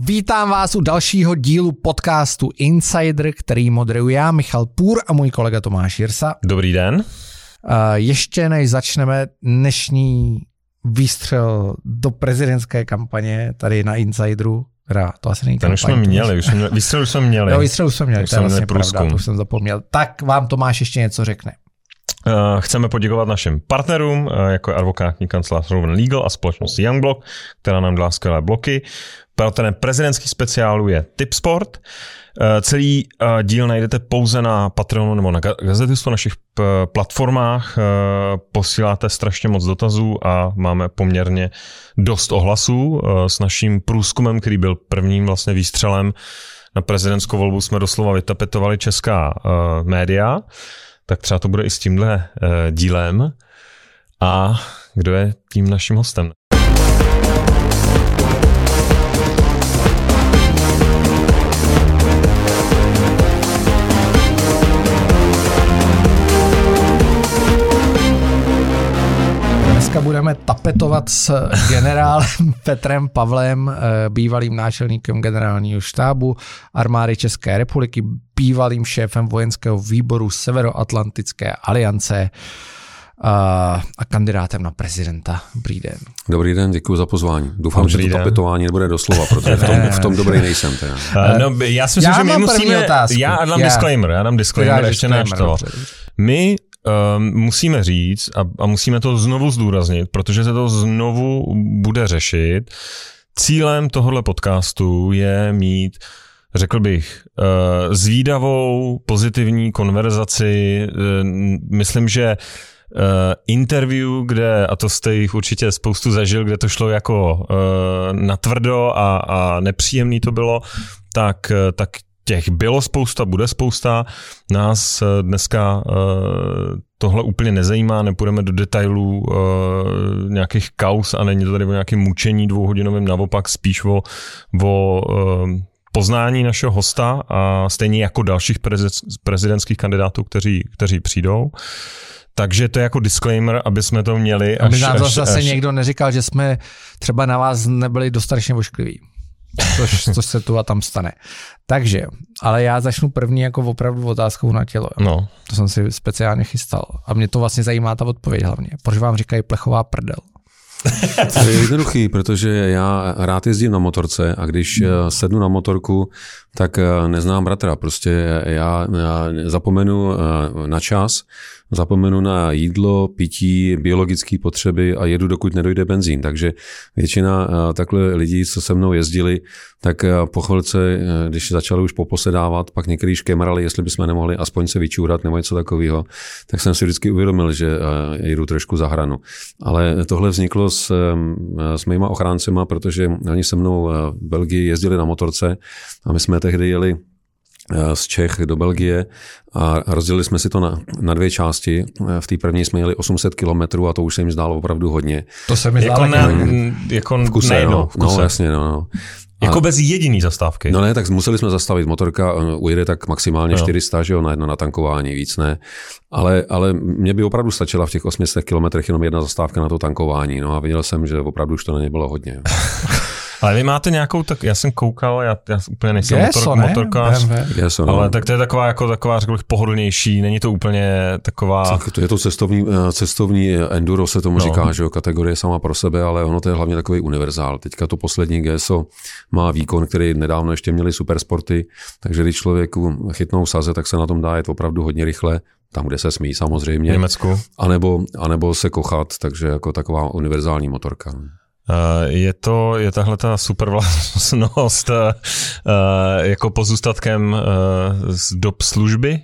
Vítám vás u dalšího dílu podcastu Insider, který moderuji já, Michal Půr a můj kolega Tomáš Jirsa. Dobrý den. Ještě než začneme dnešní výstřel do prezidentské kampaně tady na Insideru, to asi není kampaň. Ten už jsme měli, výstřel už jsme měli. Jo, výstřel už jsme měli, to je vlastně pravda, to už jsem zapomněl. Tak vám Tomáš ještě něco řekne. Chceme poděkovat našim partnerům, jako je advokátní kancelář Rowan Legal a společnost Youngblock, která nám dala skvělé bloky. Partnerem prezidentských speciálů je Tipsport. Celý díl najdete pouze na Patreonu nebo na Gazetistu, našich platformách. Posíláte strašně moc dotazů a máme poměrně dost ohlasů. S naším průzkumem, který byl prvním vlastně výstřelem na prezidentskou volbu, jsme doslova vytapetovali česká média. Tak třeba to bude i s tímhle dílem. A kdo je tím naším hostem? Dneska budeme tapetovat s generálem Petrem Pavlem, bývalým náčelníkem generálního štábu Armády České republiky, bývalým šéfem vojenského výboru Severoatlantické aliance a kandidátem na prezidenta. Dobrý den. Dobrý den, děkuji za pozvání. Doufám, že to tapetování nebude doslova, protože v tom dobrý nejsem. Já si myslím, že my musíme... Já dám disclaimer ještě než to. My musíme říct a musíme to znovu zdůraznit, protože se to znovu bude řešit. Cílem tohohle podcastu je mít, řekl bych, zvídavou, pozitivní konverzaci. Myslím, že interview, kde, a to jste jich určitě spoustu zažil, kde to šlo jako natvrdo a nepříjemný to bylo, tak těch bylo spousta, bude spousta. Nás dneska tohle úplně nezajímá, nepůjdeme do detailů nějakých kauz a není to tady o nějakém mučení dvouhodinovým, naopak spíš o poznání našeho hosta a stejně jako dalších prezidentských kandidátů, kteří přijdou. Takže to je jako disclaimer, aby jsme to měli. Aby nás zase někdo neříkal, že jsme třeba na vás nebyli dostatečně oškliví. Což se tu a tam stane. Takže, ale já začnu první jako opravdu otázkou na tělo. No. To jsem si speciálně chystal. A mě to vlastně zajímá ta odpověď hlavně. Proč vám říkají plechová prdel? To je jednoduchý, protože já rád jezdím na motorce a když sednu na motorku, tak neznám bratra. Prostě já zapomenu na čas, zapomenu na jídlo, pití, biologické potřeby a jedu, dokud nedojde benzín. Takže většina takhle lidí, co se mnou jezdili, tak po chvilce, když začali už poposedávat, pak některý škemrali, jestli bychom nemohli aspoň se vyčůrat nebo něco takového, tak jsem si vždycky uvědomil, že jedu trošku za hranu. Ale tohle vzniklo s mýma ochráncema, protože oni se mnou v Belgii jezdili na motorce a my jsme tehdy jeli z Čech do Belgie a rozdělili jsme si to na dvě části. V té první jsme jeli 800 kilometrů a to už se jim zdálo opravdu hodně. To se mi zdálo jako v kuse. No, jasně, no. Jako bez jediný zastávky. No ne, tak museli jsme zastavit. Motorka ujede tak maximálně 400, že jo, na jedno natankování, víc ne. Ale mě by opravdu stačila v těch 800 kilometrech jenom jedna zastávka na to tankování. No a viděl jsem, že opravdu už to na ně bylo hodně. Ale vy máte nějakou, tak já jsem koukal, já úplně nejsem motorkář, ale tak to je taková, řekl bych, pohodlnější, není to úplně taková... Je to cestovní enduro, se tomu říká, že jo, kategorie sama pro sebe, ale ono to je hlavně takový univerzál. Teďka to poslední GSO má výkon, který nedávno ještě měli supersporty, takže když člověku chytnou saze, tak se na tom dá jet opravdu hodně rychle, tam, kde se smí samozřejmě. V Německu. Anebo se kochat, takže jako taková univerzální motorka. Je tahle ta super vlastnost jako pozůstatkem z dob služby?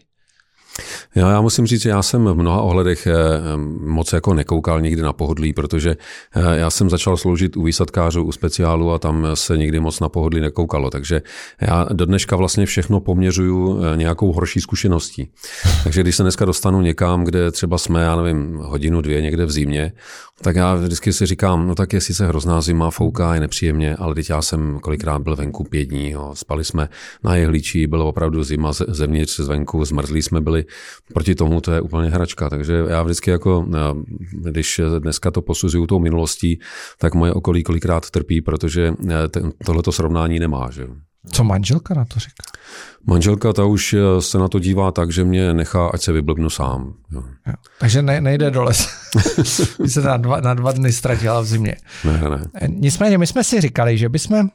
Já musím říct, že já jsem v mnoha ohledech moc jako nekoukal nikdy na pohodlí, protože já jsem začal sloužit u výsadkářů, u speciálu a tam se nikdy moc na pohodlí nekoukalo, takže já do dneška vlastně všechno poměřuju nějakou horší zkušeností. Takže když se dneska dostanu někam, kde třeba jsme, já nevím, hodinu, dvě někde v zimě, tak já vždycky si říkám, no tak je sice hrozná zima, fouká, je nepříjemně, ale teď já jsem kolikrát byl venku 5 dní, spali jsme na jehličí, bylo opravdu zima zevnitř, zvenku, zmrzlí jsme byli, proti tomu to je úplně hračka. Takže já vždycky jako, když dneska to posuzuju tou minulostí, tak moje okolí kolikrát trpí, protože tohleto srovnání nemá. Že? Co manželka na to říká? Manželka ta už se na to dívá tak, že mě nechá, ať se vyblbnu sám. Jo. Jo. Takže nejde do lesa. Ty se na 2 dny ztratila v zimě. Ne. Nicméně my jsme si říkali, že bychom,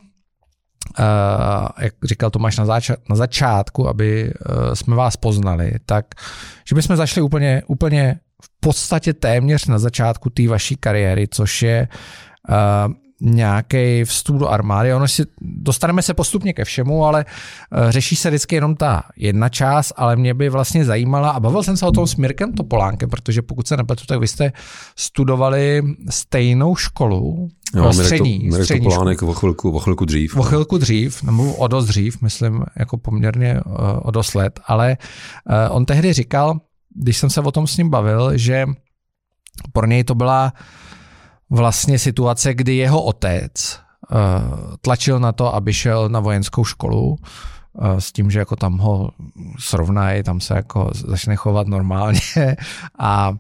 jak říkal Tomáš na začátku, aby jsme vás poznali, tak že bychom zašli úplně v podstatě téměř na začátku té vaší kariéry, což je nějaký vstup do armády. Dostaneme se postupně ke všemu, ale řeší se vždycky jenom ta jedna část, ale mě by vlastně zajímala, a bavil jsem se o tom s Mirkem Topolánkem, protože pokud se nepletu, tak vy jste studovali stejnou školu, střední Topolánek o chvilku dřív. O chvilku dřív, nebo o dost dřív, myslím, jako poměrně o dost let, ale on tehdy říkal, když jsem se o tom s ním bavil, že pro něj to byla vlastně situace, kdy jeho otec tlačil na to, aby šel na vojenskou školu s tím, že jako tam ho srovnají, tam se jako začne chovat normálně a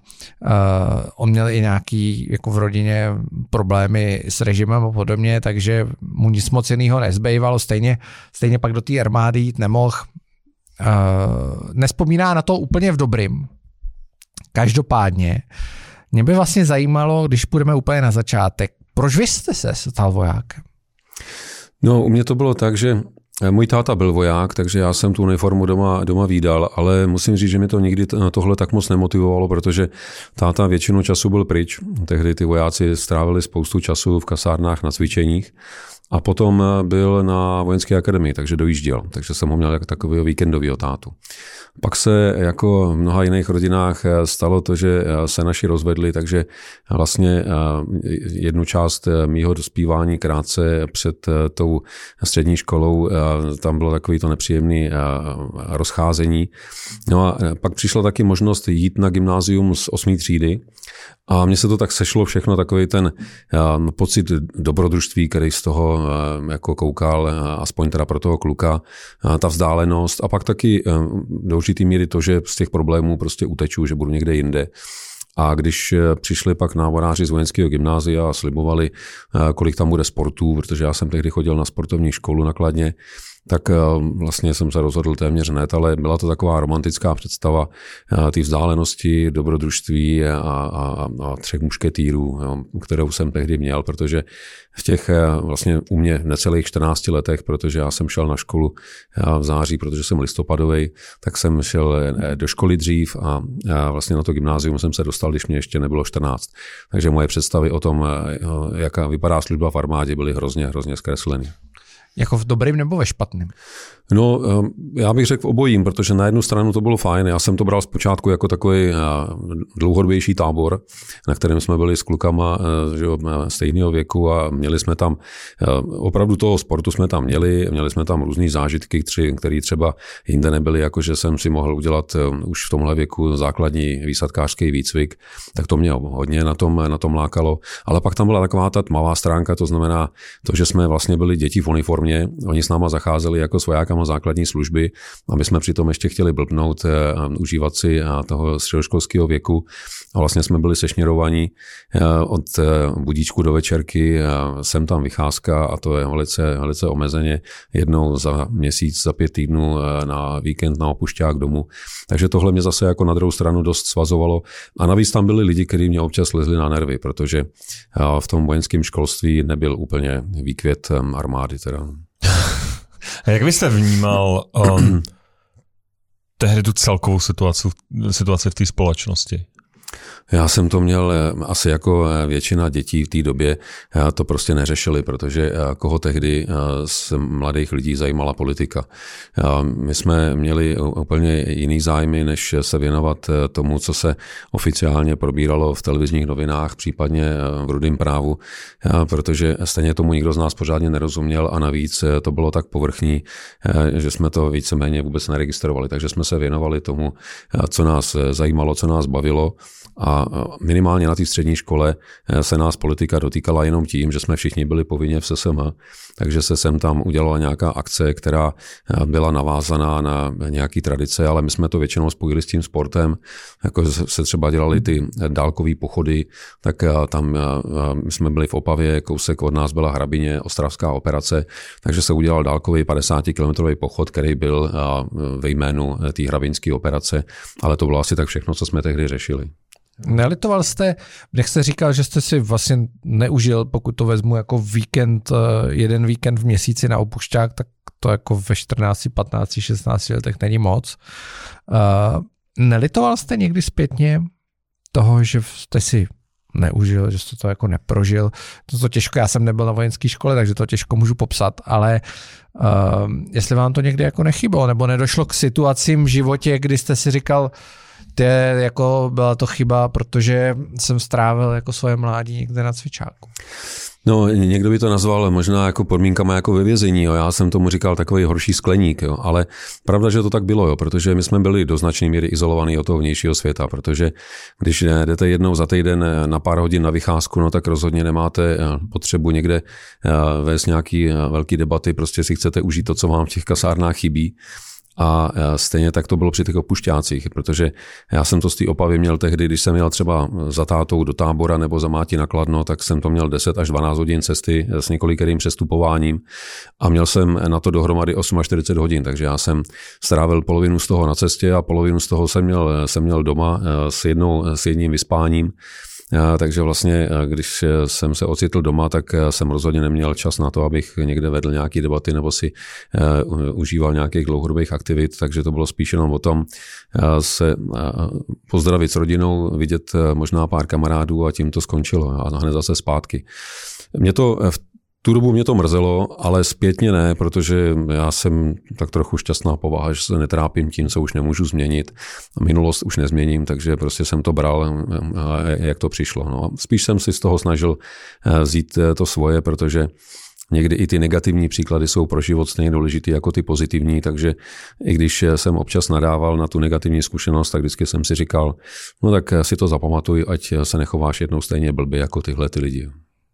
on měl i nějaký jako v rodině problémy s režimem a podobně, takže mu nic moc jinýho nezbývalo, stejně pak do té armády jít nemohl. Nespomíná na to úplně v dobrým. Každopádně mě by vlastně zajímalo, když půjdeme úplně na začátek, proč vy jste se stal vojákem? No, u mě to bylo tak, že můj táta byl voják, takže já jsem tu uniformu doma vídal, ale musím říct, že mě to nikdy tohle tak moc nemotivovalo, protože táta většinu času byl pryč. Tehdy ty vojáci strávili spoustu času v kasárnách na cvičeních a potom byl na vojenské akademii, takže dojížděl. Takže jsem ho měl jako takového víkendového tátu. Pak se jako v mnoha jiných rodinách stalo to, že se naši rozvedli, takže vlastně jednu část mýho dospívání krátce před tou střední školou, tam bylo takový to nepříjemné rozcházení. No a pak přišla taky možnost jít na gymnázium z 8. třídy a mně se to tak sešlo všechno, takový ten pocit dobrodružství, který z toho jako koukal, aspoň teda pro toho kluka, ta vzdálenost a pak taky do určitý míry to, že z těch problémů prostě uteču, že budu někde jinde. A když přišli pak náboráři z vojenského gymnázia a slibovali, kolik tam bude sportů, protože já jsem tehdy chodil na sportovní školu na Kladně, tak vlastně jsem se rozhodl téměř hned, ale byla to taková romantická představa té vzdálenosti, dobrodružství a 3 mušketýrů, kterou jsem tehdy měl, protože v těch vlastně u mě necelých 14 letech, protože já jsem šel na školu v září, protože jsem listopadovej, tak jsem šel do školy dřív a vlastně na to gymnázium jsem se dostal, když mě ještě nebylo 14. Takže moje představy o tom, jaká vypadá služba v armádě, byly hrozně zkresleny. Jako v dobrým nebo ve špatným? No, já bych řekl v obojím, protože na jednu stranu to bylo fajn. Já jsem to bral zpočátku jako takový dlouhodobější tábor, na kterém jsme byli s klukama stejného věku a měli jsme tam, opravdu toho sportu jsme tam měli jsme tam různý zážitky, které třeba jinde nebyly, jakože jsem si mohl udělat už v tomhle věku základní výsadkářský výcvik, tak to mě hodně na tom lákalo. Ale pak tam byla taková ta tmavá stránka, to znamená to, že jsme vlastně byli děti v uniformě, oni s náma zacházeli jako s vojákama základní služby a my jsme přitom ještě chtěli blbnout, užívat si toho středoškolského věku a vlastně jsme byli sešněrovaní od budíčku do večerky, sem tam vycházka a to je velice omezeně, jednou za měsíc, za 5 týdnů na víkend na opušťák domů. Takže tohle mě zase jako na druhou stranu dost svazovalo a navíc tam byli lidi, kteří mě občas lezli na nervy, protože v tom vojenském školství nebyl úplně výkvět armády teda. A jak byste vnímal tehdy tu celkovou situaci v té společnosti? Já jsem to měl asi jako většina dětí v té době, to prostě neřešili, protože koho tehdy z mladých lidí zajímala politika. My jsme měli úplně jiný zájmy, než se věnovat tomu, co se oficiálně probíralo v televizních novinách, případně v Rudém právu, protože stejně tomu nikdo z nás pořádně nerozuměl a navíc to bylo tak povrchní, že jsme to víceméně vůbec neregistrovali, takže jsme se věnovali tomu, co nás zajímalo, co nás bavilo. A minimálně na té střední škole se nás politika dotýkala jenom tím, že jsme všichni byli povinně v SSM, takže se sem tam udělala nějaká akce, která byla navázaná na nějaký tradice, ale my jsme to většinou spojili s tím sportem, jako se třeba dělali ty dálkové pochody, tak tam jsme byli v Opavě, kousek od nás byla Hrabině, ostravská operace, takže se udělal dálkový 50-kilometrový pochod, který byl ve jménu té hrabinské operace, ale to bylo asi tak všechno, co jsme tehdy řešili. Nelitoval jste, jak jste říkal, že jste si vlastně neužil, pokud to vezmu jako víkend, jeden víkend v měsíci na opušťák, tak to jako ve 14, 15, 16 letech není moc. Nelitoval jste někdy zpětně toho, že jste si neužil, že jste to jako neprožil? To těžko, já jsem nebyl na vojenské škole, takže to těžko můžu popsat, ale jestli vám to někdy jako nechybilo, nebo nedošlo k situacím v životě, kdy jste si říkal, jako byla to chyba, protože jsem strávil jako svoje mládí někde na cvičáku. No, někdo by to nazval možná jako podmínkama jako ve vězení, jo. Já jsem tomu říkal takový horší skleník, jo. Ale pravda, že to tak bylo, jo, protože my jsme byli do značné míry izolovaní od toho vnějšího světa, protože když jdete jednou za týden na pár hodin na vycházku, no tak rozhodně nemáte potřebu někde vést nějaký velký debaty, prostě si chcete užít to, co vám v těch kasárnách chybí. A stejně tak to bylo při těch opušťácích, protože já jsem to z té Opavy měl tehdy, když jsem jel třeba za tátou do Tábora nebo za máti na Kladno, tak jsem to měl 10 až 12 hodin cesty s několikerým přestupováním a měl jsem na to dohromady 48 hodin, takže já jsem strávil polovinu z toho na cestě a polovinu z toho jsem měl doma s jedním vyspáním. Takže vlastně, když jsem se ocitl doma, tak jsem rozhodně neměl čas na to, abych někde vedl nějaké debaty nebo si užíval nějakých dlouhodobých aktivit, takže to bylo spíš jenom o tom se pozdravit s rodinou, vidět možná pár kamarádů a tím to skončilo a hned zase zpátky. V tu dobu mě to mrzelo, ale zpětně ne, protože já jsem tak trochu šťastná povaha, že se netrápím tím, co už nemůžu změnit. Minulost už nezměním, takže prostě jsem to bral, jak to přišlo. No. Spíš jsem si z toho snažil vzít to svoje, protože někdy i ty negativní příklady jsou pro život stejně důležitý jako ty pozitivní, takže i když jsem občas nadával na tu negativní zkušenost, tak vždycky jsem si říkal, no tak si to zapamatuj, ať se nechováš jednou stejně blbě jako tyhle ty lidi.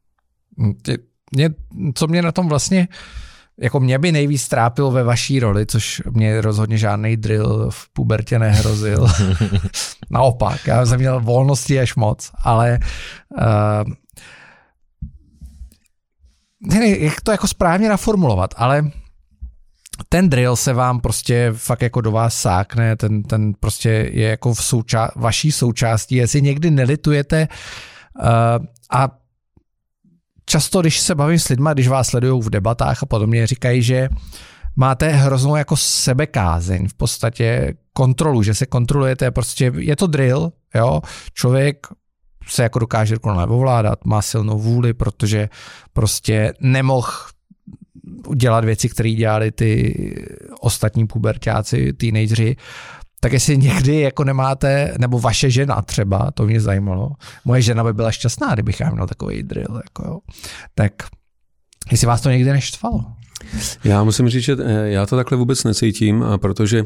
Co mě na tom vlastně, jako mě by nejvíc trápilo ve vaší roli, což mě rozhodně žádný drill v pubertě nehrozil. Naopak, já jsem měl volnosti až moc, ale jak to jako správně naformulovat, ale ten drill se vám prostě fakt jako do vás sákne, ten prostě je jako vaší součástí, jestli někdy nelitujete a často, když se bavím s lidma, když vás sledují v debatách a podobně, říkají, že máte hroznou jako sebekázeň, v podstatě kontrolu, že se kontrolujete, prostě je to drill, jo, člověk se jako dokáže ovládat, má silnou vůli, protože prostě nemohl udělat věci, které dělali ty ostatní puberťáci, teenageři. Tak jestli někdy jako nemáte, nebo vaše žena třeba, to mě zajímalo, moje žena by byla šťastná, kdybych já měl takový drill, jako jo. Tak jestli vás to někdy neštvalo? Já musím říct, že já to takhle vůbec necítím, protože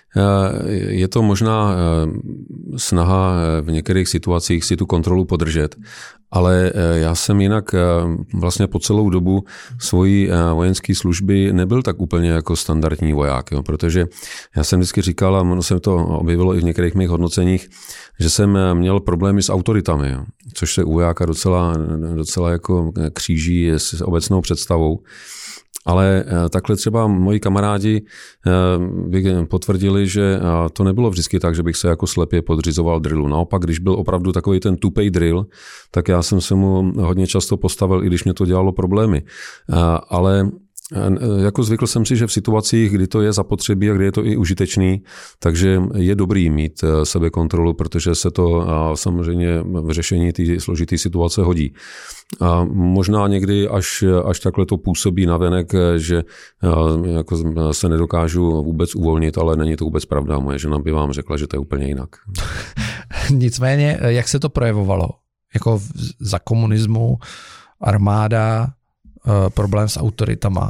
je to možná snaha v některých situacích si tu kontrolu podržet, ale já jsem jinak vlastně po celou dobu svojí vojenské služby nebyl tak úplně jako standardní voják, jo, protože já jsem vždycky říkal, a ono se to objevilo i v některých mých hodnoceních, že jsem měl problémy s autoritami, jo, což se u vojáka docela jako kříží s obecnou představou. Ale takhle třeba moji kamarádi by potvrdili, že to nebylo vždycky tak, že bych se jako slepě podřizoval drillu. Naopak, když byl opravdu takový ten tupej drill, tak já jsem se mu hodně často postavil, i když mě to dělalo problémy. Ale jako zvykl jsem si, že v situacích, kdy to je zapotřebí a kdy je to i užitečný, takže je dobrý mít sebekontrolu, protože se to samozřejmě v řešení té složité situace hodí. A možná někdy až takhle to působí navenek, že jako se nedokážu vůbec uvolnit, ale není to vůbec pravda. Moje žena by vám řekla, že to je úplně jinak. Nicméně, jak se to projevovalo? Jako za komunismu, armáda, problém s autoritama.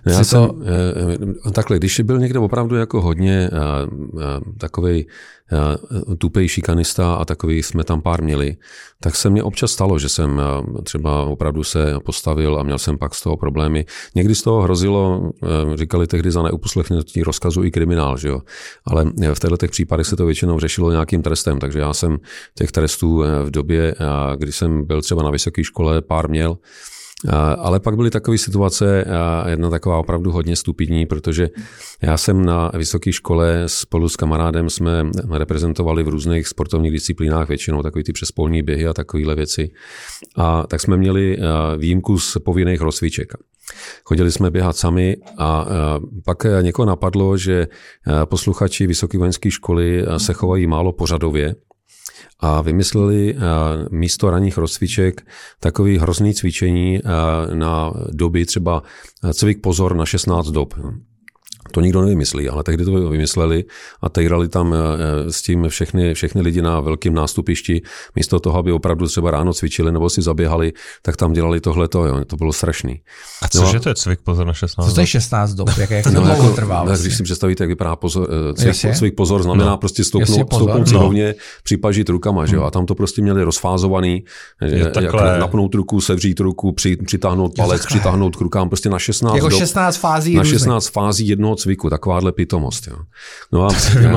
Takhle, když byl někdo opravdu jako hodně takovej tupej šikanista a takový jsme tam pár měli, tak se mně občas stalo, že jsem třeba opravdu se postavil a měl jsem pak z toho problémy. Někdy z toho hrozilo, říkali tehdy za neuposlechnutí rozkazu i kriminál, že jo? Ale v těchto případech se to většinou řešilo nějakým trestem, takže já jsem těch trestů v době, kdy jsem byl třeba na vysoké škole, pár měl. Ale pak byly takové situace, jedna taková opravdu hodně stupidní, protože já jsem na vysoké škole spolu s kamarádem jsme reprezentovali v různých sportovních disciplínách, většinou takový ty přespolní běhy a takovéhle věci. A tak jsme měli výjimku z povinných rozcviček. Chodili jsme běhat sami a pak někoho napadlo, že posluchači vysoké vojenské školy se chovají málo pořadově, a vymysleli místo ranních rozcviček takový hrozný cvičení na doby, třeba cvik pozor na 16 dob. To nikdo nevymyslí, ale tehdy to vymysleli a týrali tam s tím všechny lidi na velkém nástupišti. Místo toho, aby opravdu třeba ráno cvičili nebo si zaběhali, tak tam dělali tohleto. Jo. To bylo strašný. A cože to je cvik pozor na 16 dob? To je 16 dob, jak to dlouho trvá. Vlastně. Když si představíte, jak vypadá cvik pozor, znamená prostě stoupnout rovně, připažit rukama. Že jo? A tam to prostě měli rozfázovaný, jak napnout ruku, sevřít ruku, přitáhnout palec, přitáhnout k rukám, prostě na 16 jako dob. 16 fází na 16 fází jednoho cviku, takováhle pitomost. Jo. No a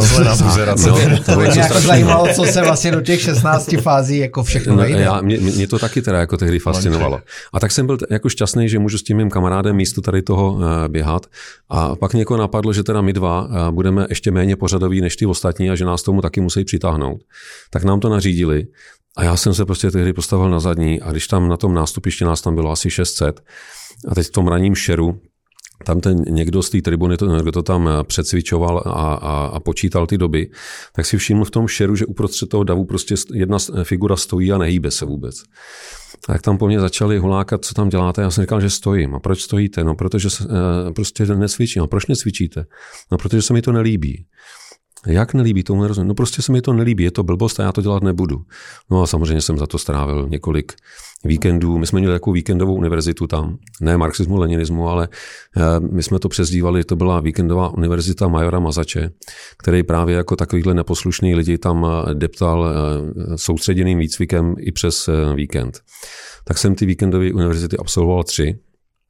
to je něco zajímalo, co se vlastně do těch 16 fází jako všechno vejde. Mě to taky teda jako tehdy fascinovalo. A tak jsem byl jako šťastný, že můžu s tím mým kamarádem místo tady toho běhat. A pak někoho napadlo, že teda my dva budeme ještě méně pořadoví než ty ostatní a že nás tomu taky musí přitáhnout. Tak nám to nařídili. A já jsem se prostě tehdy postavil na zadní a když tam na tom nástupišti nás tam bylo asi 600 a teď v tom ranním šeru tam ten někdo z té tribuny, kdo to tam přecvičoval a počítal ty doby, tak si všiml v tom šeru, že uprostřed toho davu prostě jedna figura stojí a nehýbe se vůbec. Tak tam po mně začali hulákat, co tam děláte. Já jsem říkal, že stojím. A proč stojíte? No, protože prostě necvičím. A proč necvičíte? No, protože se mi to nelíbí. Jak nelíbí, tomu nerozumím. No prostě se mi to nelíbí, je to blbost a já to dělat nebudu. No a samozřejmě jsem za to strávil několik víkendů. My jsme měli takovou víkendovou univerzitu tam, ne marxismu, leninismu, ale my jsme to přezdívali, to byla víkendová univerzita majora Mazače, který právě jako takovýhle neposlušný lidi tam deptal soustředěným výcvikem i přes víkend. Tak jsem ty víkendové univerzity absolvoval 3.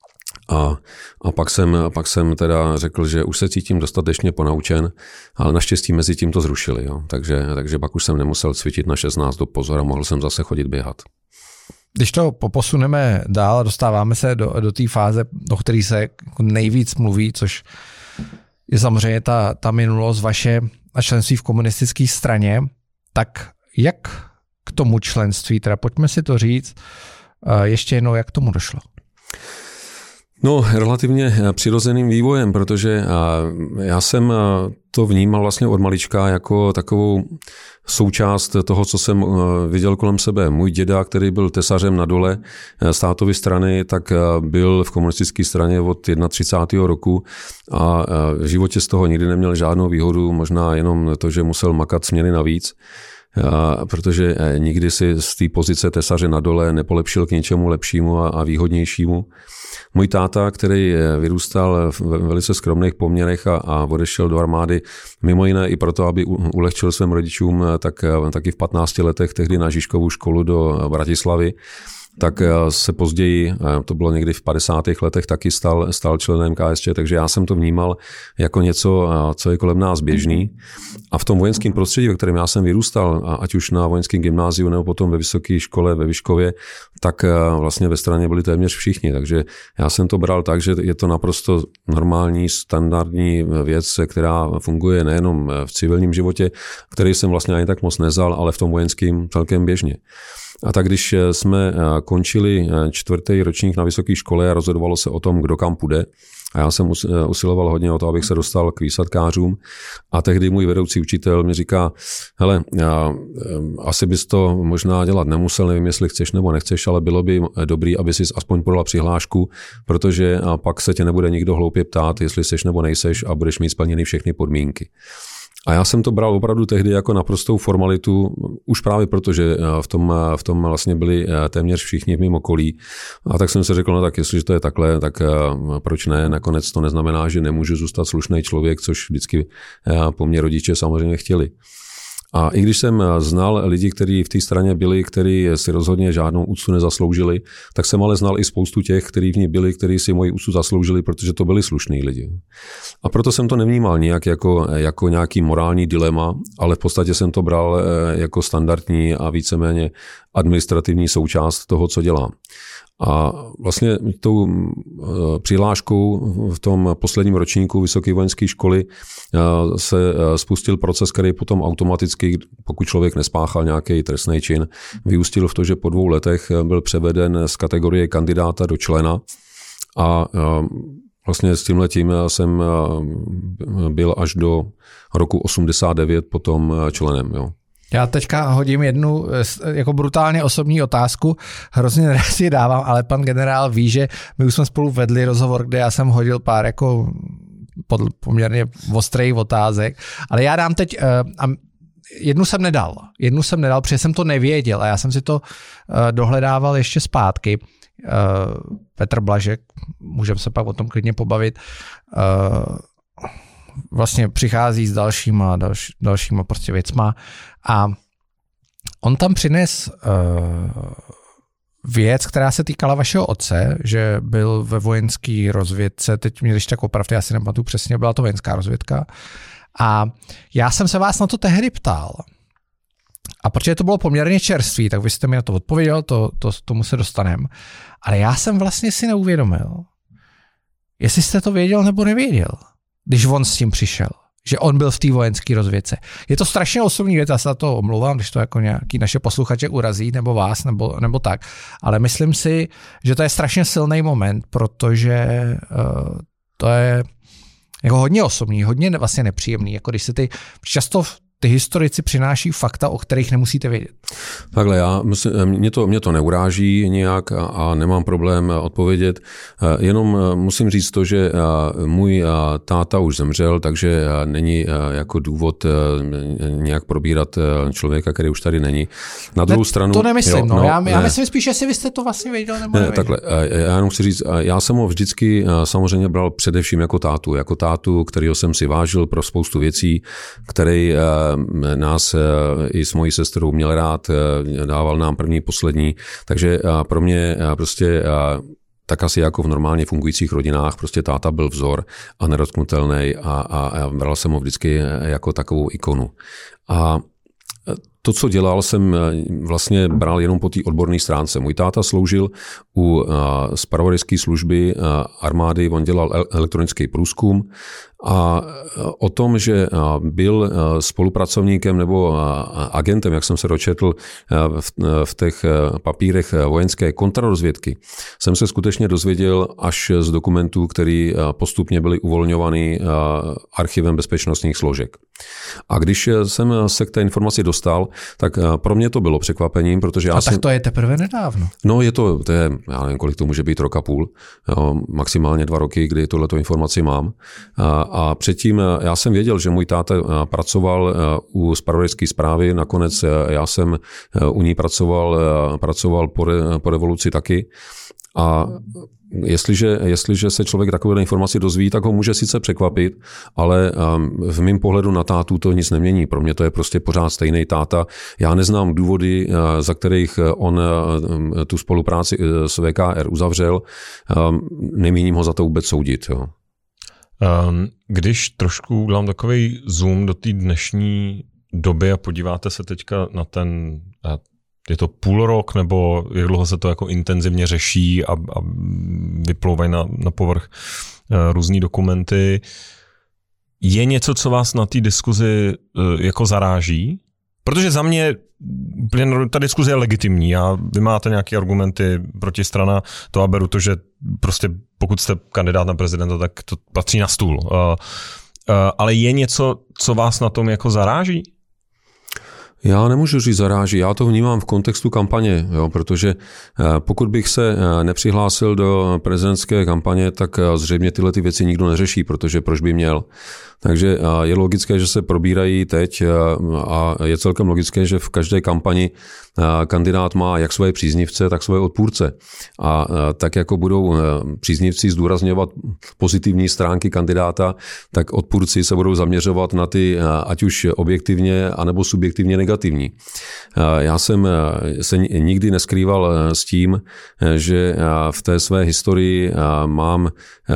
A pak jsem teda řekl, že už se cítím dostatečně ponaučen, ale naštěstí mezi tím to zrušili. Jo. Takže pak už jsem nemusel cvičit na 16 do pozor a mohl jsem zase chodit běhat. Když to posuneme dál a dostáváme se do té fáze, o které se nejvíc mluví, což je samozřejmě ta minulost vaše a členství v komunistické straně, tak jak k tomu členství, teda pojďme si to říct, ještě jednou, jak k tomu došlo? No, relativně přirozeným vývojem, protože já jsem to vnímal vlastně od malička jako takovou součást toho, co jsem viděl kolem sebe. Můj děda, který byl tesařem na dole z tátovy strany, tak byl v komunistické straně od 31. roku a v životě z toho nikdy neměl žádnou výhodu, možná jenom to, že musel makat směny navíc. Protože nikdy si z té pozice tesaře na dole nepolepšil k něčemu lepšímu a výhodnějšímu. Můj táta, který vyrůstal v velice skromných poměrech a odešel do armády, mimo jiné i proto, aby ulehčil svým rodičům, tak taky v 15 letech tehdy na Žižkovou školu do Bratislavy, tak se později, to bylo někdy v 50. letech, taky stal členem KSČ, takže já jsem to vnímal jako něco, co je kolem nás běžný. A v tom vojenském prostředí, ve kterém já jsem vyrůstal, ať už na vojenském gymnáziu nebo potom ve vysoké škole ve Vyškově, tak vlastně ve straně byli téměř všichni. Takže já jsem to bral tak, že je to naprosto normální, standardní věc, která funguje nejenom v civilním životě, který jsem vlastně ani tak moc nezal, ale v tom vojenském celkem běžně. A tak když jsme končili 4. ročník na vysoké škole a rozhodovalo se o tom, kdo kam půjde, a já jsem usiloval hodně o to, abych se dostal k výsadkářům. A tehdy můj vedoucí učitel mi říká, hele, asi bys to možná dělat nemusel, nevím, jestli chceš nebo nechceš, ale bylo by dobrý, aby si aspoň podala přihlášku, protože pak se tě nebude nikdo hloupě ptát, jestli seš nebo nejseš a budeš mít splněny všechny podmínky. A já jsem to bral opravdu tehdy jako naprostou formalitu, už právě proto, že v tom vlastně byli téměř všichni v mým okolí. A tak jsem si řekl, no tak jestliže to je takhle, tak proč ne? Nakonec to neznamená, že nemůžu zůstat slušný člověk, což vždycky po mně rodiče samozřejmě chtěli. A i když jsem znal lidi, kteří v té straně byli, kteří si rozhodně žádnou úctu nezasloužili, tak jsem ale znal i spoustu těch, kteří v ní byli, kteří si moji úctu zasloužili, protože to byli slušní lidi. A proto jsem to nevnímal nijak jako nějaký morální dilema, ale v podstatě jsem to bral jako standardní a víceméně administrativní součást toho, co dělám. A vlastně tou přihláškou v tom posledním ročníku Vysoké vojenské školy se spustil proces, který potom automaticky, pokud člověk nespáchal nějaký trestný čin, vyústil v to, že po 2 letech byl převeden z kategorie kandidáta do člena a vlastně s tímhletím jsem byl až do roku 89 potom členem. Jo. Já teďka hodím jednu jako brutálně osobní otázku, hrozně nerad si ji dávám, ale pan generál ví, že my už jsme spolu vedli rozhovor, kde já jsem hodil pár jako poměrně ostrých otázek, ale já dám teď, jednu jsem nedal, protože jsem to nevěděl a já jsem si to dohledával ještě zpátky. Petr Blažek, můžeme se pak o tom klidně pobavit, vlastně přichází s dalšíma prostě věcma a on tam přines věc, která se týkala vašeho otce, že byl ve vojenské rozvědce, teď mě když tak opravdu, já si nepamatuju přesně, byla to vojenská rozvědka a já jsem se vás na to tehdy ptal a protože to bylo poměrně čerstvý, tak vy jste mi na to odpověděl, tomu se dostaneme, ale já jsem vlastně si neuvědomil, jestli jste to věděl nebo nevěděl, když on s tím přišel, že on byl v té vojenské rozvědce. Je to strašně osobní věc, já se za to omlouvám, když to jako nějaký naše posluchače urazí, nebo vás, nebo tak, ale myslím si, že to je strašně silný moment, protože to je jako hodně osobní, hodně vlastně nepříjemný, jako když se často ty historici přináší fakta, o kterých nemusíte vědět. Takhle, mě to neuráží nijak a nemám problém odpovědět. Jenom musím říct to, že můj táta už zemřel, takže není jako důvod nějak probírat člověka, který už tady není. Na druhou stranu... To nemyslím, já myslím spíš, jestli vy jste to vlastně věděl nebo nevěděl. Takhle, já jenom chci říct, já jsem ho vždycky samozřejmě bral především jako tátu, kterýho jsem si vážil pro spoustu věcí, který nás i s mojí sestrou měl rád, dával nám první, poslední, takže pro mě prostě tak asi jako v normálně fungujících rodinách, prostě táta byl vzor a nedotknutelný a bral jsem ho vždycky jako takovou ikonu. A to, co dělal, jsem vlastně bral jenom po té odborné stránce. Můj táta sloužil u zpravodajské služby armády, on dělal elektronický průzkum a o tom, že byl spolupracovníkem nebo agentem, jak jsem se dočetl v těch papírech vojenské kontrarozvědky, jsem se skutečně dozvěděl až z dokumentů, které postupně byly uvolňovány archivem bezpečnostních složek. A když jsem se k té informaci dostal, tak pro mě to bylo překvapením, protože tak to je teprve nedávno. No to je, já nevím, kolik to může být, 1,5 roku, maximálně 2 roky, kdy tuhleto informaci mám. A předtím já jsem věděl, že můj táta pracoval u zpravodajské zprávy, nakonec já jsem u ní pracoval po revoluci taky. A jestliže se člověk takové informaci dozví, tak ho může sice překvapit, ale v mém pohledu na tátu to nic nemění. Pro mě to je prostě pořád stejný táta. Já neznám důvody, za kterých on tu spolupráci s VKR uzavřel. Nemíním ho za to vůbec soudit. Jo. Když trošku udělám takový zoom do té dnešní doby a podíváte se teďka na ten... Je to půl rok, nebo jak dlouho se to jako intenzivně řeší a vyplouvají na povrch různý dokumenty. Je něco, co vás na té diskuzi jako zaráží? Protože za mě ta diskuze je legitimní a vy máte nějaké argumenty protistrana, to a beru to, že prostě pokud jste kandidát na prezidenta, tak to patří na stůl. Ale je něco, co vás na tom jako zaráží? Já nemůžu říct zaráží, já to vnímám v kontextu kampaně, jo, protože pokud bych se nepřihlásil do prezidentské kampaně, tak zřejmě tyhle ty věci nikdo neřeší, protože proč by měl. Takže je logické, že se probírají teď a je celkem logické, že v každé kampani kandidát má jak svoje příznivce, tak svoje odpůrce. A tak jako budou příznivci zdůrazňovat pozitivní stránky kandidáta, tak odpůrci se budou zaměřovat na ty ať už objektivně, anebo subjektivně negativní. Já jsem se nikdy neskrýval s tím, že v té své historii mám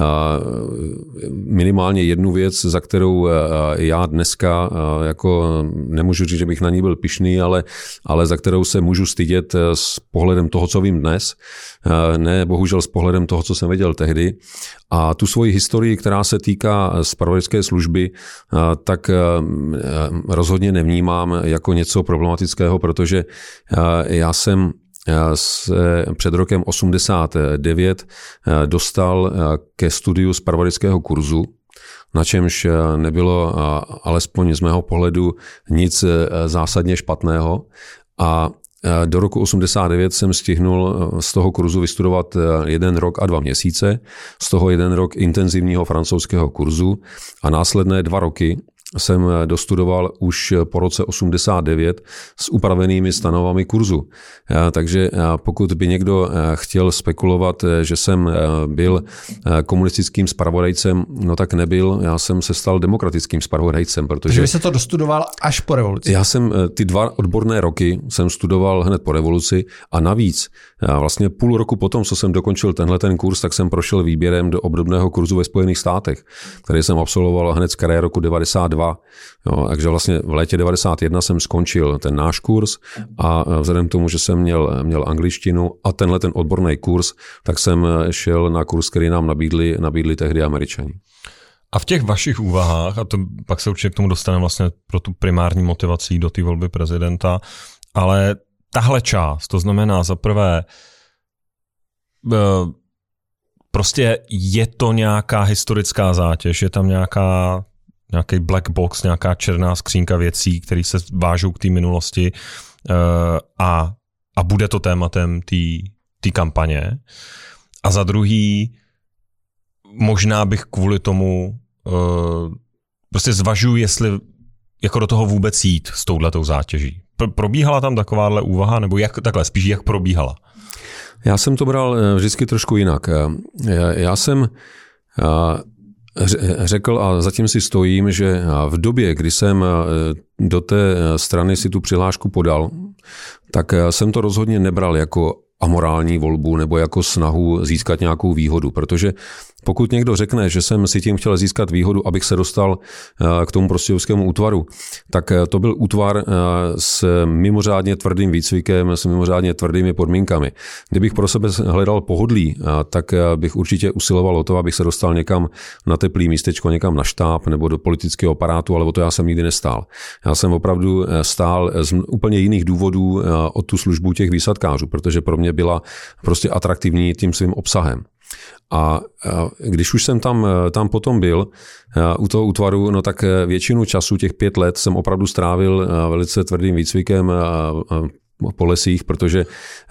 minimálně jednu věc, za kterou já dneska jako nemůžu říct, že bych na ní byl pyšný, ale za kterou se můžu stydět s pohledem toho, co vím dnes, ne bohužel s pohledem toho, co jsem věděl tehdy. A tu svoji historii, která se týká zpravodajské služby, tak rozhodně nevnímám jako něco problematického, protože já jsem se před rokem 89 dostal ke studiu zpravodajského kurzu, na čemž nebylo alespoň z mého pohledu nic zásadně špatného. A do roku 89 jsem stihnul z toho kurzu vystudovat 1 rok a 2 měsíce, z toho 1 rok intenzivního francouzského kurzu a následné 2 roky jsem dostudoval už po roce 89 s upravenými stanovami kurzu. Takže pokud by někdo chtěl spekulovat, že jsem byl komunistickým zpravodajcem, no tak nebyl, já jsem se stal demokratickým zpravodajcem, protože... Takže jsi to dostudoval až po revoluci? Já jsem ty 2 odborné roky jsem studoval hned po revoluci a navíc vlastně půl roku potom, co jsem dokončil ten kurz, tak jsem prošel výběrem do obdobného kurzu ve Spojených státech, který jsem absolvoval hned z kraje roku 92. Jo, takže vlastně v létě 91 jsem skončil ten náš kurz a vzhledem k tomu, že jsem měl angličtinu a ten odborný kurz, tak jsem šel na kurz, který nám nabídli tehdy Američani. A v těch vašich úvahách, a to pak se určitě k tomu dostaneme vlastně pro tu primární motivací do té volby prezidenta, ale tahle část, to znamená za prvé prostě je to nějaká historická zátěž, je tam nějaký black box, nějaká černá skřínka věcí, které se vážou k té minulosti a bude to tématem té kampaně. A za druhý, možná bych kvůli tomu prostě zvažuji, jestli jako do toho vůbec jít s touhletou zátěží. Probíhala tam takováhle úvaha, nebo spíš jak probíhala? Já jsem to bral vždycky trošku jinak. Já jsem řekl a zatím si stojím, že v době, kdy jsem do té strany si tu přihlášku podal, tak jsem to rozhodně nebral jako amorální volbu nebo jako snahu získat nějakou výhodu, protože pokud někdo řekne, že jsem si tím chtěl získat výhodu, abych se dostal k tomu prostějovskému útvaru, tak to byl útvar s mimořádně tvrdým výcvikem, s mimořádně tvrdými podmínkami. Kdybych pro sebe hledal pohodlí, tak bych určitě usiloval o to, abych se dostal někam na teplý místečko, někam na štáb nebo do politického aparátu, ale o to já jsem nikdy nestál. Já jsem opravdu stál z úplně jiných důvodů o tu službu těch výsadkářů, protože pro mě byla prostě atraktivní tím svým obsahem. A když už jsem tam potom byl u toho útvaru, no tak většinu času, těch 5 let, jsem opravdu strávil velice tvrdým výcvikem po lesích, protože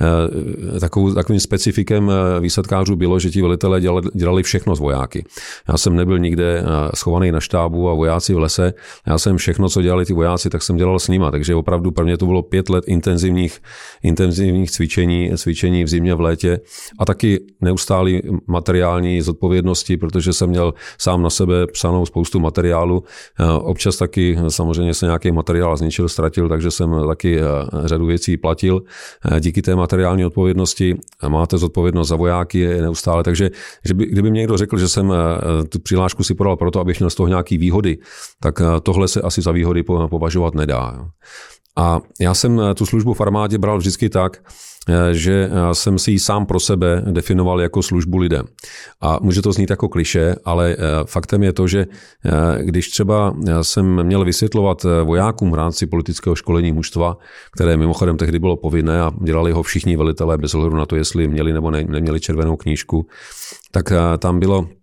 takovým specifikem výsadkářů bylo, že ti velitelé dělali všechno s vojáky. Já jsem nebyl nikde schovaný na štábu a vojáci v lese. Já jsem všechno, co dělali ty vojáci, tak jsem dělal s nima. Takže opravdu pro mě to bylo 5 let intenzivních cvičení v zimě, v létě a taky neustálý materiální zodpovědnosti, protože jsem měl sám na sebe psanou spoustu materiálu. Občas taky samozřejmě se nějaký materiál zničil, ztratil, takže jsem taky řadu věcí platil. Díky té materiální odpovědnosti máte zodpovědnost za vojáky neustále, takže kdyby mě někdo řekl, že jsem tu přihlášku si podal proto, abych měl z toho nějaký výhody, tak tohle se asi za výhody považovat nedá. A já jsem tu službu v armádě bral vždycky tak, že jsem si ji sám pro sebe definoval jako službu lidem. A může to znít jako klišé, ale faktem je to, že když třeba jsem měl vysvětlovat vojákům v rámci politického školení mužstva, které mimochodem tehdy bylo povinné a dělali ho všichni velitelé bez ohledu na to, jestli měli nebo neměli červenou knížku, tak tam bylo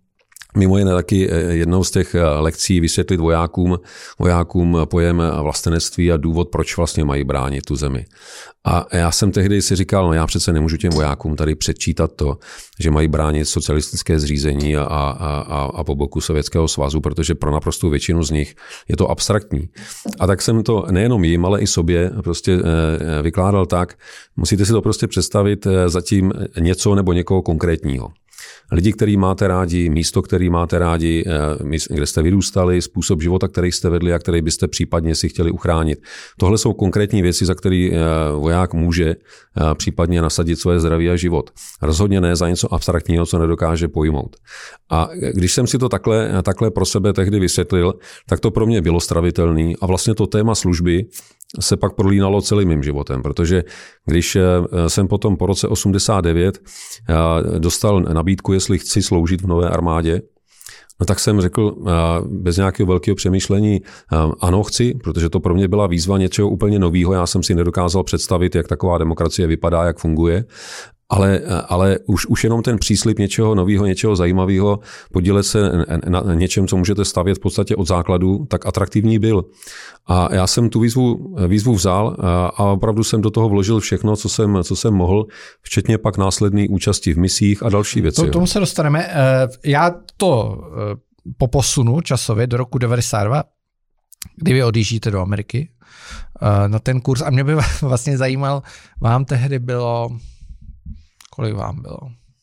Mimo jiné taky jednou z těch lekcí vysvětlit vojákům pojem vlastenectví a důvod, proč vlastně mají bránit tu zemi. A já jsem tehdy si říkal, no já přece nemůžu těm vojákům tady předčítat to, že mají bránit socialistické zřízení a po boku Sovětského svazu, protože pro naprostou většinu z nich je to abstraktní. A tak jsem to nejenom jim, ale i sobě prostě vykládal tak, musíte si to prostě představit zatím něco nebo někoho konkrétního. Lidi, který máte rádi, místo, který máte rádi, kde jste vyrůstali, způsob života, který jste vedli a který byste případně si chtěli uchránit. Tohle jsou konkrétní věci, za který voják může případně nasadit svoje zdraví a život. Rozhodně ne za něco abstraktního, co nedokáže pojmout. A když jsem si to takhle pro sebe tehdy vysvětlil, tak to pro mě bylo stravitelný a vlastně to téma služby se pak prolínalo celým mým životem, protože když jsem potom po roce 89 dostal nabídku, jestli chci sloužit v nové armádě, no tak jsem řekl bez nějakého velkého přemýšlení, ano, chci, protože to pro mě byla výzva něčeho úplně nového. Já jsem si nedokázal představit, jak taková demokracie vypadá, jak funguje. Ale už jenom ten příslib něčeho nového, něčeho zajímavého, podílet se na něčem, co můžete stavět v podstatě od základu, tak atraktivní byl. A já jsem tu výzvu vzal a opravdu jsem do toho vložil všechno, co jsem mohl, včetně pak následné účasti v misích a další věci. Tomu se dostaneme. Já to poposunu časově do roku 92, kdy vy odjíždíte do Ameriky na ten kurz. A mě by vlastně zajímal, vám tehdy bylo... Kolik vám bylo?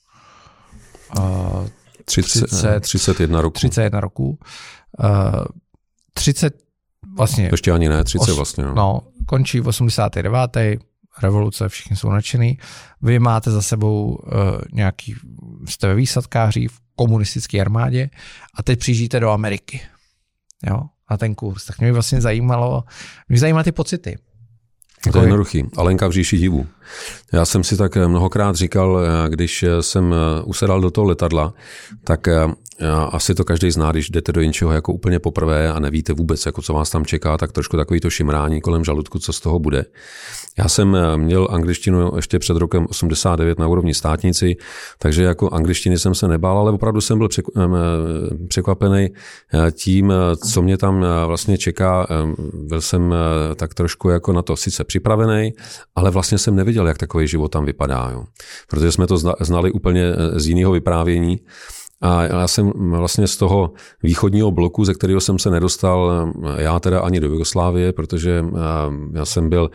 31 roků. 31 roků. 30 vlastně... Ještě ani ne, 30 vlastně. No, končí v 89. revoluce, všichni jsou nadšený. Vy máte za sebou jste ve výsadkáři v komunistické armádě a teď přijíždíte do Ameriky. Jo, na ten kurz. Tak mě vlastně zajímaly ty pocity. To je jednoduchý. Alenka v říši divů. Já jsem si tak mnohokrát říkal, když jsem usedal do toho letadla, tak asi to každý zná, když jdete do něčeho jako úplně poprvé a nevíte vůbec, jako co vás tam čeká, tak trošku takový to šimrání kolem žaludku, co z toho bude. Já jsem měl angličtinu ještě před rokem 89 na úrovni státnici, takže jako angličtiny jsem se nebál, ale opravdu jsem byl překvapený tím, co mě tam vlastně čeká. Byl jsem tak trošku jako na to sice připravený, ale vlastně jsem nevěděl, jak takový život tam vypadá. Jo. Protože jsme to znali úplně z jiného vyprávění. A já jsem vlastně z toho východního bloku, ze kterého jsem se nedostal, já teda ani do Jugoslávie, protože já jsem byl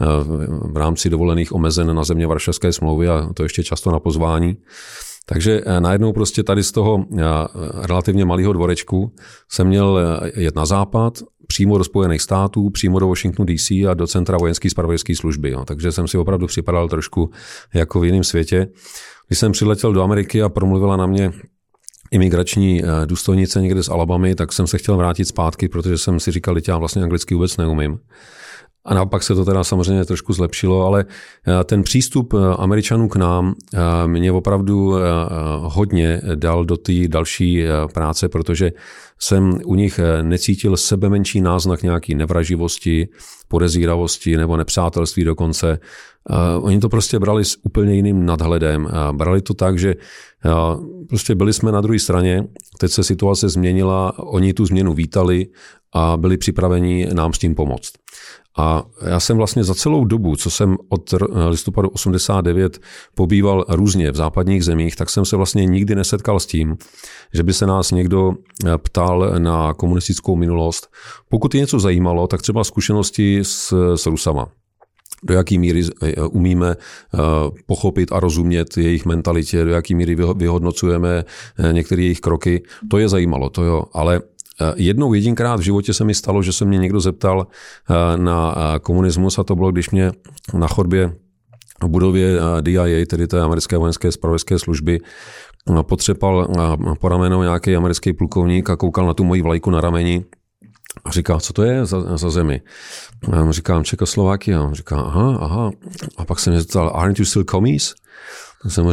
v rámci dovolených omezen na země Varšavské smlouvy a to ještě často na pozvání. Takže najednou prostě tady z toho relativně malého dvorečku jsem měl jet na západ, přímo do Spojených států, přímo do Washingtonu DC a do centra vojenské zpravodajské služby. Jo. Takže jsem si opravdu připadal trošku jako v jiném světě. Když jsem přiletěl do Ameriky a promluvila na mě imigrační důstojnice někde z Alabamy, tak jsem se chtěl vrátit zpátky, protože jsem si říkal, že já vlastně anglicky vůbec neumím. A naopak se to teda samozřejmě trošku zlepšilo, ale ten přístup Američanů k nám mě opravdu hodně dal do té další práce, protože jsem u nich necítil sebemenší náznak nějaký nevraživosti, podezíravosti nebo nepřátelství dokonce. Oni to prostě brali s úplně jiným nadhledem. Brali to tak, že prostě byli jsme na druhé straně, teď se situace změnila, oni tu změnu vítali a byli připraveni nám s tím pomoct. A já jsem vlastně za celou dobu, co jsem od listopadu 89 pobýval různě v západních zemích, tak jsem se vlastně nikdy nesetkal s tím, že by se nás někdo ptal na komunistickou minulost. Pokud je něco zajímalo, tak třeba zkušenosti s Rusama. Do jaký míry umíme pochopit a rozumět jejich mentalitě, do jaký míry vyhodnocujeme některé jejich kroky. To je zajímalo, to jo, ale jednou jedinkrát v životě se mi stalo, že se mě někdo zeptal na komunismus a to bylo, když mě na chodbě v budově DIA, tedy té americké vojenské zpravodajské služby, potřepal po ramenu nějaký americký plukovník a koukal na tu moji vlajku na rameni a říkal, co to je za zemi? A já mu říkám, Čekoslovákia. A on říká, aha. A pak jsem mě zeptal, aren't you still commies? Tak jsem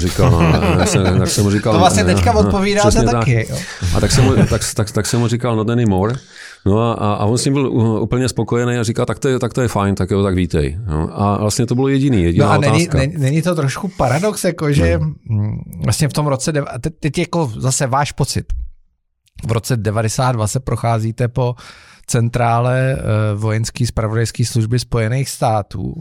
mu říkal, to vlastně teďka odpovídáte taky. Tak. A tak jsem mu říkal, not anymore. No a on s tím byl úplně spokojený a říkal, tak to je fajn, tak jo, tak vítej. No, a vlastně to bylo jediná otázka. Není to trošku paradox, jako, že vlastně v tom roce, teď jako zase váš pocit, v roce 92 se procházíte po centrále vojenské zpravodajské služby Spojených států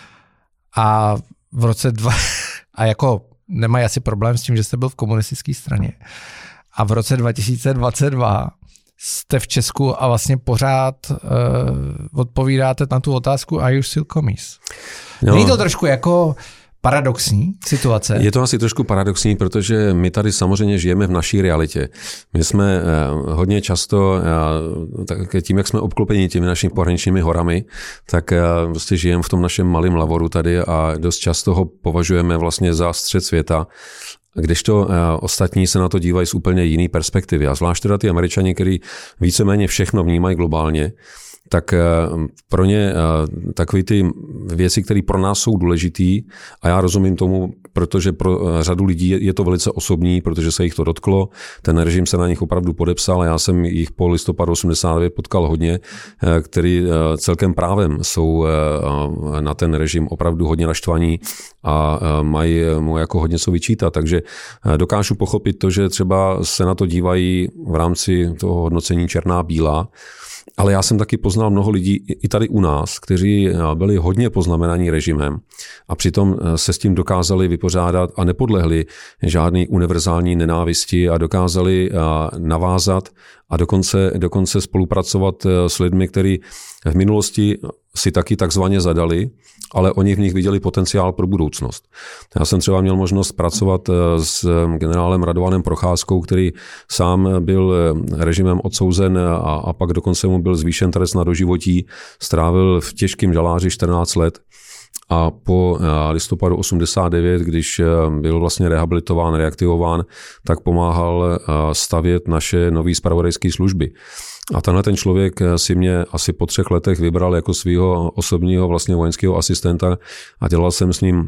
a v roce a jako nemají asi problém s tím, že jste byl v komunistické straně. A v roce 2022 jste v Česku a vlastně pořád odpovídáte na tu otázku are you still commies? Není to trošku jako paradoxní situace? Je to asi trošku paradoxní, protože my tady samozřejmě žijeme v naší realitě. My jsme hodně často, tím, jak jsme obklopeni těmi našimi pohraničními horami, tak prostě žijeme v tom našem malém lavoru tady a dost často ho považujeme vlastně za střed světa, kdežto ostatní se na to dívají z úplně jiný perspektivy. A zvlášť teda ty Američani, kteří víceméně všechno vnímají globálně, tak pro ně takové ty věci, které pro nás jsou důležitý, a já rozumím tomu, protože pro řadu lidí je to velice osobní, protože se jich to dotklo, ten režim se na nich opravdu podepsal a já jsem jich po listopadu 89 potkal hodně, který celkem právem jsou na ten režim opravdu hodně naštvaní a mají mu jako hodně co vyčítat, takže dokážu pochopit to, že třeba se na to dívají v rámci toho hodnocení černá bílá. Ale já jsem taky poznal mnoho lidí i tady u nás, kteří byli hodně poznamenaní režimem a přitom se s tím dokázali vypořádat a nepodlehli žádný univerzální nenávisti a dokázali navázat a dokonce spolupracovat s lidmi, kteří v minulosti si taky takzvaně zadali, ale oni v nich viděli potenciál pro budoucnost. Já jsem třeba měl možnost pracovat s generálem Radovanem Procházkou, který sám byl režimem odsouzen a pak dokonce mu byl zvýšen trest na doživotí, strávil v těžkém žaláři 14 let a po listopadu 89, když byl vlastně rehabilitován, reaktivován, tak pomáhal stavět naše nové zpravodajské služby. A tenhle ten člověk si mě asi po 3 letech vybral jako svého osobního vlastně vojenského asistenta a dělal jsem s ním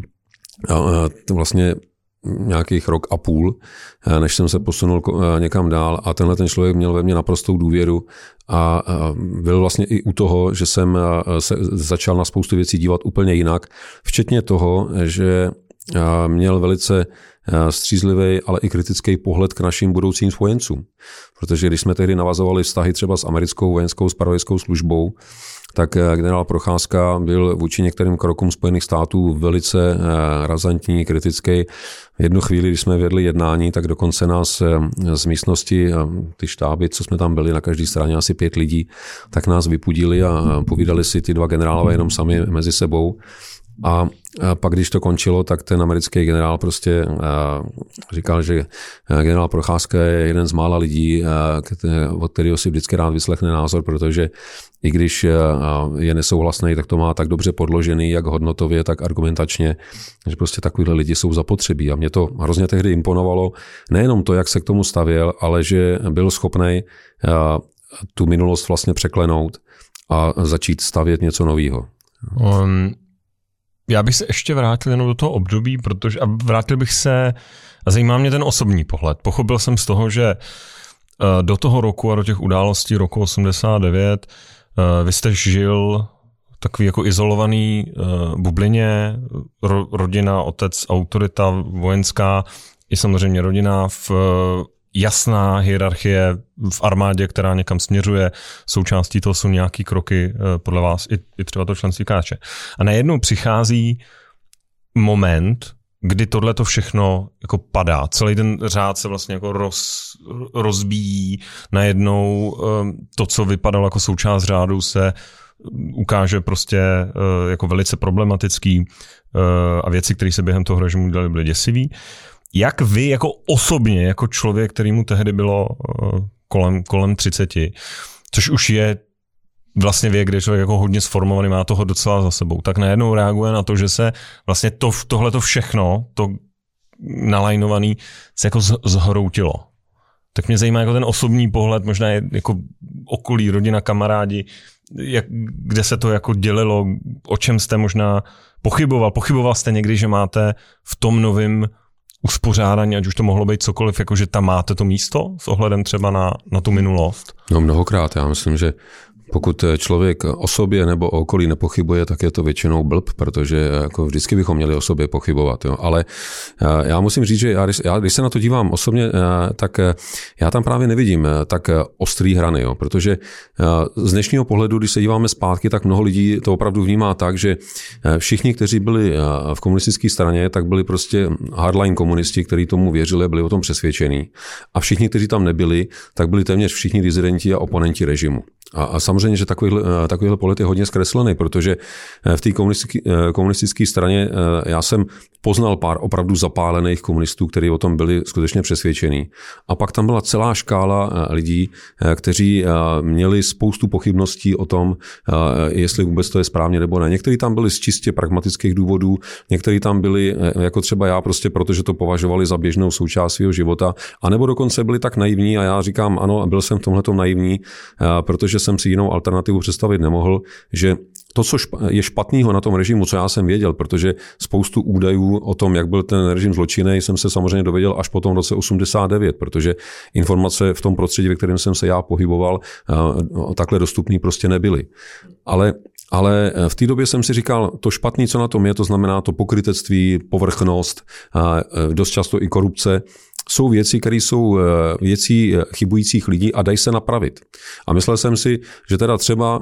vlastně nějakých rok a půl, než jsem se posunul někam dál a tenhle ten člověk měl ve mně naprostou důvěru a byl vlastně i u toho, že jsem se začal na spoustu věcí dívat úplně jinak, včetně toho, že měl velice střízlivý, ale i kritický pohled k našim budoucím spojencům. Protože když jsme tehdy navazovali vztahy třeba s americkou vojenskou zpravodajskou službou, tak generál Procházka byl vůči některým krokům Spojených států velice razantní, kritický. V jednu chvíli, když jsme vedli jednání, tak dokonce nás z místnosti, ty štáby, co jsme tam byli, na každé straně asi 5 lidí, tak nás vypudili a povídali si ty dva generálové jenom sami mezi sebou. A pak, když to končilo, tak ten americký generál prostě říkal, že generál Procházka je jeden z mála lidí, od kterého si vždycky rád vyslechne názor, protože i když je nesouhlasný, tak to má tak dobře podložený, jak hodnotově, tak argumentačně, že prostě takovýhle lidi jsou zapotřebí. A mě to hrozně tehdy imponovalo, nejenom to, jak se k tomu stavěl, ale že byl schopný tu minulost vlastně překlenout a začít stavět něco nového. Já bych se ještě vrátil jenom do toho období, vrátil bych se, a zajímá mě ten osobní pohled. Pochopil jsem z toho, že do toho roku a do těch událostí roku 89 vy jste žil takový jako izolovaný bublině, rodina, otec, autorita vojenská, i samozřejmě rodina v jasná hierarchie v armádě, která někam směřuje. Součástí toho jsou nějaký kroky podle vás i třeba to členství KČ. A najednou přichází moment, kdy tohleto všechno jako padá. Celý ten řád se vlastně jako rozbíjí. Najednou to, co vypadalo jako součást řádu, se ukáže prostě jako velice problematický a věci, které se během toho režimu dělaly, byly děsivý. Jak vy jako osobně, jako člověk, kterýmu tehdy bylo kolem 30, což už je vlastně věk, kde člověk jako hodně sformovaný, má toho docela za sebou, tak najednou reaguje na to, že se vlastně tohleto všechno, to nalajnovaný, se jako zhroutilo. Tak mě zajímá jako ten osobní pohled, možná jako okolí, rodina, kamarádi, kde se to jako dělilo, o čem jste možná pochyboval jste někdy, že máte v tom novém uspořádání, ať už to mohlo být cokoliv, jakože tam máte to místo s ohledem třeba na tu minulost? No mnohokrát, já myslím, že Pokud člověk o sobě nebo o okolí nepochybuje, tak je to většinou blb, protože jako vždycky bychom měli o sobě pochybovat. Jo. Ale já musím říct, že když se na to dívám osobně, tak já tam právě nevidím tak ostrý hrany, jo, protože z dnešního pohledu, když se díváme zpátky, tak mnoho lidí to opravdu vnímá tak, že všichni, kteří byli v komunistické straně, tak byli prostě hardline komunisti, kteří tomu věřili, byli o tom přesvědčení. A všichni, kteří tam nebyli, tak byli téměř všichni disidenti a oponenti režimu. A samozřejmě, že takovýhle pohled je hodně zkreslený, protože v té komunistické straně já jsem poznal pár opravdu zapálených komunistů, kteří o tom byli skutečně přesvědčení. A pak tam byla celá škála lidí, kteří měli spoustu pochybností o tom, jestli vůbec to je správně nebo ne. Někteří tam byli z čistě pragmatických důvodů, někteří tam byli, jako třeba já, prostě protože to považovali za běžnou součást svého života, anebo dokonce byli tak naivní a já říkám, ano, byl jsem v tomhletom naivní, protože jsem si jinou alternativu představit nemohl, že to, co je špatného na tom režimu, co já jsem věděl, protože spoustu údajů o tom, jak byl ten režim zločinný, jsem se samozřejmě dověděl až po tom roce 89, protože informace v tom prostředí, ve kterém jsem se já pohyboval, takhle dostupný prostě nebyly. Ale v té době jsem si říkal, to špatný, co na tom je, to znamená to pokrytectví, povrchnost, dost často i korupce, jsou věci, které jsou věcí chybujících lidí a dají se napravit. A myslel jsem si, že teda třeba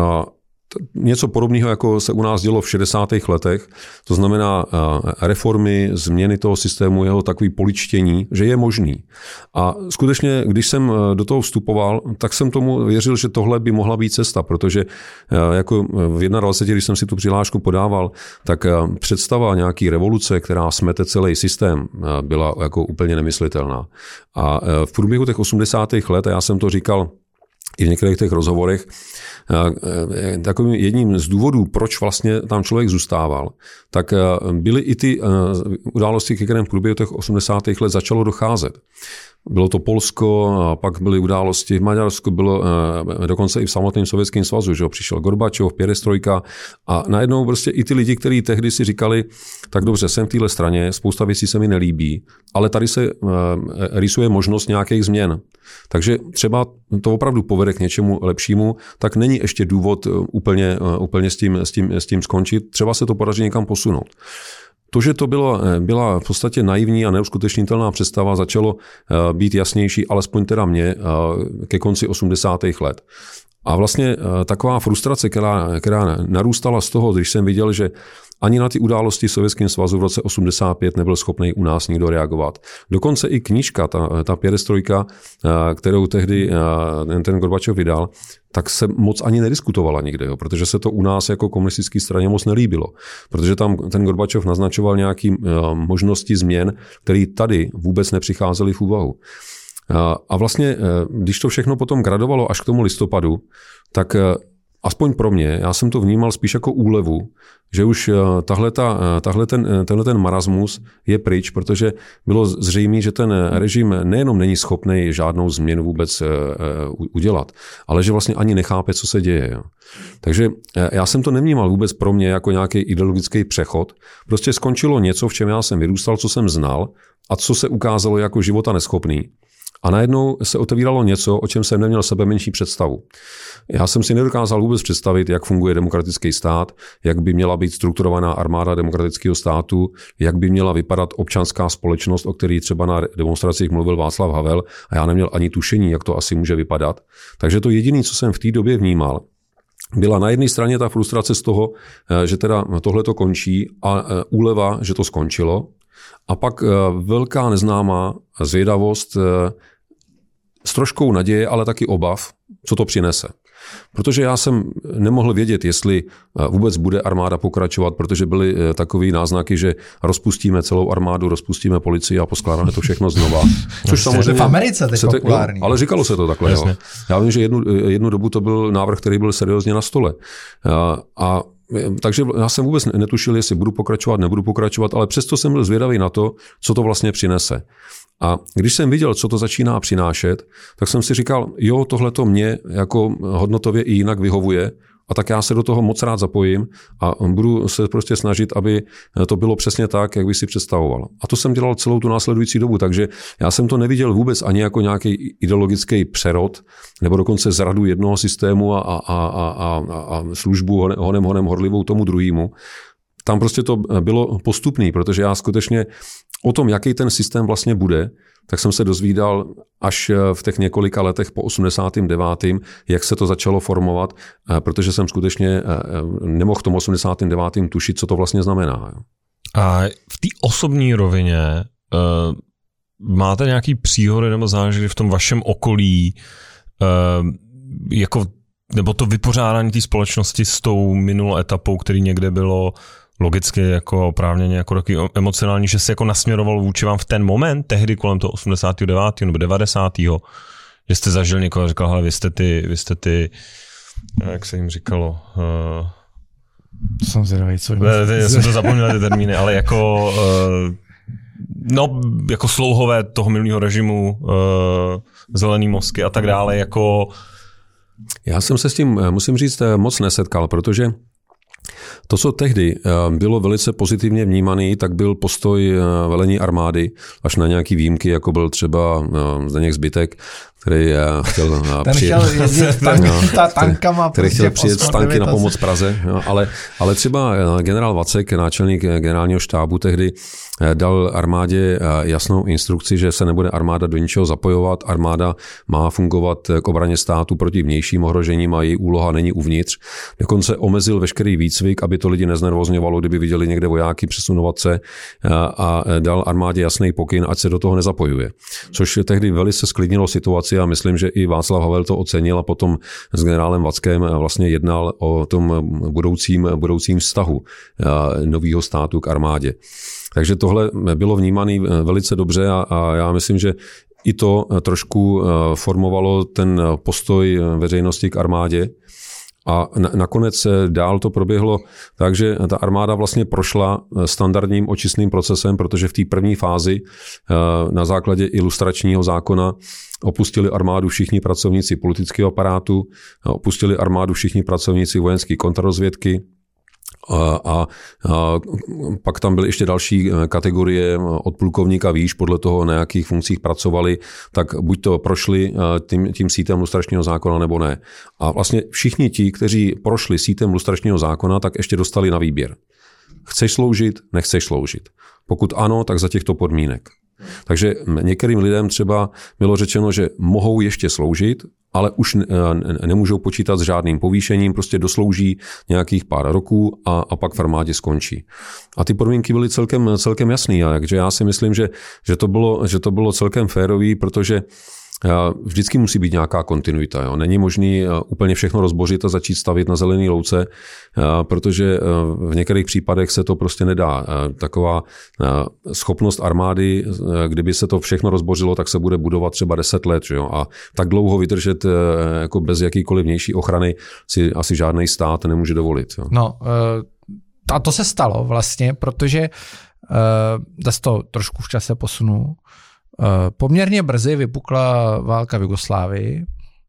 něco podobného, jako se u nás dělo v 60. letech, to znamená reformy, změny toho systému, jeho takový poličtění, že je možný. A skutečně, když jsem do toho vstupoval, tak jsem tomu věřil, že tohle by mohla být cesta, protože jako v 21, když jsem si tu přihlášku podával, tak představa nějaký revoluce, která smete celý systém, byla jako úplně nemyslitelná. A v průběhu těch 80. let, a já jsem to říkal i v některých těch rozhovorech, takovým jedním z důvodů, proč vlastně tam člověk zůstával, tak byly i ty události, ke kterým v průběhu těch 80. let začalo docházet. Bylo to Polsko, a pak byly události v Maďarsku, bylo dokonce i v samotném Sovětském svazu, že přišel Gorbačov, Perestrojka a najednou prostě i ty lidi, kteří tehdy si říkali, tak dobře, jsem v téhle straně, spousta věcí se mi nelíbí, ale tady se rýsuje možnost nějakých změn. Takže třeba to opravdu povede k něčemu lepšímu, tak není ještě důvod úplně s tím skončit, třeba se to podaří někam posunout. To, že to byla v podstatě naivní a neuskutečnitelná představa, začalo být jasnější, alespoň teda mě, ke konci 80. let. A vlastně taková frustrace, která narůstala z toho, když jsem viděl, že ani na ty události v Sovětském svazu v roce 85 nebyl schopný u nás nikdo reagovat. Dokonce i knížka, ta Perestrojka, kterou tehdy ten Gorbačov vydal, tak se moc ani nediskutovala nikde, jo, protože se to u nás jako komunistické straně moc nelíbilo. Protože tam ten Gorbačov naznačoval nějaké možnosti změn, které tady vůbec nepřicházely v úvahu. A vlastně, když to všechno potom gradovalo až k tomu listopadu, tak aspoň pro mě, já jsem to vnímal spíš jako úlevu, že už tenhle ten marasmus je pryč, protože bylo zřejmé, že ten režim nejenom není schopný žádnou změnu vůbec udělat, ale že vlastně ani nechápe, co se děje. Jo. Takže já jsem to nevnímal vůbec pro mě jako nějaký ideologický přechod. Prostě skončilo něco, v čem já jsem vyrůstal, co jsem znal a co se ukázalo jako života neschopný. A najednou se otevíralo něco, o čem jsem neměl sebe menší představu. Já jsem si nedokázal vůbec představit, jak funguje demokratický stát, jak by měla být strukturovaná armáda demokratického státu, jak by měla vypadat občanská společnost, o které třeba na demonstracích mluvil Václav Havel, a já neměl ani tušení, jak to asi může vypadat. Takže to jediné, co jsem v té době vnímal, byla na jedné straně ta frustrace z toho, že teda tohle to končí a úleva, že to skončilo. A pak velká neznámá zvědavost s troškou naděje, ale taky obav, co to přinese. Protože já jsem nemohl vědět, jestli vůbec bude armáda pokračovat, protože byly takové náznaky, že rozpustíme celou armádu, rozpustíme policii a poskládáme to všechno znova. Což samozřejmě v Americe teď populární. Ale říkalo se to takhle. Jo. Já vím, že jednu dobu to byl návrh, který byl seriózně na stole. Takže já jsem vůbec netušil, jestli budu pokračovat, nebudu pokračovat, ale přesto jsem byl zvědavý na to, co to vlastně přinese. A když jsem viděl, co to začíná přinášet, tak jsem si říkal, jo, tohle to mě jako hodnotově i jinak vyhovuje a tak já se do toho moc rád zapojím a budu se prostě snažit, aby to bylo přesně tak, jak bych si představoval. A to jsem dělal celou tu následující dobu, takže já jsem to neviděl vůbec ani jako nějaký ideologický přerod, nebo dokonce zradu jednoho systému a službu honem horlivou tomu druhému. Tam prostě to bylo postupný, protože já skutečně o tom, jaký ten systém vlastně bude, tak jsem se dozvídal až v těch několika letech po 89., jak se to začalo formovat, protože jsem skutečně nemohl v tom 89. tušit, co to vlastně znamená. A v té osobní rovině máte nějaký příhody nebo zážitky v tom vašem okolí, jako, nebo to vypořádání té společnosti s tou minulou etapou, který někde bylo logicky jako oprávněně jako taky emocionální, že se jako nasměroval vůči vám v ten moment, tehdy kolem toho 89. nebo 90. že jste zažil někoho a říkal, hele, vy jste ty, jak se jim říkalo, jsem zvědavý, co já jsem to zapomněl ty termíny, ale jako jako slouhové toho minulého režimu, zelený mozky a tak dále, jako... Já jsem se s tím, musím říct, moc nesetkal, protože to, co tehdy bylo velice pozitivně vnímaný, tak byl postoj velení armády, až na nějaký výjimky, jako byl třeba Zdeněk Zbytek, který chtěl přijet s tanky na pomoc Praze. Ale třeba generál Vacek, náčelník generálního štábu, tehdy dal armádě jasnou instrukci, že se nebude armáda do ničeho zapojovat. Armáda má fungovat k obraně státu proti vnějším ohrožením a její úloha není uvnitř. Dokonce omezil veškerý výcvik, aby to lidi neznervozňovalo, kdyby viděli někde vojáky přesunovat se, a dal armádě jasný pokyn, ať se do toho nezapojuje. Což tehdy velice sklidnilo situaci a myslím, že i Václav Havel to ocenil a potom s generálem Vackem vlastně jednal o tom budoucím vztahu nového státu k armádě. Takže tohle bylo vnímané velice dobře a já myslím, že i to trošku formovalo ten postoj veřejnosti k armádě. A nakonec dál to proběhlo tak, že ta armáda vlastně prošla standardním očistným procesem, protože v té první fázi na základě ilustračního zákona opustili armádu všichni pracovníci politického aparátu, opustili armádu všichni pracovníci vojenské kontrarozvědky, a pak tam byly ještě další kategorie od plukovníka výš, podle toho, na jakých funkcích pracovali, tak buď to prošli tím sítem lustračního zákona, nebo ne. A vlastně všichni ti, kteří prošli sítem lustračního zákona, tak ještě dostali na výběr. Chceš sloužit, nechceš sloužit. Pokud ano, tak za těchto podmínek. Takže některým lidem třeba bylo řečeno, že mohou ještě sloužit, ale už nemůžou počítat s žádným povýšením, prostě doslouží nějakých pár roků a pak v armádě skončí. A ty podmínky byly celkem jasný, takže já si myslím, že to bylo celkem férový, protože vždycky musí být nějaká kontinuita. Jo. Není možný úplně všechno rozbořit a začít stavit na zelený louce, protože v některých případech se to prostě nedá. Taková schopnost armády, kdyby se to všechno rozbořilo, tak se bude budovat třeba 10 let. Jo. A tak dlouho vydržet jako bez jakýkoliv vnější ochrany si asi žádný stát nemůže dovolit. Jo. No, a to se stalo vlastně, protože zase to trošku v čase posunu. Poměrně brzy vypukla válka v Jugoslávii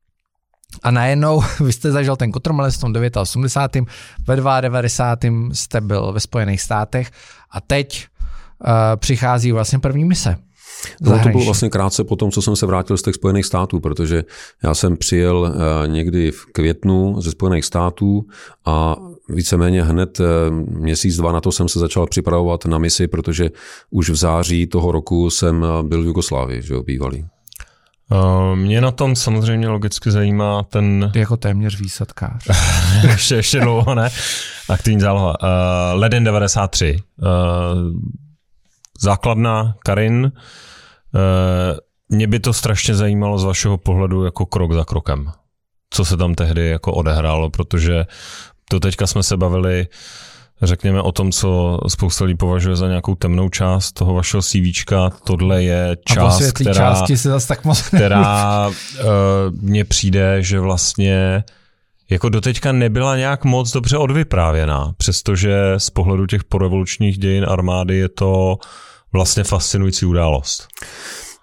a najednou vy jste zažil ten kotrmelec v tom 89. Ve 92. jste byl ve Spojených státech a teď přichází vlastně první mise. No, to bylo vlastně krátce po tom, co jsem se vrátil z těch Spojených států, protože já jsem přijel někdy v květnu ze Spojených států a víceméně hned měsíc, dva na to jsem se začal připravovat na misi, protože už v září toho roku jsem byl v Jugoslávii, že jo, bývalý. Mě na tom samozřejmě logicky zajímá ten... Jako téměř výsadkář. ještě dlouho, ne? Aktivní záloha. Leden 93. Základna Karin. Mě by to strašně zajímalo z vašeho pohledu jako krok za krokem. Co se tam tehdy jako odehrálo, protože to teďka jsme se bavili, řekněme, o tom, co spousta lidí považuje za nějakou temnou část toho vašeho CVčka. Tohle je část, která mně přijde, že vlastně jako doteďka nebyla nějak moc dobře odvyprávěná, přestože z pohledu těch porevolučních dějin armády je to vlastně fascinující událost.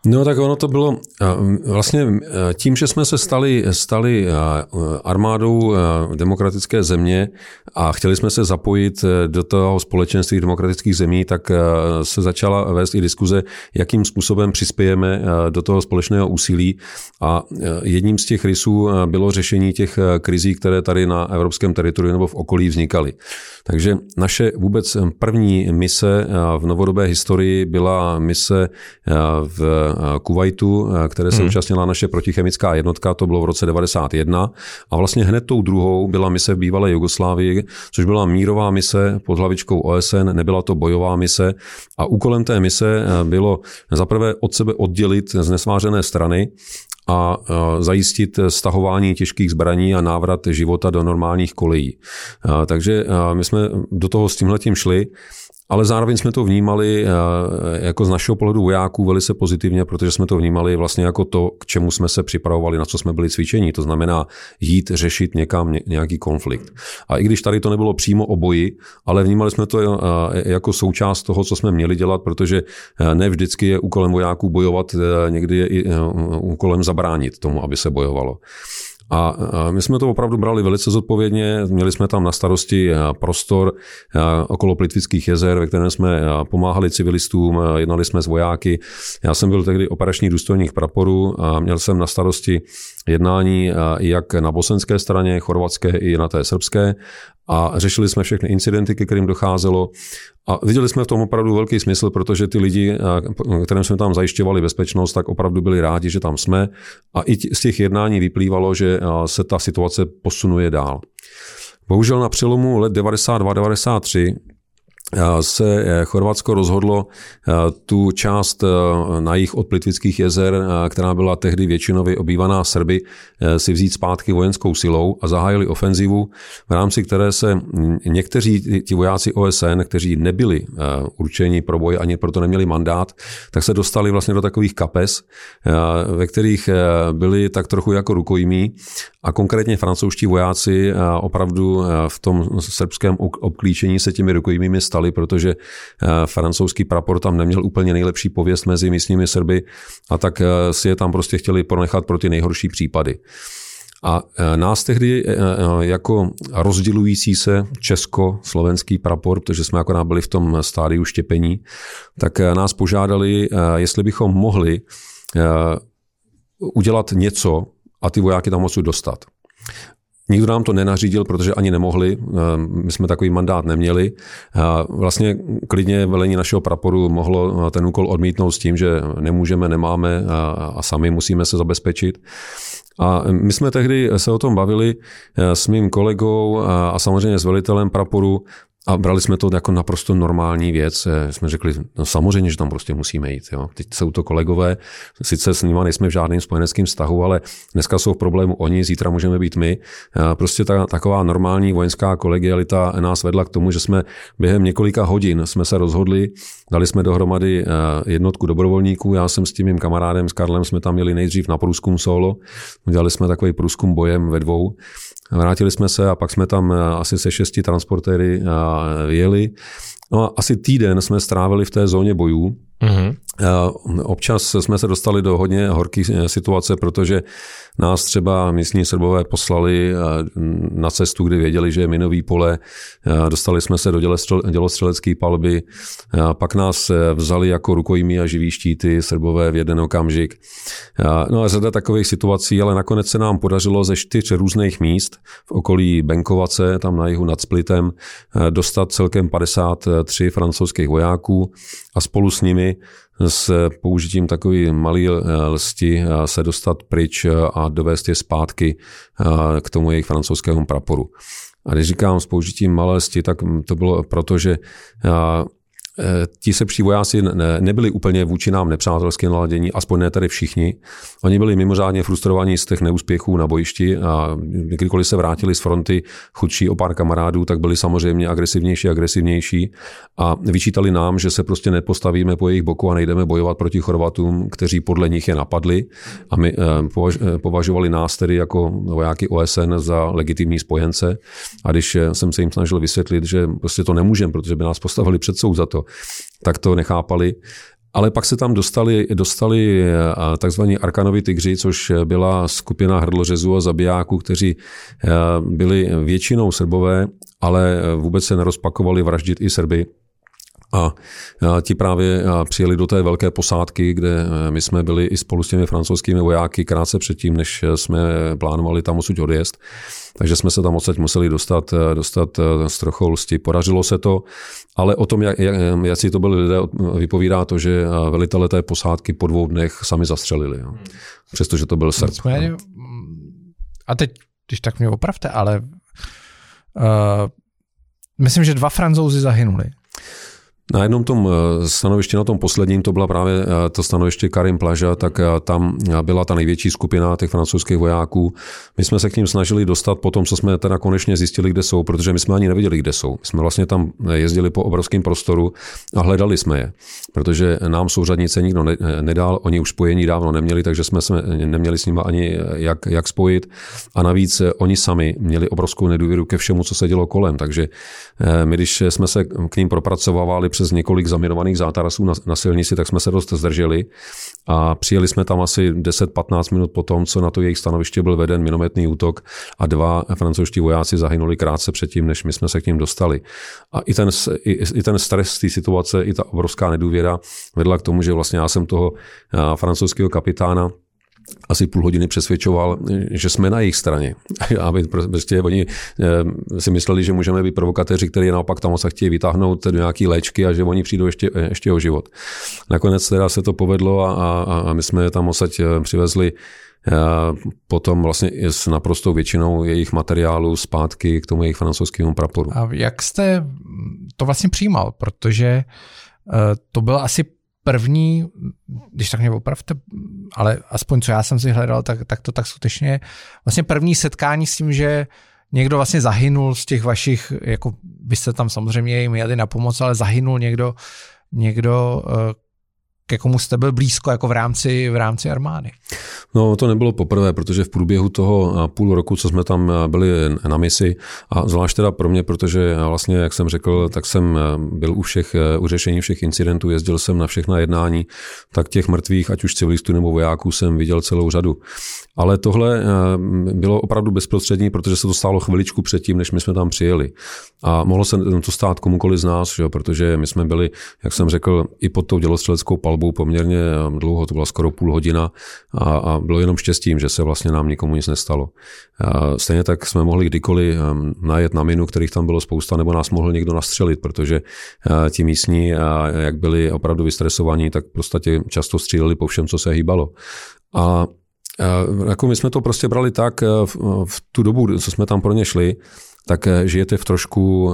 No tak ono to bylo vlastně tím, že jsme se stali armádou demokratické země a chtěli jsme se zapojit do toho společenství demokratických zemí, tak se začala vést i diskuze, jakým způsobem přispějeme do toho společného úsilí a jedním z těch rysů bylo řešení těch krizí, které tady na evropském teritoriu nebo v okolí vznikaly. Takže naše vůbec první mise v novodobé historii byla mise v Kuvajtu, které se účastnila naše protichemická jednotka, to bylo v roce 1991 a vlastně hned tou druhou byla mise v bývalé Jugoslávii, což byla mírová mise pod hlavičkou OSN, nebyla to bojová mise a úkolem té mise bylo zaprvé od sebe oddělit znesvářené strany a zajistit stahování těžkých zbraní a návrat života do normálních kolejí. Takže my jsme do toho s tímhletím šli, ale zároveň jsme to vnímali jako z našeho pohledu vojáků velice pozitivně, protože jsme to vnímali vlastně jako to, k čemu jsme se připravovali, na co jsme byli cvičeni. To znamená jít řešit někam nějaký konflikt. A i když tady to nebylo přímo o boji, ale vnímali jsme to jako součást toho, co jsme měli dělat, protože ne vždycky je úkolem vojáků bojovat, někdy je i úkolem zabránit tomu, aby se bojovalo. A my jsme to opravdu brali velice zodpovědně, měli jsme tam na starosti prostor okolo Plitvických jezer, ve kterém jsme pomáhali civilistům, jednali jsme s vojáky. Já jsem byl tehdy operační důstojník praporu a měl jsem na starosti jednání jak na bosenské straně, chorvatské i na té srbské a řešili jsme všechny incidenty, ke kterým docházelo a viděli jsme v tom opravdu velký smysl, protože ty lidi, kterým jsme tam zajišťovali bezpečnost, tak opravdu byli rádi, že tam jsme a i z těch jednání vyplývalo, že se ta situace posunuje dál. Bohužel na přelomu let 92-93 se Chorvatsko rozhodlo tu část na jih od Plitvických jezer, která byla tehdy většinově obývaná Srby, si vzít zpátky vojenskou silou a zahájili ofenzivu, v rámci které se někteří ti vojáci OSN, kteří nebyli určeni pro boj, ani proto neměli mandát, tak se dostali vlastně do takových kapes, ve kterých byli tak trochu jako rukojmí a konkrétně francouzští vojáci opravdu v tom srbském obklíčení se těmi rukojmími stali, protože francouzský prapor tam neměl úplně nejlepší pověst mezi místními Srby a tak si je tam prostě chtěli ponechat pro ty nejhorší případy. A nás tehdy jako rozdělující se česko-slovenský prapor, protože jsme akorát byli v tom stádiu štěpení, tak nás požádali, jestli bychom mohli udělat něco a ty vojáky tam odsud dostat. Nikdo nám to nenařídil, protože ani nemohli, my jsme takový mandát neměli. Vlastně klidně velení našeho praporu mohlo ten úkol odmítnout s tím, že nemůžeme, nemáme a sami musíme se zabezpečit. A my jsme tehdy se o tom bavili s mým kolegou a samozřejmě s velitelem praporu a brali jsme to jako naprosto normální věc. Jsme řekli, no samozřejmě, že tam prostě musíme jít. Jo. Teď jsou to kolegové, sice s nimi nejsme v žádném spojeneckém vztahu, ale dneska jsou v problému oni, zítra můžeme být my. Prostě taková normální vojenská kolegialita nás vedla k tomu, že jsme během několika hodin jsme se rozhodli, dali jsme dohromady jednotku dobrovolníků. Já jsem s tím mým kamarádem, s Karlem, jsme tam měli nejdřív na průzkum solo. Udělali jsme takový průzkum bojem ve dvou. Vrátili jsme se a pak jsme tam asi se 6 transportéry jeli. No a asi týden jsme strávili v té zóně bojů. Mm-hmm. Občas jsme se dostali do hodně horké situace, protože nás třeba místní Srbové poslali na cestu, kdy věděli, že je minový pole. Dostali jsme se do dělostřelecké palby. Pak nás vzali jako rukojmí a živí štíty Srbové v jeden okamžik. No a řada takových situací, ale nakonec se nám podařilo ze 4 různých míst v okolí Benkovace, tam na jihu nad Splitem, dostat celkem 53 francouzských vojáků a spolu s nimi s použitím takové malé lsti se dostat pryč a dovést je zpátky k tomu jejich francouzskému praporu. A když říkám s použitím malé lsti, tak to bylo proto, že ti srbští vojáci nebyli úplně vůči nám nepřátelské naladění, aspoň ne tady všichni. Oni byli mimořádně frustrovaní z těch neúspěchů na bojišti a kdykoliv se vrátili z fronty chudší o pár kamarádů, tak byli samozřejmě agresivnější a vyčítali nám, že se prostě nepostavíme po jejich boku a nejdeme bojovat proti Chorvatům, kteří podle nich je napadli a my považovali nás tedy jako vojáky OSN za legitimní spojence. A když jsem se jim snažil vysvětlit, že prostě to nemůžeme, protože by nás postavili před soud za to, tak to nechápali. Ale pak se tam dostali takzvaní Arkanovi tygři, což byla skupina hrdlořezů a zabijáků, kteří byli většinou Srbové, ale vůbec se nerozpakovali vraždit i Srby. A ti právě přijeli do té velké posádky, kde my jsme byli i spolu s těmi francouzskými vojáky krátce předtím, než jsme plánovali tam odsud odjezd. Takže jsme se tam odsud museli dostat s trochou lsti. Podařilo se to, ale o tom, jak si to byli lidé, vypovídá to, že velitelé té posádky po 2 dnech sami zastřelili. Jo. Přestože to byl Srb. A teď, když tak mě opravte, ale myslím, že 2 Francouzi zahynuli. Na jednom tom stanovišti, na tom posledním, to byla právě to stanoviště Karim Plaža, tak tam byla ta největší skupina těch francouzských vojáků. My jsme se k ním snažili dostat po tom, co jsme teda konečně zjistili, kde jsou, protože my jsme ani nevěděli, kde jsou. My jsme vlastně tam jezdili po obrovském prostoru a hledali jsme je, protože nám souřadnice nikdo nedal, oni už spojení dávno neměli, takže jsme neměli s nimi ani jak spojit. A navíc oni sami měli obrovskou nedůvěru ke všemu, co se dělo kolem, takže my, když jsme se k ním propracovávali přes několik zaminovaných zátarasů na silnici, tak jsme se dost zdrželi a přijeli jsme tam asi 10-15 minut po tom, co na to jejich stanoviště byl veden minometný útok a 2 francouzští vojáci zahynuli krátce předtím, než my jsme se k ním dostali. A i ten stres z té situace, i ta obrovská nedůvěra vedla k tomu, že vlastně já jsem toho francouzského kapitána asi půl hodiny přesvědčoval, že jsme na jejich straně. Aby prostě oni si mysleli, že můžeme být provokatéři, kteří naopak tam se chtějí vytáhnout do nějaký léčky a že oni přijdou ještě o život. Nakonec teda se to povedlo a my jsme tam odsaď přivezli potom vlastně s naprostou většinou jejich materiálu zpátky k tomu jejich francouzskému praporu. A jak jste to vlastně přijímal? Protože to byl asi první, když tak mě opravte, ale aspoň co já jsem si hledal, tak to tak skutečně vlastně první setkání s tím, že někdo vlastně zahynul z těch vašich, jako vy jste tam samozřejmě jim jeli na pomoc, ale zahynul někdo ke komu jste byl blízko jako v rámci armády. No to nebylo poprvé, protože v průběhu toho půl roku, co jsme tam byli na misi, a zvlášť teda pro mě, protože vlastně, jak jsem řekl, tak jsem byl u řešení všech incidentů, jezdil jsem na všechna jednání, tak těch mrtvých, ať už civilistů nebo vojáků, jsem viděl celou řadu. Ale tohle bylo opravdu bezprostřední, protože se to stálo chviličku předtím, než my jsme tam přijeli. A mohlo se to stát komukoli z nás, že? Protože my jsme byli, jak jsem řekl, i pod tou dělostřeleckou palbou poměrně dlouho, to byla skoro půl hodina a bylo jenom štěstím, že se vlastně nám nikomu nic nestalo. Stejně tak jsme mohli kdykoliv najet na minu, kterých tam bylo spousta, nebo nás mohl někdo nastřelit, protože ti místní, jak byli opravdu vystresovaní, tak prostě často stříleli po všem, co se hýbalo. A jako my jsme to prostě brali tak v tu dobu, co jsme tam pro ně šli, tak žijete v trošku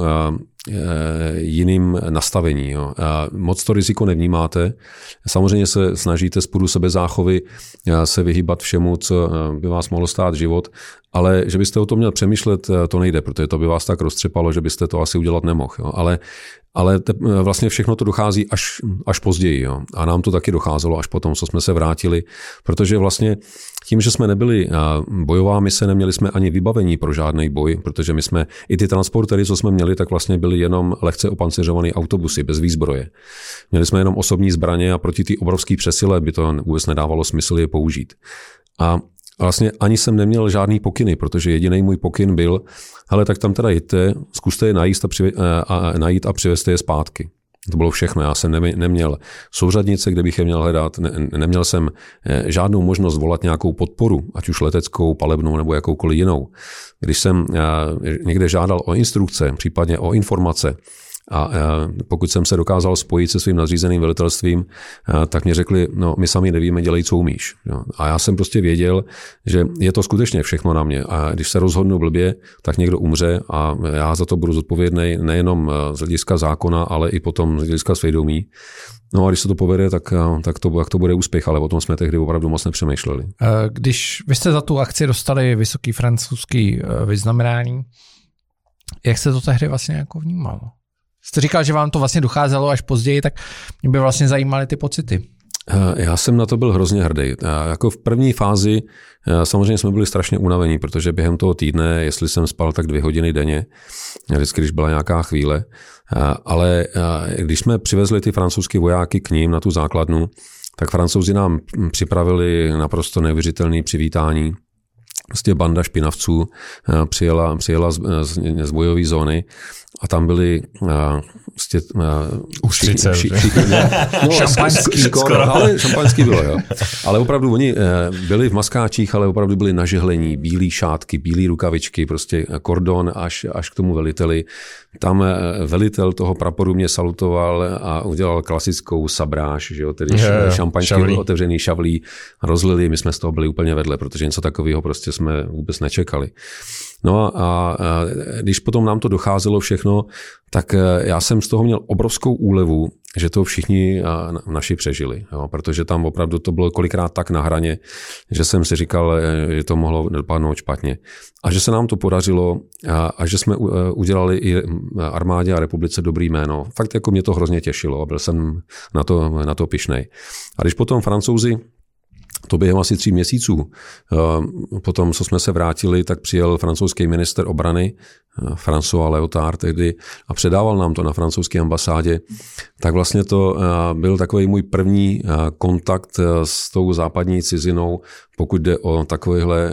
jiným nastavení. Jo. Moc to riziko nevnímáte. Samozřejmě se snažíte z půdu sebezáchovy se vyhýbat všemu, co by vás mohlo stát život, ale že byste o tom měl přemýšlet, to nejde, protože to by vás tak roztřepalo, že byste to asi udělat nemohl. Jo. Ale vlastně všechno to dochází až později. Jo. A nám to taky docházelo až potom, co jsme se vrátili, protože vlastně tím, že jsme nebyli bojová mise, neměli jsme ani vybavení pro žádný boj, protože my jsme i ty transportery, co jsme měli, tak vlastně byly jenom lehce opancéřované autobusy bez výzbroje. Měli jsme jenom osobní zbraně a proti té obrovské přesile by to vůbec nedávalo smysl je použít. A vlastně ani jsem neměl žádný pokyny, protože jediný můj pokyn byl, hele, tak tam teda jděte, zkuste je najít a přivezte je zpátky. To bylo všechno. Já jsem neměl souřadnice, kde bych je měl hledat, neměl jsem žádnou možnost volat nějakou podporu, ať už leteckou, palebnou nebo jakoukoliv jinou. Když jsem někde žádal o instrukce, případně o informace, a pokud jsem se dokázal spojit se svým nadřízeným velitelstvím, tak mě řekli, no my sami nevíme, dělej, co umíš. A já jsem prostě věděl, že je to skutečně všechno na mě. A když se rozhodnu blbě, tak někdo umře a já za to budu zodpovědný nejenom z hlediska zákona, ale i potom z hlediska svědomí. No a když se to povede, tak to bude úspěch, ale o tom jsme tehdy opravdu moc nepřemýšleli. Když vy jste za tu akci dostali vysoký francouzský vyznamenání, jak jste to tehdy vlastně jako vnímal? Jste říkal, že vám to vlastně docházelo až později, tak mě by vlastně zajímaly ty pocity. Já jsem na to byl hrozně hrdý. Jako v první fázi samozřejmě jsme byli strašně unavení, protože během toho týdne, jestli jsem spal, tak 2 hodiny denně, vždycky, když byla nějaká chvíle. Ale když jsme přivezli ty francouzské vojáky k ním na tu základnu, tak Francouzi nám připravili naprosto neuvěřitelné přivítání. Prostě banda špinavců přijela z bojové zóny a tam byli Ustřice. Šampaňský bylo, jo. Ale opravdu oni byli v maskáčích, ale opravdu byli nažehlení, bílý šátky, bílý rukavičky, prostě kordon až k tomu veliteli. Tam velitel toho praporu mě salutoval a udělal klasickou sabráž, že jo, tedy šampaňský otevřený šavlí, rozlili, my jsme z toho byli úplně vedle, protože něco takového prostě jsme vůbec nečekali. No a když potom nám to docházelo všechno, tak já jsem z toho měl obrovskou úlevu, že to všichni naši přežili, jo, protože tam opravdu to bylo kolikrát tak na hraně, že jsem si říkal, že to mohlo dopadnout špatně. A že se nám to podařilo a že jsme udělali i armádě a republice dobrý jméno. Fakt jako mě to hrozně těšilo a byl jsem na to pyšnej. A když potom Francouzi, to během asi 3 měsíců. Potom, co jsme se vrátili, tak přijel francouzský ministr obrany, François Léotard tehdy, a předával nám to na francouzské ambasádě. Tak vlastně to byl takový můj první kontakt s tou západní cizinou, pokud jde o takovýhle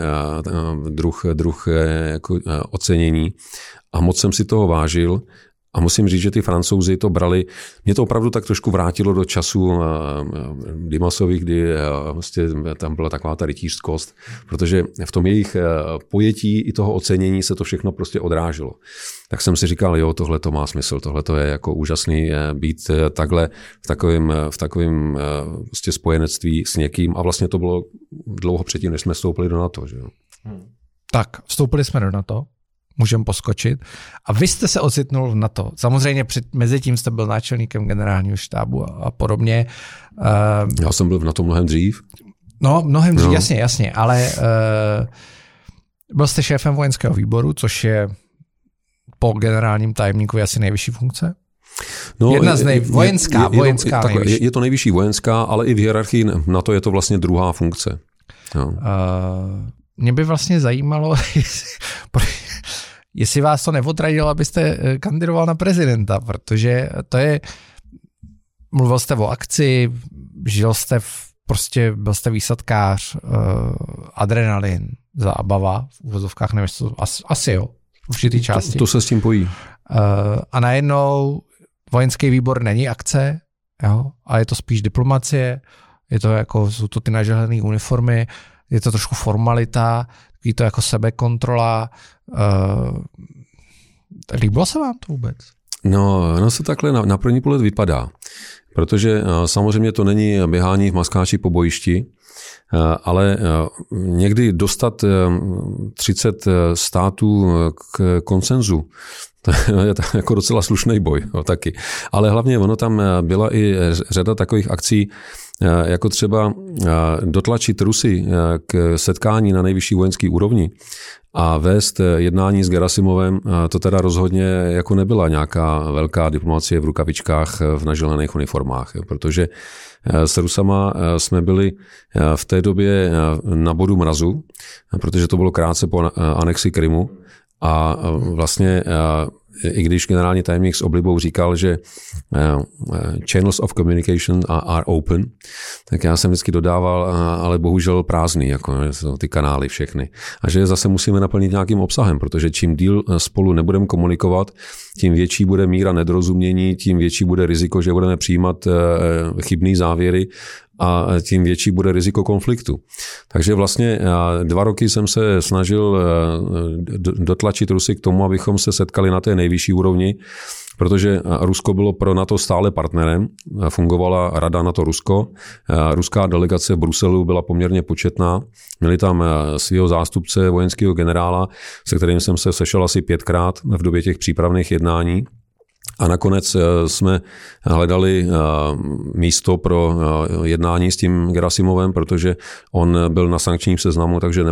druh jako ocenění. A moc jsem si toho vážil. A musím říct, že ty Francouzi to brali, mě to opravdu tak trošku vrátilo do času Dimasových, kdy vlastně tam byla taková ta rytířskost, protože v tom jejich pojetí i toho ocenění se to všechno prostě odráželo. Tak jsem si říkal, jo, tohle to má smysl, tohle to je jako úžasný být takhle v takovém prostě spojenectví s někým a vlastně to bylo dlouho předtím, než jsme vstoupili do NATO. Že jo? Tak, vstoupili jsme do NATO. Můžeme poskočit. A vy jste se ocitnul v NATO. Samozřejmě mezi tím jste byl náčelníkem generálního štábu a podobně. Já jsem byl v NATO mnohem dřív. No, mnohem dřív, jasně, ale byl jste šéfem vojenského výboru, což je po generálním tajemníkovi asi nejvyšší funkce? No, jedna z vojenská nejvyšší. Je to nejvyšší vojenská, ale i v hierarchii NATO je to vlastně druhá funkce. No. Mě by vlastně zajímalo, jestli vás to neodradilo, abyste kandidoval na prezidenta, protože to je, mluvil jste o akci, byl jste výsadkář, adrenalin, zábava, v uvozovkách, nevím, asi jo, v určitý části. To se s tím pojí. A najednou vojenský výbor není akce, jo, a je to spíš diplomacie, je to jako, jsou to ty nažehlené uniformy, je to trošku formalita, je to jako sebekontrola. Líbilo se vám to vůbec? No, ono se takhle na první pohled vypadá, protože samozřejmě to není běhání v maskáči po bojišti, ale někdy dostat 30 států k konsenzu, to je jako docela slušný boj, taky. Ale hlavně ono tam byla i řada takových akcí, jako třeba dotlačit Rusy k setkání na nejvyšší vojenské úrovni a vést jednání s Gerasimovem, to teda rozhodně jako nebyla nějaká velká diplomacie v rukavičkách v naželených uniformách, protože s Rusama jsme byli v té době na bodu mrazu, protože to bylo krátce po anexi Krymu a vlastně i když generální tajemník s oblibou říkal, že channels of communication are open, tak já jsem vždycky dodával, ale bohužel prázdný, jako ty kanály všechny. A že zase musíme naplnit nějakým obsahem, protože čím díl spolu nebudeme komunikovat, tím větší bude míra nedorozumění, tím větší bude riziko, že budeme přijímat chybné závěry a tím větší bude riziko konfliktu. Takže vlastně 2 roky jsem se snažil dotlačit Rusy k tomu, abychom se setkali na té nejvyšší úrovni, protože Rusko bylo pro NATO stále partnerem, fungovala Rada NATO-Rusko, ruská delegace v Bruselu byla poměrně početná, měli tam svého zástupce vojenského generála, se kterým jsem se sešel asi 5krát v době těch přípravných jednání. A nakonec jsme hledali místo pro jednání s tím Gerasimovem, protože on byl na sankčním seznamu, takže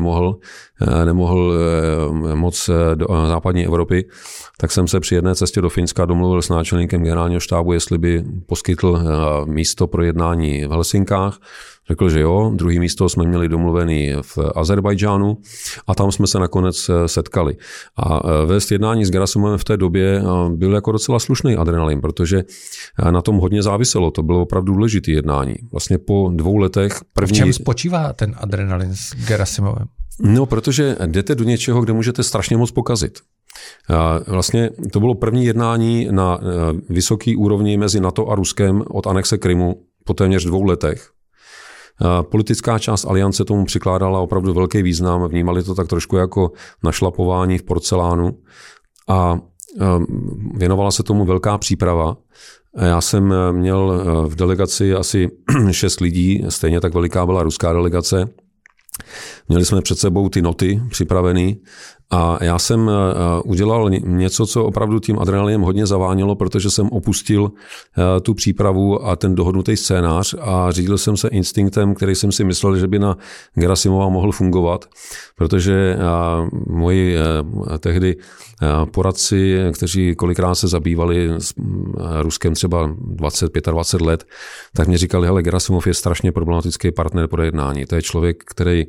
nemohl moc do západní Evropy. Tak jsem se při jedné cestě do Finska domluvil s náčelníkem generálního štábu, jestli by poskytl místo pro jednání v Helsinkách. Řekl, že jo. Druhý místo jsme měli domluvený v Azerbajdžánu a tam jsme se nakonec setkali. A vést jednání s Gerasimovem v té době byl jako docela slušný adrenalin, protože na tom hodně záviselo. To bylo opravdu důležité jednání. Vlastně po 2 letech V čem spočívá ten adrenalin s Gerasimovem? No, protože jdete do něčeho, kde můžete strašně moc pokazit. Vlastně to bylo první jednání na vysoký úrovni mezi NATO a Ruskem od anexe Krymu po téměř 2 letech. Politická část aliance tomu přikládala opravdu velký význam, vnímali to tak trošku jako našlapování v porcelánu a věnovala se tomu velká příprava. Já jsem měl v delegaci asi 6 lidí, stejně tak veliká byla ruská delegace. Měli jsme před sebou ty noty připravený a já jsem udělal něco, co opravdu tím adrenalinem hodně zavánilo, protože jsem opustil tu přípravu a ten dohodnutý scénář a řídil jsem se instinktem, který jsem si myslel, že by na Gerasimova mohl fungovat, protože moji tehdy poradci, kteří kolikrát se zabývali s Ruskem třeba 20-25 let, tak mě říkali, hele, Gerasimov je strašně problematický partner pro jednání. To je člověk, který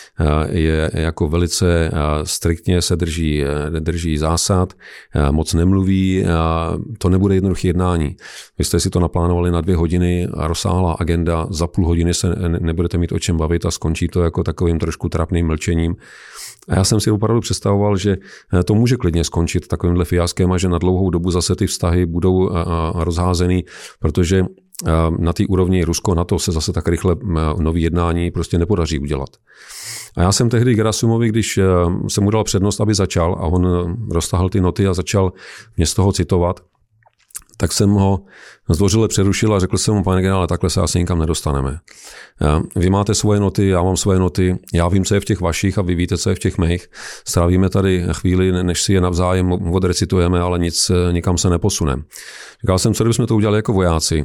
je jako velice striktně se drží zásad, moc nemluví, to nebude jednoduché jednání. Vy jste si to naplánovali na 2 hodiny a rozsáhlá agenda, za půl hodiny se nebudete mít o čem bavit a skončí to jako takovým trošku trapným mlčením. A já jsem si opravdu představoval, že to může klidně skončit takovýmhle fiaskem a že na dlouhou dobu zase ty vztahy budou rozházený, protože na té úrovni Rusko-NATO se zase tak rychle nový jednání prostě nepodaří udělat. A já jsem tehdy Gerasimovi, když jsem mu dal přednost, aby začal a on roztahl ty noty a začal mě z toho citovat, tak jsem ho zdvořile přerušil a řekl jsem mu, pane generále, takhle se asi nikam nedostaneme. Vy máte svoje noty, já mám svoje noty, já vím, co je v těch vašich a vy víte, co je v těch mých. Strávíme tady chvíli, než si je navzájem odrecitujeme, ale nikam se neposuneme. Říkal jsem, co kdybychom to udělali jako vojáci.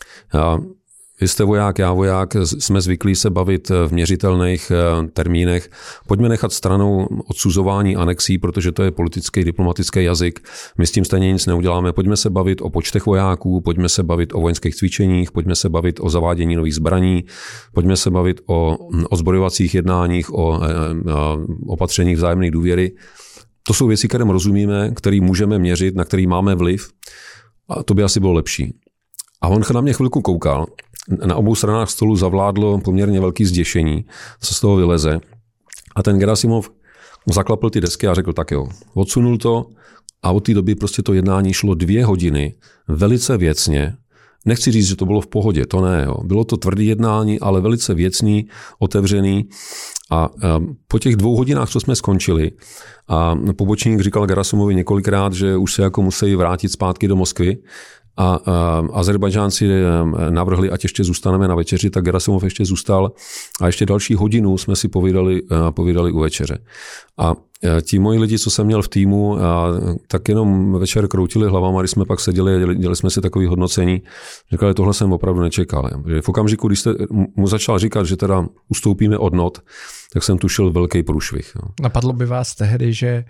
Vy jste voják, já voják, jsme zvyklí se bavit v měřitelných termínech. Pojďme nechat stranou odsuzování anexí, protože to je politický, diplomatický jazyk. My s tím stejně nic neuděláme. Pojďme se bavit o počtech vojáků, pojďme se bavit o vojenských cvičeních, pojďme se bavit o zavádění nových zbraní, pojďme se bavit o ozbrojovacích jednáních, o opatřeních vzájemné důvěry. To jsou věci, kterým rozumíme, které můžeme měřit, na který máme vliv. A to by asi bylo lepší. A on na mě chvilku koukal. Na obou stranách stolu zavládlo poměrně velké zděšení, co z toho vyleze. A ten Gerasimov zaklapl ty desky a řekl, tak jo, odsunul to a od té doby prostě to jednání šlo 2 hodiny, velice věcně. Nechci říct, že to bylo v pohodě, to ne. Jo. Bylo to tvrdý jednání, ale velice věcný, otevřený. A po těch 2 hodinách, co jsme skončili, a pobočník říkal Gerasimovi několikrát, že už se jako musí vrátit zpátky do Moskvy, a Azerbajdžánci navrhli, ať ještě zůstaneme na večeři, tak Gerasimov ještě zůstal a ještě další hodinu jsme si povídali u večeře. A ti moji lidi, co jsem měl v týmu, tak jenom večer kroutili hlavama, když jsme pak seděli a dělali jsme si takové hodnocení. Říkali, tohle jsem opravdu nečekal. V okamžiku, když jste mu začal říkat, že teda ustoupíme od not, tak jsem tušil velký průšvih. Napadlo by vás tehdy, že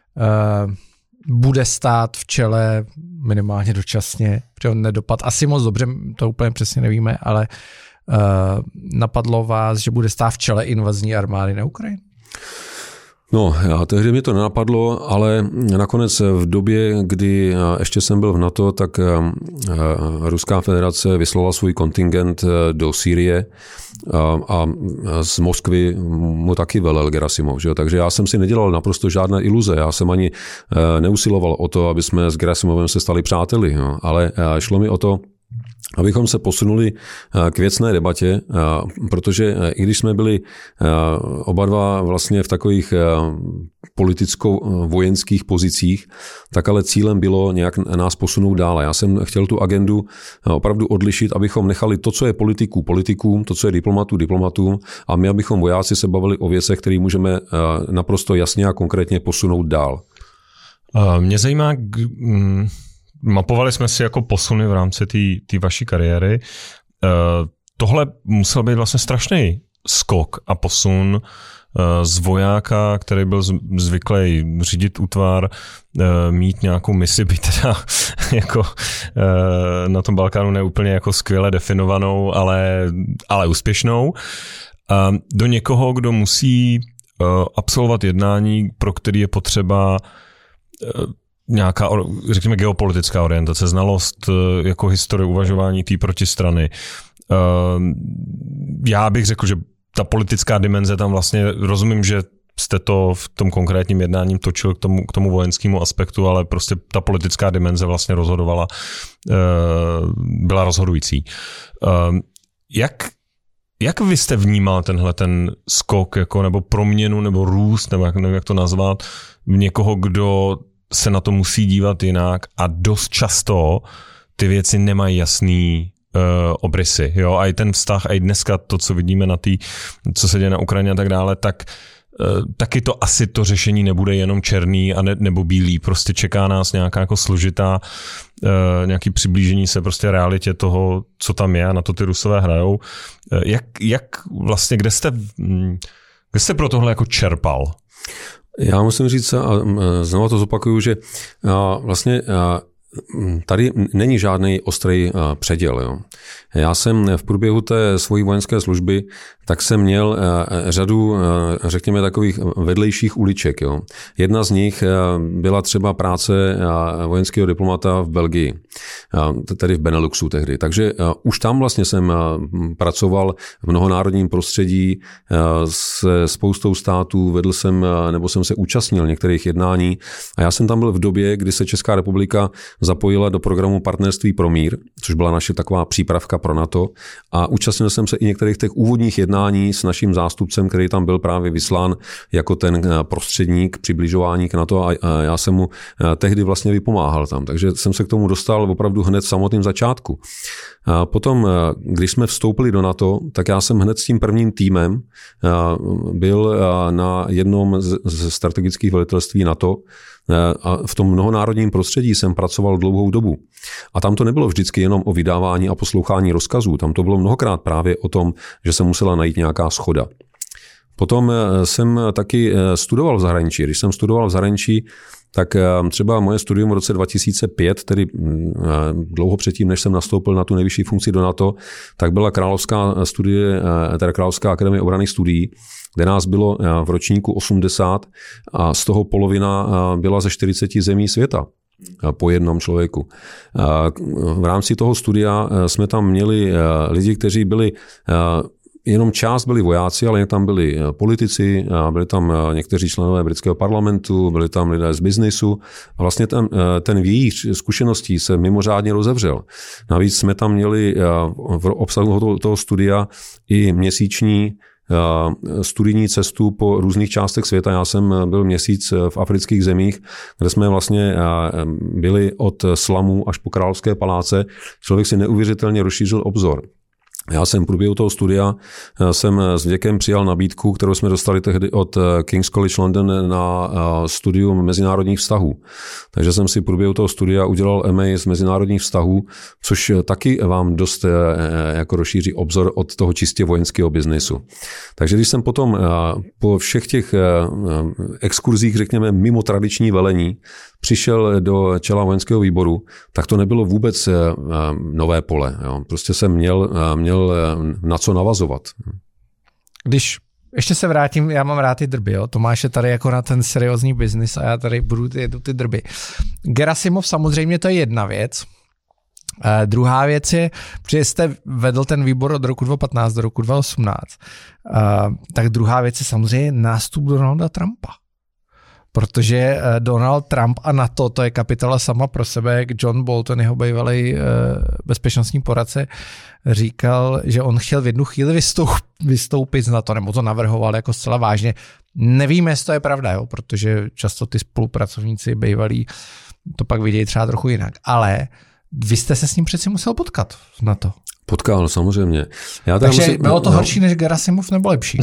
bude stát v čele minimálně dočasně, protože on nedopad asi moc dobře, to úplně přesně nevíme, ale napadlo vás, že bude stát v čele invazní armády na Ukrajinu? No, tehdy mě to nenapadlo, ale nakonec v době, kdy ještě jsem byl v NATO, tak Ruská federace vyslala svůj kontingent do Sýrie a z Moskvy mu taky velel Gerasimov. Že? Takže já jsem si nedělal naprosto žádné iluze. Já jsem ani neusiloval o to, aby jsme s Gerasimovem se stali přáteli. Jo? Ale šlo mi o to, abychom se posunuli k věcné debatě, protože i když jsme byli oba dva vlastně v takových politicko-vojenských pozicích, tak ale cílem bylo nějak nás posunout dále. Já jsem chtěl tu agendu opravdu odlišit, abychom nechali to, co je politikům, to, co je diplomatům a my, abychom vojáci se bavili o věcech, které můžeme naprosto jasně a konkrétně posunout dál. Mě zajímá, mapovali jsme si jako posuny v rámci té vaší kariéry. Tohle musel být vlastně strašný skok a posun z vojáka, který byl zvyklý řídit útvar, mít nějakou misi, být teda jako na tom Balkánu neúplně jako skvěle definovanou, ale úspěšnou, do někoho, kdo musí absolvovat jednání, pro který je potřeba nějaká, řekněme, geopolitická orientace, znalost jako historie uvažování té protistrany. Já bych řekl, že ta politická dimenze tam vlastně, rozumím, že jste to v tom konkrétním jednáním točil k tomu vojenskému aspektu, ale prostě ta politická dimenze vlastně rozhodovala, byla rozhodující. Jak vy jste vnímal ten skok, jako, nebo proměnu, nebo růst, nebo nevím, jak to nazvat, někoho, kdo se na to musí dívat jinak a dost často ty věci nemají jasný obrysy, jo, a i ten vztah, a i dneska to, co vidíme co se děje na Ukrajině a tak dále, tak taky to asi to řešení nebude jenom černý a nebo bílý, prostě čeká nás nějaká jako složitá, nějaký přiblížení se prostě realitě toho, co tam je, a na to ty Rusové hrajou. Jak vlastně, kde jste pro tohle jako čerpal? Já musím říct, a znovu to zopakuju, že vlastně tady není žádný ostrý předěl. Jo. Já jsem v průběhu té svojí vojenské služby, tak jsem měl řadu, řekněme, takových vedlejších uliček. Jo. Jedna z nich byla třeba práce vojenského diplomata v Belgii, tedy v Beneluxu tehdy. Takže už tam vlastně jsem pracoval v mnohonárodním prostředí s spoustou států, vedl jsem, nebo jsem se účastnil některých jednání a já jsem tam byl v době, kdy se Česká republika zapojila do programu Partnerství pro mír, což byla naše taková přípravka pro NATO, a účastnil jsem se i některých těch úvodních jednání s naším zástupcem, který tam byl právě vyslán jako ten prostředník přibližování k NATO, a já jsem mu tehdy vlastně vypomáhal tam. Takže jsem se k tomu dostal opravdu hned v samotném začátku. A potom, když jsme vstoupili do NATO, tak já jsem hned s tím prvním týmem byl na jednom ze strategických velitelství NATO, a v tom mnohonárodním prostředí jsem pracoval dlouhou dobu. A tam to nebylo vždycky jenom o vydávání a poslouchání rozkazů. Tam to bylo mnohokrát právě o tom, že se musela najít nějaká shoda. Potom jsem taky studoval v zahraničí. Když jsem studoval v zahraničí, tak třeba moje studium v roce 2005, tedy dlouho předtím, než jsem nastoupil na tu nejvyšší funkci do NATO, tak byla Královská akademie obranných studií, kde nás bylo v ročníku 80 a z toho polovina byla ze 40 zemí světa po jednom člověku. V rámci toho studia jsme tam měli lidi, kteří byli jenom část byli vojáci, ale tam byli politici, byli tam někteří členové britského parlamentu, byli tam lidé z biznisu. A vlastně ten vějíř zkušeností se mimořádně rozevřel. Navíc jsme tam měli v obsahu toho studia i měsíční studijní cestu po různých částech světa. Já jsem byl měsíc v afrických zemích, kde jsme vlastně byli od slamů až po Královské paláce. Člověk si neuvěřitelně rozšířil obzor. Já jsem v průběhu toho studia jsem s věkem přijal nabídku, kterou jsme dostali tehdy od King's College London na studium mezinárodních vztahů. Takže jsem si v průběhu toho studia udělal MA z mezinárodních vztahů, což taky vám dost jako rozšíří obzor od toho čistě vojenského biznesu. Takže když jsem potom po všech těch exkurzích, řekněme, mimo tradiční velení, přišel do čela vojenského výboru, tak to nebylo vůbec nové pole. Jo. Prostě jsem měl na co navazovat. Když ještě se vrátím, já mám rád ty drby, jo. Tomáš je tady jako na ten seriózní biznis a já tady budu jedu ty drby. Gerasimov samozřejmě to je jedna věc. Druhá věc je, že jste vedl ten výbor od roku 2015 do roku 2018, tak druhá věc je samozřejmě nástup Donalda Trumpa. Protože Donald Trump a NATO, to je kapitola sama pro sebe, jak John Bolton, jeho bývalý bezpečnostní poradce, říkal, že on chtěl v jednu chvíli vystoupit z NATO, nebo to navrhoval jako zcela vážně. Nevíme, jestli to je pravda, jo, protože často ty spolupracovníci bývalí to pak vidějí třeba trochu jinak. Ale vy jste se s ním přeci musel potkat na to. Potkal, samozřejmě. Takže bylo to horší než Gerasimov, nebo lepší?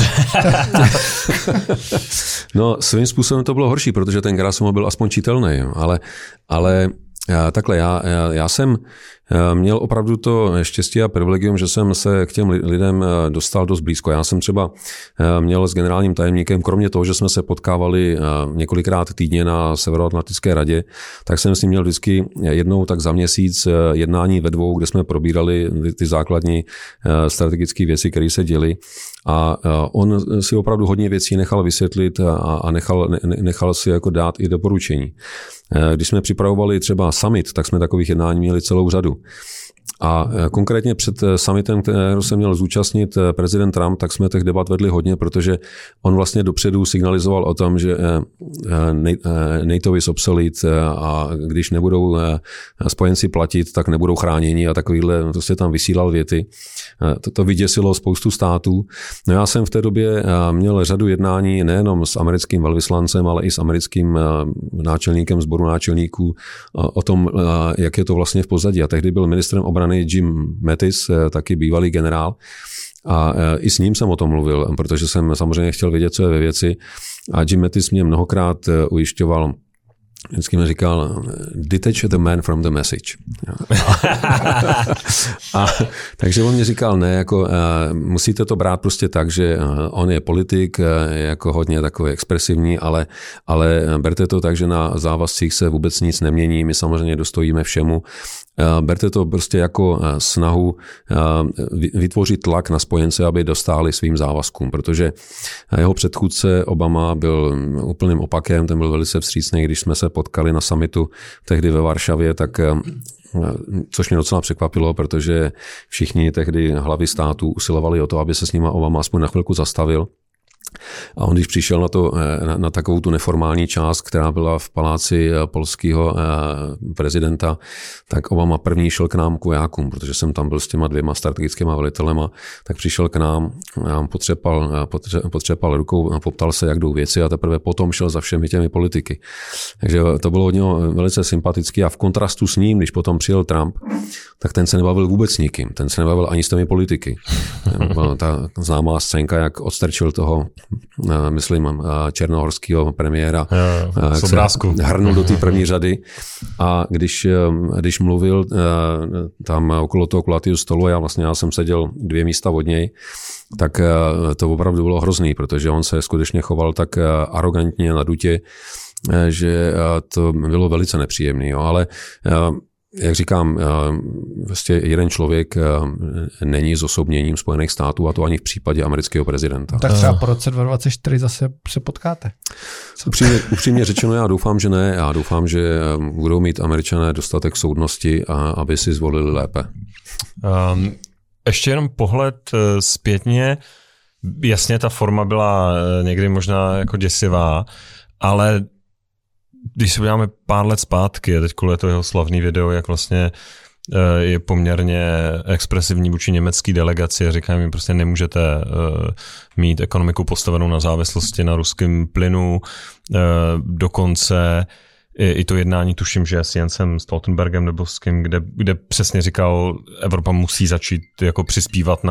No, svým způsobem to bylo horší, protože ten Gerasimov byl aspoň čitelný, ale Takhle, já jsem měl opravdu to štěstí a privilegium, že jsem se k těm lidem dostal dost blízko. Já jsem třeba měl s generálním tajemníkem, kromě toho, že jsme se potkávali několikrát týdně na Severoatlantické radě, tak jsem s ním měl vždycky jednou tak za měsíc jednání ve dvou, kde jsme probírali ty základní strategické věci, které se děly. A on si opravdu hodně věcí nechal vysvětlit a nechal si jako dát i doporučení. Když jsme připravovali třeba summit, tak jsme takových jednání měli celou řadu. A konkrétně před summitem, kterého se měl zúčastnit prezident Trump, tak jsme těch debat vedli hodně, protože on vlastně dopředu signalizoval o tom, že NATO is obsolete a když nebudou spojenci platit, tak nebudou chráněni a takovýhle, to se tam vysílal věty. To vyděsilo spoustu států. No já jsem v té době měl řadu jednání nejenom s americkým velvyslancem, ale i s americkým náčelníkem sboru náčelníků o tom, jak je to vlastně v pozadí. A tehdy byl ministrem obrany Jim Mattis, taky bývalý generál. A i s ním jsem o tom mluvil, protože jsem samozřejmě chtěl vědět, co je ve věci. A Jim Mattis mě mnohokrát ujišťoval, vždycky mi říkal, detach the man from the message. Takže on mě říkal, ne, jako musíte to brát prostě tak, že on je politik, je jako hodně takový expresivní, ale berte to tak, že na závazcích se vůbec nic nemění, my samozřejmě dostojíme všemu. Berte to prostě jako snahu vytvořit tlak na spojence, aby dostáli svým závazkům, protože jeho předchůdce Obama byl úplným opakem, ten byl velice vstřícný, když jsme se potkali na summitu tehdy ve Varšavě, tak což mě docela překvapilo, protože všichni tehdy hlavy států usilovali o to, aby se s nima Obama aspoň na chvilku zastavil. A on, když přišel na takovou tu neformální část, která byla v paláci polského prezidenta, tak Obama první šel k nám k vojákům, protože jsem tam byl s těma 2 strategickými velitelema, tak přišel k nám potřepal rukou a poptal se, jak jdou věci a teprve potom šel za všemi těmi politiky. Takže to bylo od něho velice sympatické a v kontrastu s ním, když potom přijel Trump, tak ten se nebavil vůbec s nikým, ten se nebavil ani s těmi politiky. Ta známá scénka, jak odstrčil toho, myslím, černohorského premiéra, jak se hrnul do té první řady a když mluvil tam okolo toho kulatého stolu, já jsem seděl 2 místa od něj, tak to opravdu bylo hrozný, protože on se skutečně choval tak arrogantně nadutě, že to bylo velice nepříjemné. Ale jak říkám, vlastně jeden člověk není zosobněním Spojených států a to ani v případě amerického prezidenta. Tak třeba po roce 2024 zase se potkáte. Upřímně řečeno, já doufám, že ne. Já doufám, že budou mít Američané dostatek soudnosti, aby si zvolili lépe. Ještě jenom pohled zpětně. Jasně, ta forma byla někdy možná jako děsivá, ale když se podíváme pár let zpátky, a teď je to jeho slavný video, jak vlastně je poměrně expresivní vůči německé delegaci a říká jim, prostě nemůžete mít ekonomiku postavenou na závislosti na ruském plynu, dokonce i to jednání, tuším, že s Jensem Stoltenbergem nebo s kým, kde přesně říkal, Evropa musí začít jako přispívat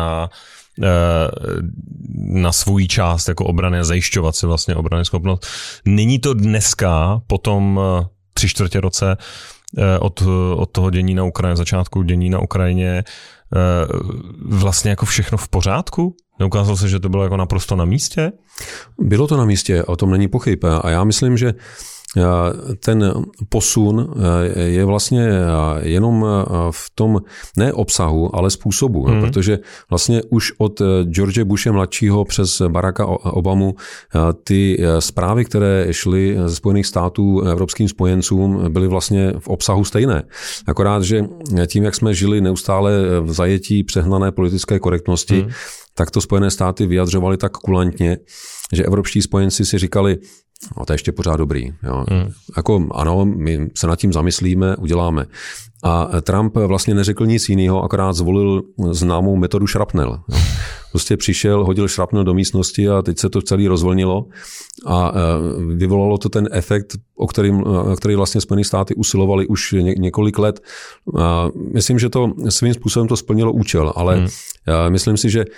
na svou část jako obrany a zajišťovat si vlastně obrany schopnost. Není to dneska, po tom 3/4 roce od toho dění na Ukrajině, začátku dění na Ukrajině, vlastně jako všechno v pořádku? Neukázalo se, že to bylo jako naprosto na místě? Bylo to na místě, o tom není pochyb. A já myslím, že ten posun je vlastně jenom v tom ne obsahu, ale způsobu, protože vlastně už od George Bushe mladšího přes Baracka Obamu ty zprávy, které šly ze Spojených států evropským spojencům, byly vlastně v obsahu stejné. Akorát, že tím, jak jsme žili neustále v zajetí přehnané politické korektnosti, tak to Spojené státy vyjadřovaly tak kulantně, že evropští spojenci si říkali, no to je ještě pořád dobrý. Jo. Jako ano, my se nad tím zamyslíme, uděláme. A Trump vlastně neřekl nic jiného, akorát zvolil známou metodu šrapnel. Jo. prostě přišel, hodil šrapnel do místnosti a teď se to celé rozvolnilo a vyvolalo to ten efekt, o který vlastně Spojené státy usilovali už několik let. Myslím, že to svým způsobem to splnilo účel, ale myslím si, že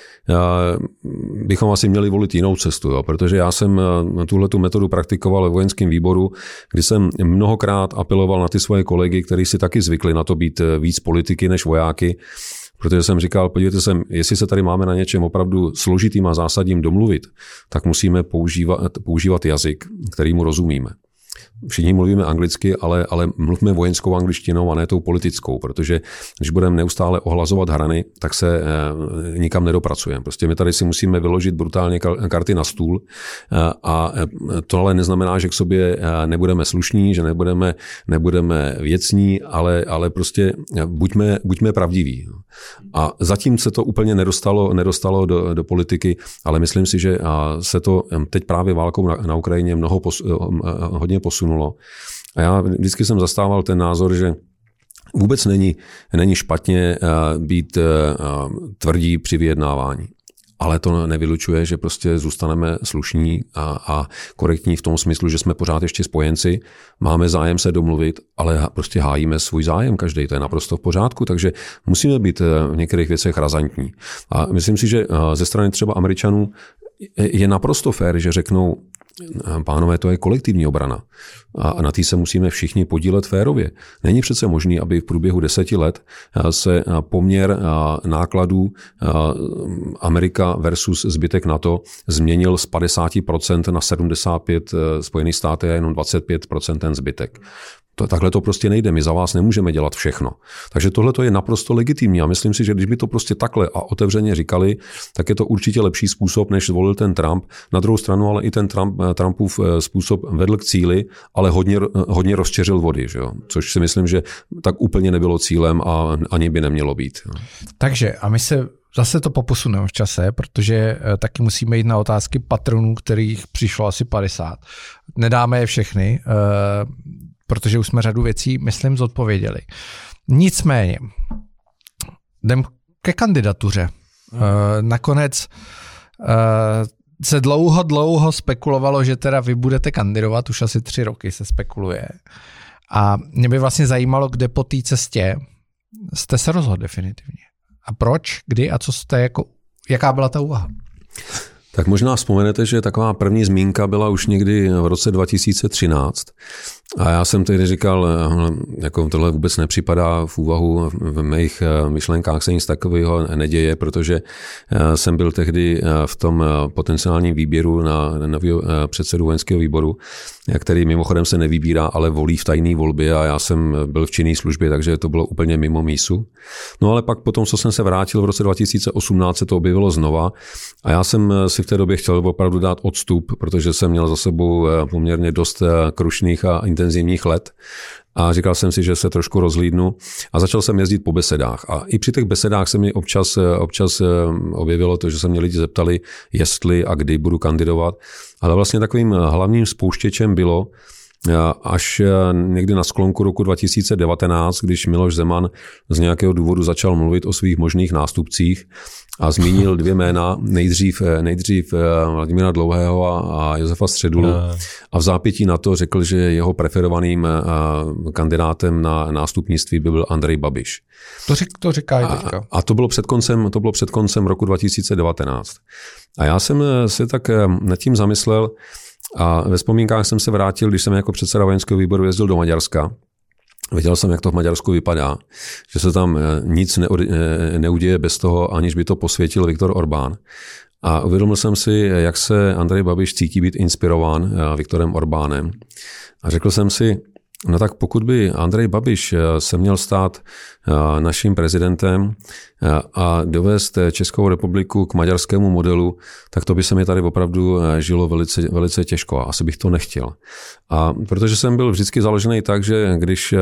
bychom asi měli volit jinou cestu, jo, protože já jsem tuhletu metodu praktikoval ve vojenském výboru, kdy jsem mnohokrát apeloval na ty svoje kolegy, kteří si taky zvykli na to být víc politiky než vojáky, protože jsem říkal, podívejte se, jestli se tady máme na něčem opravdu složitým a zásadním domluvit, tak musíme používat jazyk, kterýmu rozumíme. Všichni mluvíme anglicky, ale mluvíme vojenskou angličtinou a ne tou politickou, protože když budeme neustále ohlazovat hrany, tak se nikam nedopracujeme. Prostě my tady si musíme vyložit brutálně karty na stůl a to ale neznamená, že k sobě nebudeme slušní, že nebudeme věcní, ale prostě buďme pravdiví. A zatím se to úplně nedostalo do politiky, ale myslím si, že se to teď právě válkou na Ukrajině hodně posunulo. A já vždycky jsem zastával ten názor, že vůbec není špatně být tvrdí při vyjednávání. Ale to nevylučuje, že prostě zůstaneme slušní a korektní v tom smyslu, že jsme pořád ještě spojenci, máme zájem se domluvit, ale prostě hájíme svůj zájem každý, to je naprosto v pořádku, takže musíme být v některých věcech razantní. A myslím si, že ze strany třeba Američanů je naprosto fér, že řeknou, pánové, to je kolektivní obrana a na té se musíme všichni podílet férově. Není přece možný, aby v průběhu 10 let se poměr nákladů Amerika versus zbytek NATO změnil z 50% na 75% Spojených států a jenom 25% ten zbytek. Takhle to prostě nejde, my za vás nemůžeme dělat všechno. Takže tohle to je naprosto legitimní a myslím si, že když by to prostě takhle a otevřeně říkali, tak je to určitě lepší způsob, než zvolil ten Trump. Na druhou stranu ale i ten Trumpův způsob vedl k cíli, ale hodně rozčeřil vody, že jo? Což si myslím, že tak úplně nebylo cílem a ani by nemělo být. Takže a my se zase to poposuneme v čase, protože taky musíme jít na otázky patronů, kterých přišlo asi 50. Nedáme je všechny, protože už jsme řadu věcí, myslím, zodpověděli. Nicméně, jdem ke kandidatuře. Nakonec se dlouho spekulovalo, že teda vy budete kandidovat, už asi 3 roky se spekuluje. A mě by vlastně zajímalo, kde po té cestě jste se rozhodli definitivně. A proč, kdy a co jste jaká byla ta úvaha? Tak možná vzpomenete, že taková první zmínka byla už někdy v roce 2013. A já jsem tehdy říkal, jako tohle vůbec nepřipadá v úvahu, v mých myšlenkách se nic takového neděje, protože jsem byl tehdy v tom potenciálním výběru na nového předsedu vojenského výboru, který mimochodem se nevybírá, ale volí v tajné volbě a já jsem byl v činné službě, takže to bylo úplně mimo mísu. No ale pak potom, co jsem se vrátil v roce 2018, se to objevilo znova a já jsem si v té době chtěl opravdu dát odstup, protože jsem měl za sebou poměrně dost krušných a intenzivních let a říkal jsem si, že se trošku rozhlídnu a začal jsem jezdit po besedách. A i při těch besedách se mi občas objevilo to, že se mě lidi zeptali, jestli a kdy budu kandidovat. Ale vlastně takovým hlavním spouštěčem bylo až někdy na sklonku roku 2019, když Miloš Zeman z nějakého důvodu začal mluvit o svých možných nástupcích a zmínil 2 jména, nejdřív Vladimíra Dlouhého a Josefa Středulu a v zápětí na to řekl, že jeho preferovaným kandidátem na nástupnictví by byl Andrej Babiš. To říká i teďka. A to bylo před koncem roku 2019. A já jsem se tak nad tím zamyslel a ve vzpomínkách jsem se vrátil, když jsem jako předseda vojenského výboru jezdil do Maďarska. Viděl jsem, jak to v Maďarsku vypadá, že se tam nic neuděje bez toho, aniž by to posvětil Viktor Orbán. A uvědomil jsem si, jak se Andrej Babiš cítí být inspirován Viktorem Orbánem. A řekl jsem si, no tak pokud by Andrej Babiš se měl stát naším prezidentem a dovést Českou republiku k maďarskému modelu, tak to by se mi tady opravdu žilo velice, velice těžko a asi bych to nechtěl. A protože jsem byl vždycky založený tak, že když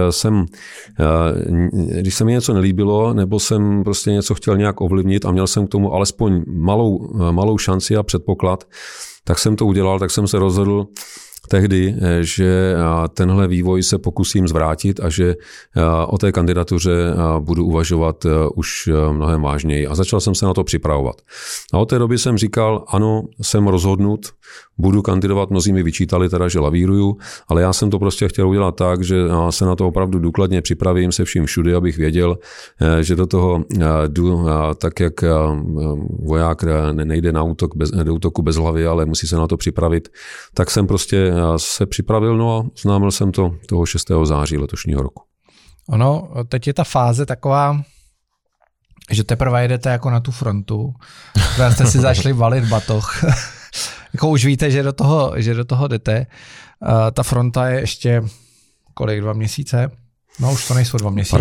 se mi něco nelíbilo, nebo jsem prostě něco chtěl nějak ovlivnit a měl jsem k tomu alespoň malou šanci a předpoklad, tak jsem to udělal, tak jsem se rozhodl, tehdy, že tenhle vývoj se pokusím zvrátit a že o té kandidatuře budu uvažovat už mnohem vážněji. A začal jsem se na to připravovat. A od té doby jsem říkal, ano, jsem rozhodnut, budu kandidovat, mnozí mi vyčítali teda, že lavíruju, ale já jsem to prostě chtěl udělat tak, že se na to opravdu důkladně připravím se vším všude, abych věděl, že do toho jdu tak, jak voják nejde do útoku bez hlavy, ale musí se na to připravit. Tak jsem prostě se připravil, no a oznámil jsem to toho 6. září letošního roku. Ono, teď je ta fáze taková, že teprve jedete jako na tu frontu, kde jste si zašli valit batoh. Jako už víte, že do toho jdete. Ta fronta je ještě kolik, 2 měsíce? No už to nejsou 2 měsíce.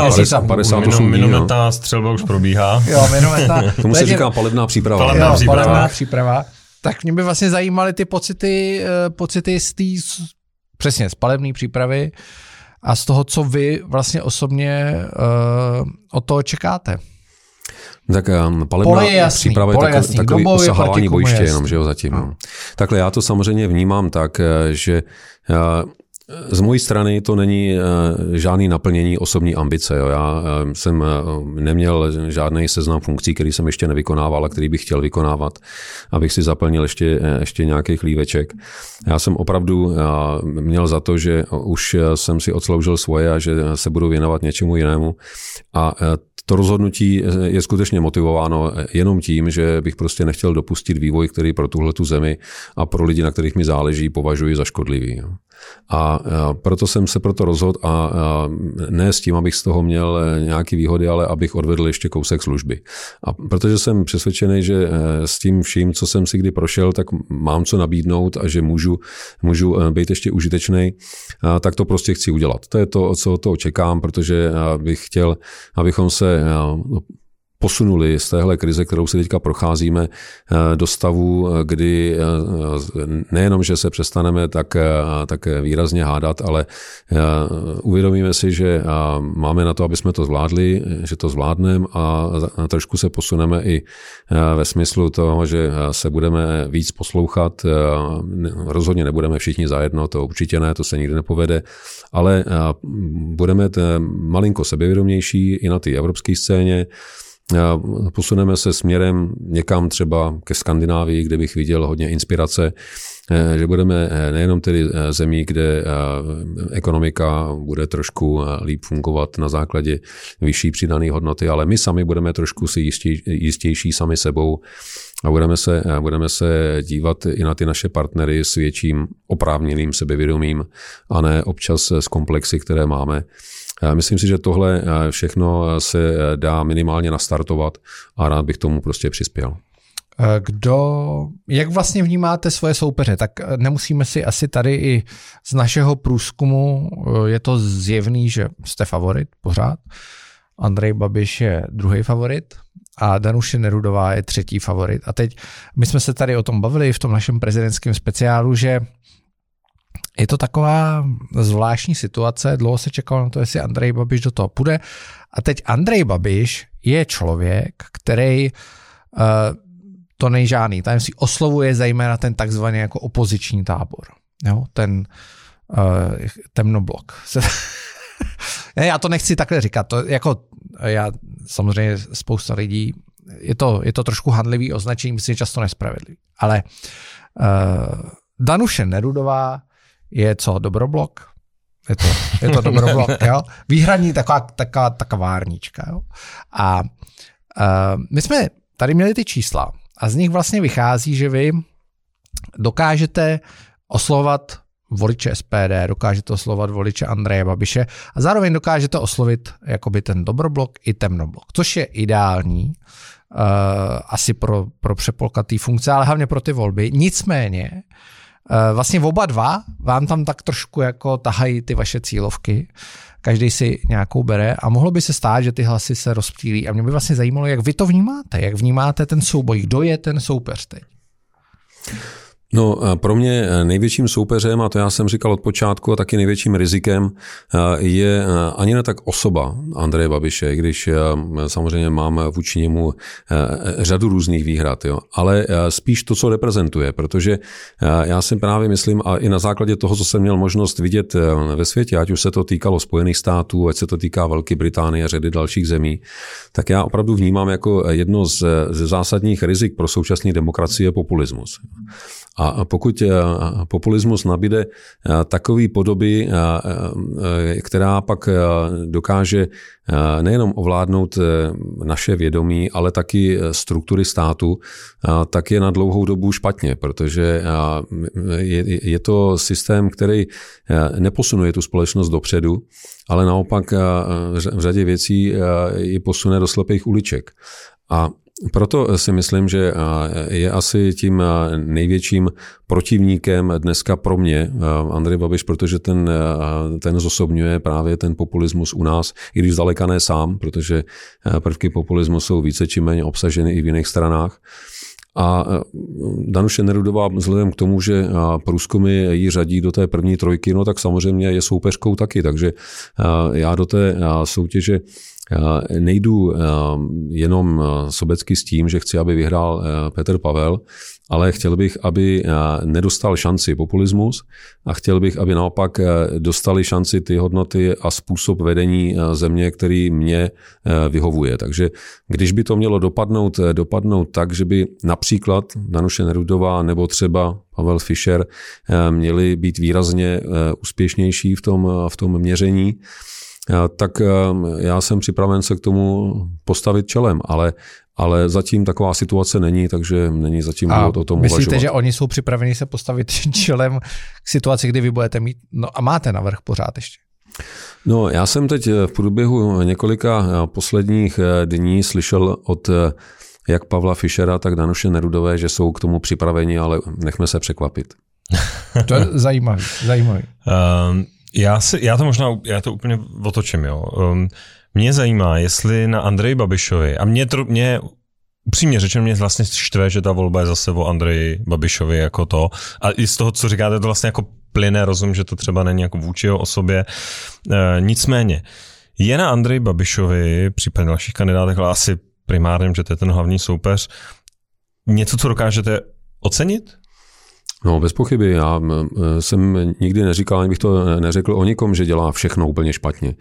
58 Minometá střelba už probíhá. Jo, minometa. Tomu se říká palebná příprava. Palebná příprava. Tak mě by vlastně zajímaly ty pocity z palebné přípravy a z toho, co vy vlastně osobně od toho čekáte. Tak palebná příprava je takový osahávání bojiště jenom, že jo, zatím. No. Takhle já to samozřejmě vnímám tak, že z mojí strany to není žádný naplnění osobní ambice. Jo. Já jsem neměl žádný seznam funkcí, který jsem ještě nevykonával a který bych chtěl vykonávat, abych si zaplnil ještě nějaký chlíveček. Já jsem opravdu měl za to, že už jsem si odsloužil svoje a že se budu věnovat něčemu jinému. A to rozhodnutí je skutečně motivováno jenom tím, že bych prostě nechtěl dopustit vývoj, který pro tuhletu zemi a pro lidi, na kterých mi záleží, považuji za škodlivý. Jo. A proto jsem se proto rozhodl a ne s tím, abych z toho měl nějaké výhody, ale abych odvedl ještě kousek služby. A protože jsem přesvědčený, že s tím vším, co jsem si kdy prošel, tak mám co nabídnout a že můžu být ještě užitečný, tak to prostě chci udělat. To je to, co to očekám, protože bych chtěl, abychom se posunuli z téhle krize, kterou si teďka procházíme, do stavu, kdy nejenom, že se přestaneme tak výrazně hádat, ale uvědomíme si, že máme na to, aby jsme to zvládli, že to zvládneme a trošku se posuneme i ve smyslu toho, že se budeme víc poslouchat. Rozhodně nebudeme všichni zajedno, to určitě ne, to se nikdy nepovede, ale budeme malinko sebevědomější i na té evropské scéně. Posuneme se směrem někam třeba ke Skandinávii, kde bych viděl hodně inspirace, že budeme nejenom tedy zemí, kde ekonomika bude trošku líp fungovat na základě vyšší přidané hodnoty, ale my sami budeme trošku si jistější sami sebou a budeme se dívat i na ty naše partnery s větším oprávněným sebevědomím a ne občas s komplexy, které máme. Myslím si, že tohle všechno se dá minimálně nastartovat a rád bych tomu prostě přispěl. Jak vlastně vnímáte svoje soupeře? Tak nemusíme si asi tady i z našeho průzkumu, je to zjevný, že jste favorit pořád. Andrej Babiš je druhý favorit a Danuše Nerudová je třetí favorit. A teď my jsme se tady o tom bavili v tom našem prezidentském speciálu, že je to taková zvláštní situace, dlouho se čekalo na to, jestli Andrej Babiš do toho půjde. A teď Andrej Babiš je člověk, který to nejžádný tajemství oslovuje zejména ten takzvaný jako opoziční tábor. Jo? Ten temnoblok. Já to nechci takhle říkat. To jako, já samozřejmě spousta lidí, je to trošku handlivý označení, myslím, často nespravedlivý. Ale Danuše Nerudová je co, dobroblok? Je to dobroblok, jo? Výhradní taková várnička, jo? A my jsme tady měli ty čísla a z nich vlastně vychází, že vy dokážete oslovovat voliče SPD, dokážete oslovovat voliče Andreje Babiše a zároveň dokážete oslovit jakoby ten dobroblok i temnoblok, což je ideální asi pro přepolkatý funkce, ale hlavně pro ty volby. Nicméně vlastně oba dva vám tam tak trošku jako tahají ty vaše cílovky, každý si nějakou bere a mohlo by se stát, že ty hlasy se rozptýlí a mě by vlastně zajímalo, jak vy to vnímáte, jak vnímáte ten souboj, kdo je ten soupeř teď? No, pro mě největším soupeřem, a to já jsem říkal od počátku, a taky největším rizikem je ani ne tak osoba Andreje Babiše, když samozřejmě mám vůči němu řadu různých výhrad, jo, ale spíš to, co reprezentuje, protože já si právě myslím, a i na základě toho, co jsem měl možnost vidět ve světě, ať už se to týkalo Spojených států, ať se to týká Velké Británie a řady dalších zemí, tak já opravdu vnímám jako jedno ze zásadních rizik pro současný demokracie populismus. A pokud populismus nabíde takové podoby, která pak dokáže nejenom ovládnout naše vědomí, ale taky struktury státu, tak je na dlouhou dobu špatně, protože je to systém, který neposunuje tu společnost dopředu, ale naopak v řadě věcí ji posune do slepých uliček. A proto si myslím, že je asi tím největším protivníkem dneska pro mě Andrej Babiš, protože ten zosobňuje právě ten populismus u nás, i když zdaleka ne sám, protože prvky populismu jsou více či méně obsaženy i v jiných stranách. A Danuše Nerudová vzhledem k tomu, že průzkumy ji řadí do té první trojky, no tak samozřejmě je soupeřkou taky, takže já do té soutěže nejdu jenom sobecky s tím, že chci, aby vyhrál Petr Pavel, ale chtěl bych, aby nedostal šanci populismus a chtěl bych, aby naopak dostali šanci ty hodnoty a způsob vedení země, který mě vyhovuje. Takže když by to mělo dopadnout tak, že by například Danuše Nerudová nebo třeba Pavel Fischer měli být výrazně úspěšnější v tom měření, tak já jsem připraven se k tomu postavit čelem, ale zatím taková situace není, takže není zatím důvod o tom uvažovat. Myslíte, že oni jsou připraveni se postavit čelem k situaci, kdy vy budete mít, no a máte navrch pořád ještě? No, já jsem teď v průběhu několika posledních dní slyšel od jak Pavla Fischera, tak Danuše Nerudové, že jsou k tomu připraveni, ale nechme se překvapit. To je zajímavý. Já to úplně otočím, jo. Mě zajímá, jestli na Andreji Babišovi, a mě upřímně řečeno, mě vlastně štve, že ta volba je zase o Andreji Babišovi jako to. A i z toho, co říkáte, to vlastně jako plyne, rozum, že to třeba není jako vůči jeho osobě. Nicméně, je na Andreji Babišovi, případně dalších kandidátech, ale asi primárně, že to je ten hlavní soupeř, něco, co dokážete ocenit? No, bez pochyby. Já jsem nikdy neříkal, ani bych to neřekl o nikom, že dělá všechno úplně špatně.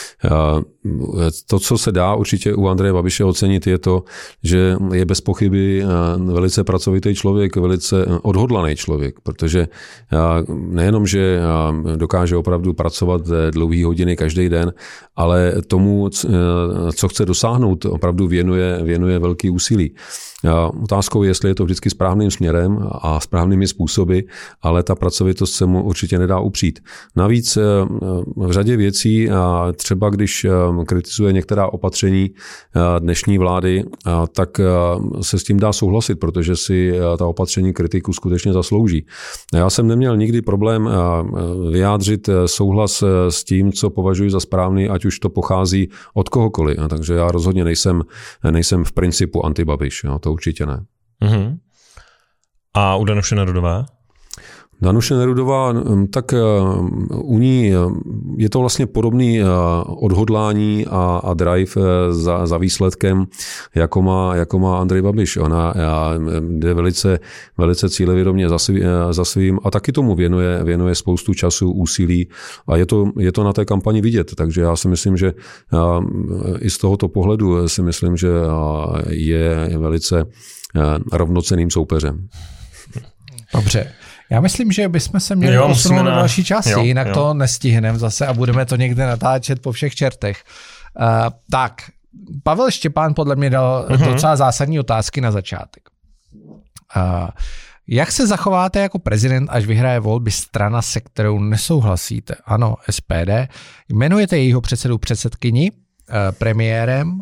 To, co se dá určitě u Andreje Babiše ocenit, je to, že je bez pochyby velice pracovitý člověk, velice odhodlaný člověk, protože nejenom, že dokáže opravdu pracovat dlouhé hodiny každý den, ale tomu, co chce dosáhnout, opravdu věnuje velký úsilí. Otázkou je, jestli je to vždycky správným směrem a správnými způsoby, ale ta pracovitost se mu určitě nedá upřít. Navíc v řadě věcí, třeba když kritizuje některá opatření dnešní vlády, tak se s tím dá souhlasit, protože si ta opatření kritiku skutečně zaslouží. Já jsem neměl nikdy problém vyjádřit souhlas s tím, co považuji za správný, ať už to pochází od kohokoliv. Takže já rozhodně nejsem v principu anti-Babiš. To určitě ne. Uh-huh. A u Danuše Nerudové? Danuše Nerudová, tak u ní je to vlastně podobný odhodlání a drive za výsledkem, jako má Andrej Babiš. Ona jde velice cílevědomě za svým a taky tomu věnuje spoustu času, úsilí a je to na té kampani vidět. Takže já si myslím, že i z tohoto pohledu si myslím, že je velice rovnocenným soupeřem. Dobře. Já myslím, že bychom se měli posunout do další části, jinak to nestihneme zase a budeme to někde natáčet po všech čertech. Tak, Pavel Štěpán podle mě dal docela zásadní otázky na začátek. Jak se zachováte jako prezident, až vyhraje volby strana, se kterou nesouhlasíte? Ano, SPD. Jmenujete jejího předsedu předsedkyni, premiérem?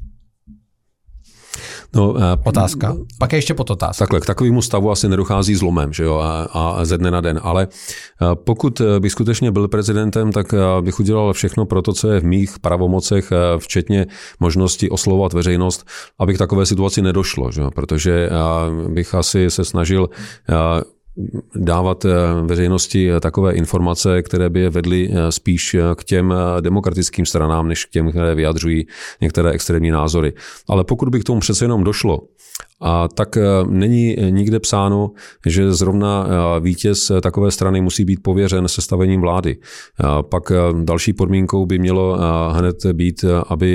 No, otázka. Pak je ještě podotázka. Takhle, k takovému stavu asi nedochází zlomem, že jo, a ze dne na den. Ale pokud bych skutečně byl prezidentem, tak bych udělal všechno pro to, co je v mých pravomocech, včetně možnosti oslovovat veřejnost, aby k takové situaci nedošlo, že jo, protože bych asi se snažil dávat veřejnosti takové informace, které by je vedly spíš k těm demokratickým stranám, než k těm, které vyjadřují některé extrémní názory. Ale pokud by k tomu přece jenom došlo, tak není nikde psáno, že zrovna vítěz takové strany musí být pověřen sestavením vlády. Pak další podmínkou by mělo hned být, aby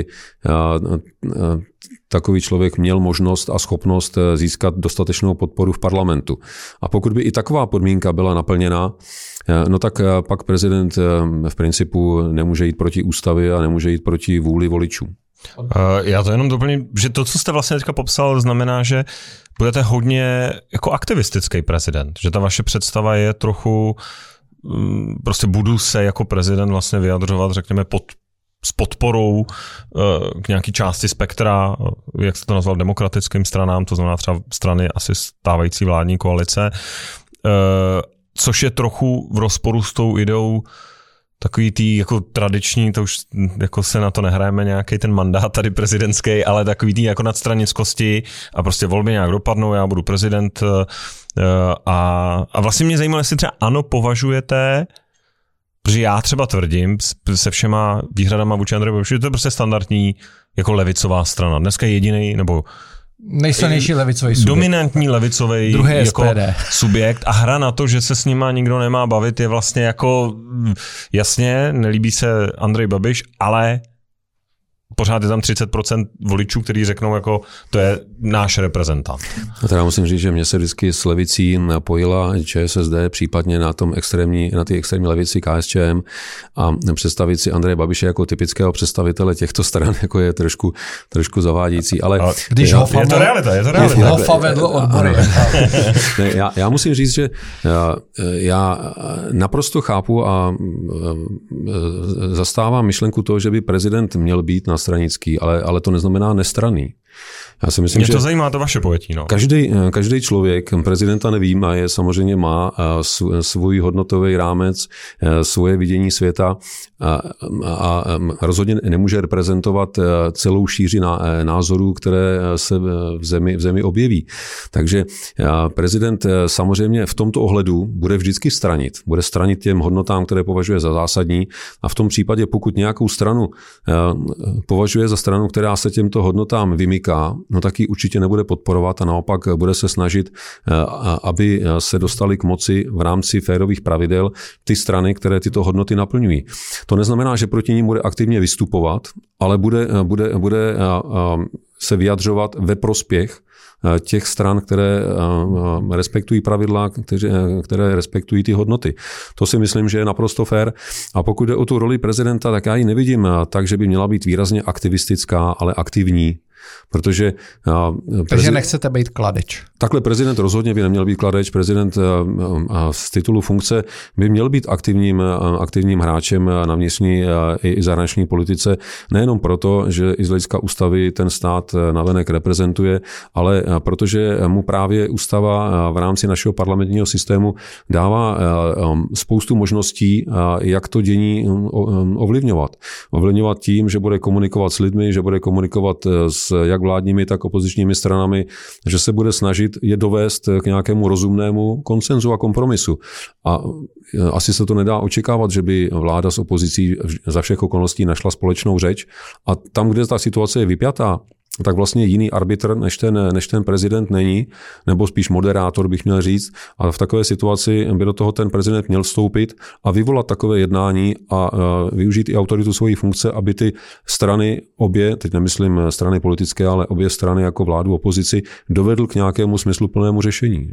takový člověk měl možnost a schopnost získat dostatečnou podporu v parlamentu. A pokud by i taková podmínka byla naplněna, no tak pak prezident v principu nemůže jít proti ústavě a nemůže jít proti vůli voličů. Já to jenom doplním, že to, co jste vlastně teďka popsal, znamená, že budete hodně jako aktivistický prezident, že ta vaše představa je trochu, prostě budu se jako prezident vlastně vyjadřovat, řekněme, s podporou k nějaký části spektra, jak jste to nazval, demokratickým stranám, to znamená třeba strany asi stávající vládní koalice, což je trochu v rozporu s tou ideou takový tý jako tradiční, to už jako se na to nehrajeme nějaký ten mandát tady prezidentský, ale takový tý jako nadstranickosti a prostě volby nějak dopadnou, já budu prezident a vlastně mě zajímalo, jestli třeba ANO považujete, protože já třeba tvrdím se všema výhradama vůči Andreji Babišovi, že to je prostě standardní jako levicová strana. Dneska je jediný nebo nejsilnější levicový subjekt. Dominantní levicový jako subjekt a hra na to, že se s nima nikdo nemá bavit, je vlastně jako jasně, nelíbí se Andrej Babiš, ale pořád je tam 30% voličů, kteří řeknou, jako to je náš reprezentant. A teda musím říct, že mě se vždycky s levicí napojila ČSSD, případně na té extrémní levici KSČM a představit si Andreje Babiše jako typického představitele těchto stran jako je trošku zavádějící. Ale když je to realita. Hofa vedl odbory. Já musím říct, že já naprosto chápu a zastávám myšlenku toho, že by prezident měl být nadstranický, ale to neznamená nestranný. Já si myslím, mě to zajímá to vaše pojetí. No. Každý člověk, prezidenta nevím, a samozřejmě má svůj hodnotový rámec, svoje vidění světa a rozhodně nemůže reprezentovat celou šíři názorů, které se v zemi objeví. Takže prezident samozřejmě v tomto ohledu bude vždycky stranit. Bude stranit těm hodnotám, které považuje za zásadní a v tom případě, pokud nějakou stranu považuje za stranu, která se těmto hodnotám vymyká, no tak ji určitě nebude podporovat a naopak bude se snažit, aby se dostali k moci v rámci férových pravidel ty strany, které tyto hodnoty naplňují. To neznamená, že proti nim bude aktivně vystupovat, ale bude se vyjadřovat ve prospěch těch stran, které respektují pravidla, které respektují ty hodnoty. To si myslím, že je naprosto fér. A pokud jde o tu roli prezidenta, tak já ji nevidím tak, že by měla být výrazně aktivistická, ale aktivní. Protože takže nechcete být kladeč. Takhle prezident rozhodně by neměl být kladeč. Prezident z titulu funkce by měl být aktivním hráčem na vnitřní i zahraniční politice. Nejenom proto, že i z hlediska ústavy ten stát navenek reprezentuje, ale protože mu právě ústava v rámci našeho parlamentního systému dává spoustu možností, jak to dění ovlivňovat. Ovlivňovat tím, že bude komunikovat s lidmi, že bude komunikovat s jak vládními, tak opozičními stranami, že se bude snažit je dovést k nějakému rozumnému konsenzu a kompromisu. A asi se to nedá očekávat, že by vláda s opozicí za všech okolností našla společnou řeč. A tam, kde ta situace je vypjatá, tak vlastně jiný arbitr než ten prezident není, nebo spíš moderátor bych měl říct. A v takové situaci by do toho ten prezident měl vstoupit a vyvolat takové jednání a využít i autoritu svojí funkce, aby ty strany obě, teď nemyslím strany politické, ale obě strany jako vládu, opozici, dovedl k nějakému smysluplnému řešení.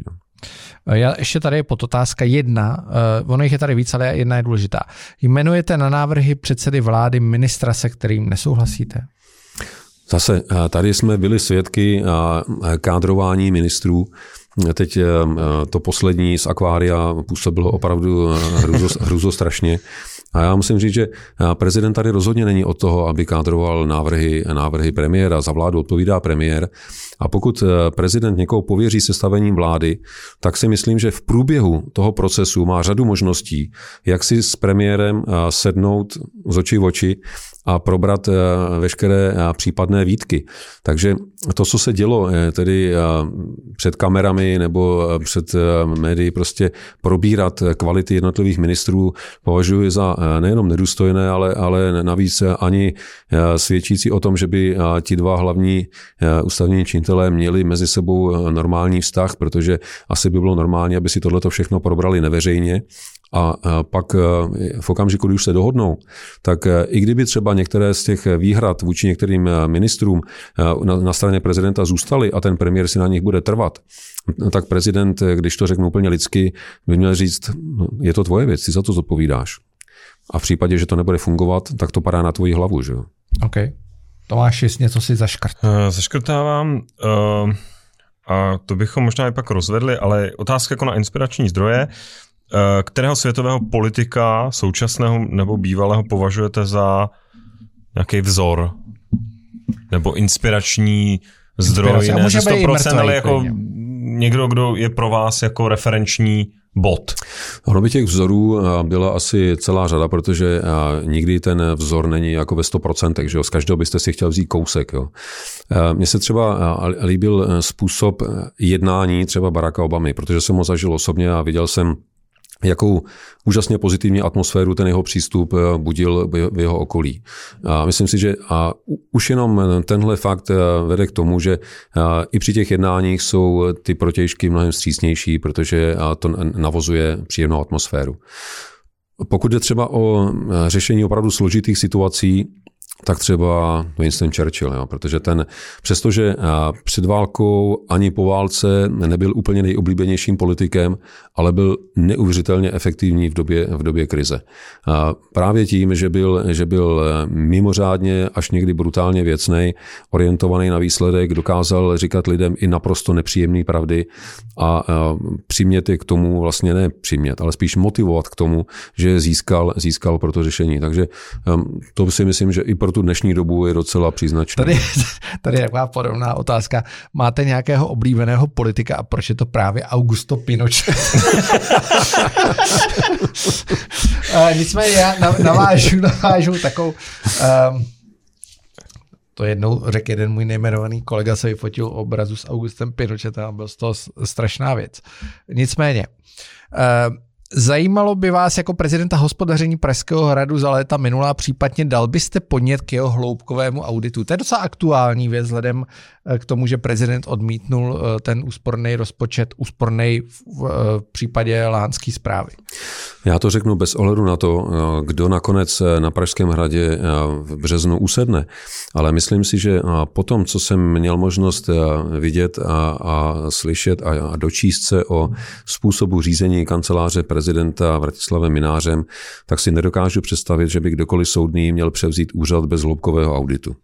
Já ještě tady je podotázka jedna, ono jich je tady víc, ale jedna je důležitá. Jmenujete na návrhy předsedy vlády ministra, se kterým nesouhlasíte? Zase, tady jsme byli svědky kádrování ministrů. Teď to poslední z Akvária působilo opravdu hruzostrašně. A já musím říct, že prezident tady rozhodně není od toho, aby kádroval návrhy premiéra. Za vládu odpovídá premiér. A pokud prezident někoho pověří sestavením vlády, tak si myslím, že v průběhu toho procesu má řadu možností, jak si s premiérem sednout z očí v oči a probrat veškeré případné výtky. Takže to, co se dělo tedy před kamerami nebo před médií, prostě probírat kvality jednotlivých ministrů, považuji za nejenom nedůstojné, ale navíc ani svědčící o tom, že by ti dva hlavní ústavní činitelé měli mezi sebou normální vztah, protože asi by bylo normální, aby si tohleto všechno probrali neveřejně. A pak v okamžiku, kdy už se dohodnou, tak i kdyby třeba některé z těch výhrad vůči některým ministrům na straně prezidenta zůstaly a ten premiér si na nich bude trvat, tak prezident, když to řeknu úplně lidsky, by měl říct, je to tvoje věc, ty za to zodpovídáš. A v případě, že to nebude fungovat, tak to padá na tvoji hlavu, že jo? OK. Tomáš, jestli něco si zaškrtávám. A to bychom možná i pak rozvedli, ale otázka jako na inspirační zdroje. Kterého světového politika, současného nebo bývalého, považujete za nějaký vzor? Nebo inspirační zdroj? Ne za 100%, ale jako někdo, kdo je pro vás jako referenční bod. Ono by těch vzorů byla asi celá řada, protože nikdy ten vzor není jako ve 100%, že jo? Z každého byste si chtěl vzít kousek. Jo? Mně se třeba líbil způsob jednání třeba Baracka Obamy, protože jsem ho zažil osobně a viděl jsem, jakou úžasně pozitivní atmosféru ten jeho přístup budil v jeho okolí. A myslím si, že už jenom tenhle fakt vede k tomu, že i při těch jednáních jsou ty protějšky mnohem vstřícnější, protože to navozuje příjemnou atmosféru. Pokud jde třeba o řešení opravdu složitých situací, tak třeba Winston Churchill, jo, protože ten, přestože před válkou ani po válce nebyl úplně nejoblíbenějším politikem, ale byl neuvěřitelně efektivní v době krize. A právě tím, že byl mimořádně až někdy brutálně věcnej, orientovaný na výsledek, dokázal říkat lidem i naprosto nepříjemné pravdy a přimět je k tomu, vlastně ne přimět, ale spíš motivovat k tomu, že získal pro to řešení. Takže to si myslím, že i pro tu dnešní dobu je docela příznačné. Tady je taková podobná otázka. Máte nějakého oblíbeného politika a proč je to právě Augusto Pinochet? Nicméně já navážu takovou... To jednou řekl jeden můj nejmenovaný kolega, se vyfotil obrazu s Augustem Pinochetem a byl z toho strašná věc. Nicméně... Zajímalo by vás jako prezidenta hospodaření Pražského hradu za léta minulá, případně dal byste podnět k jeho hloubkovému auditu? To je docela aktuální věc vzhledem k tomu, že prezident odmítnul ten úsporný rozpočet, úsporný v případě lánské správy. Já to řeknu bez ohledu na to, kdo nakonec na Pražském hradě v březnu usedne, ale myslím si, že po tom, co jsem měl možnost vidět a slyšet a dočíst se o způsobu řízení kanceláře prezidenta Vratislavem Mynářem, tak si nedokážu představit, že by kdokoliv soudný měl převzít úřad bez hloubkového auditu.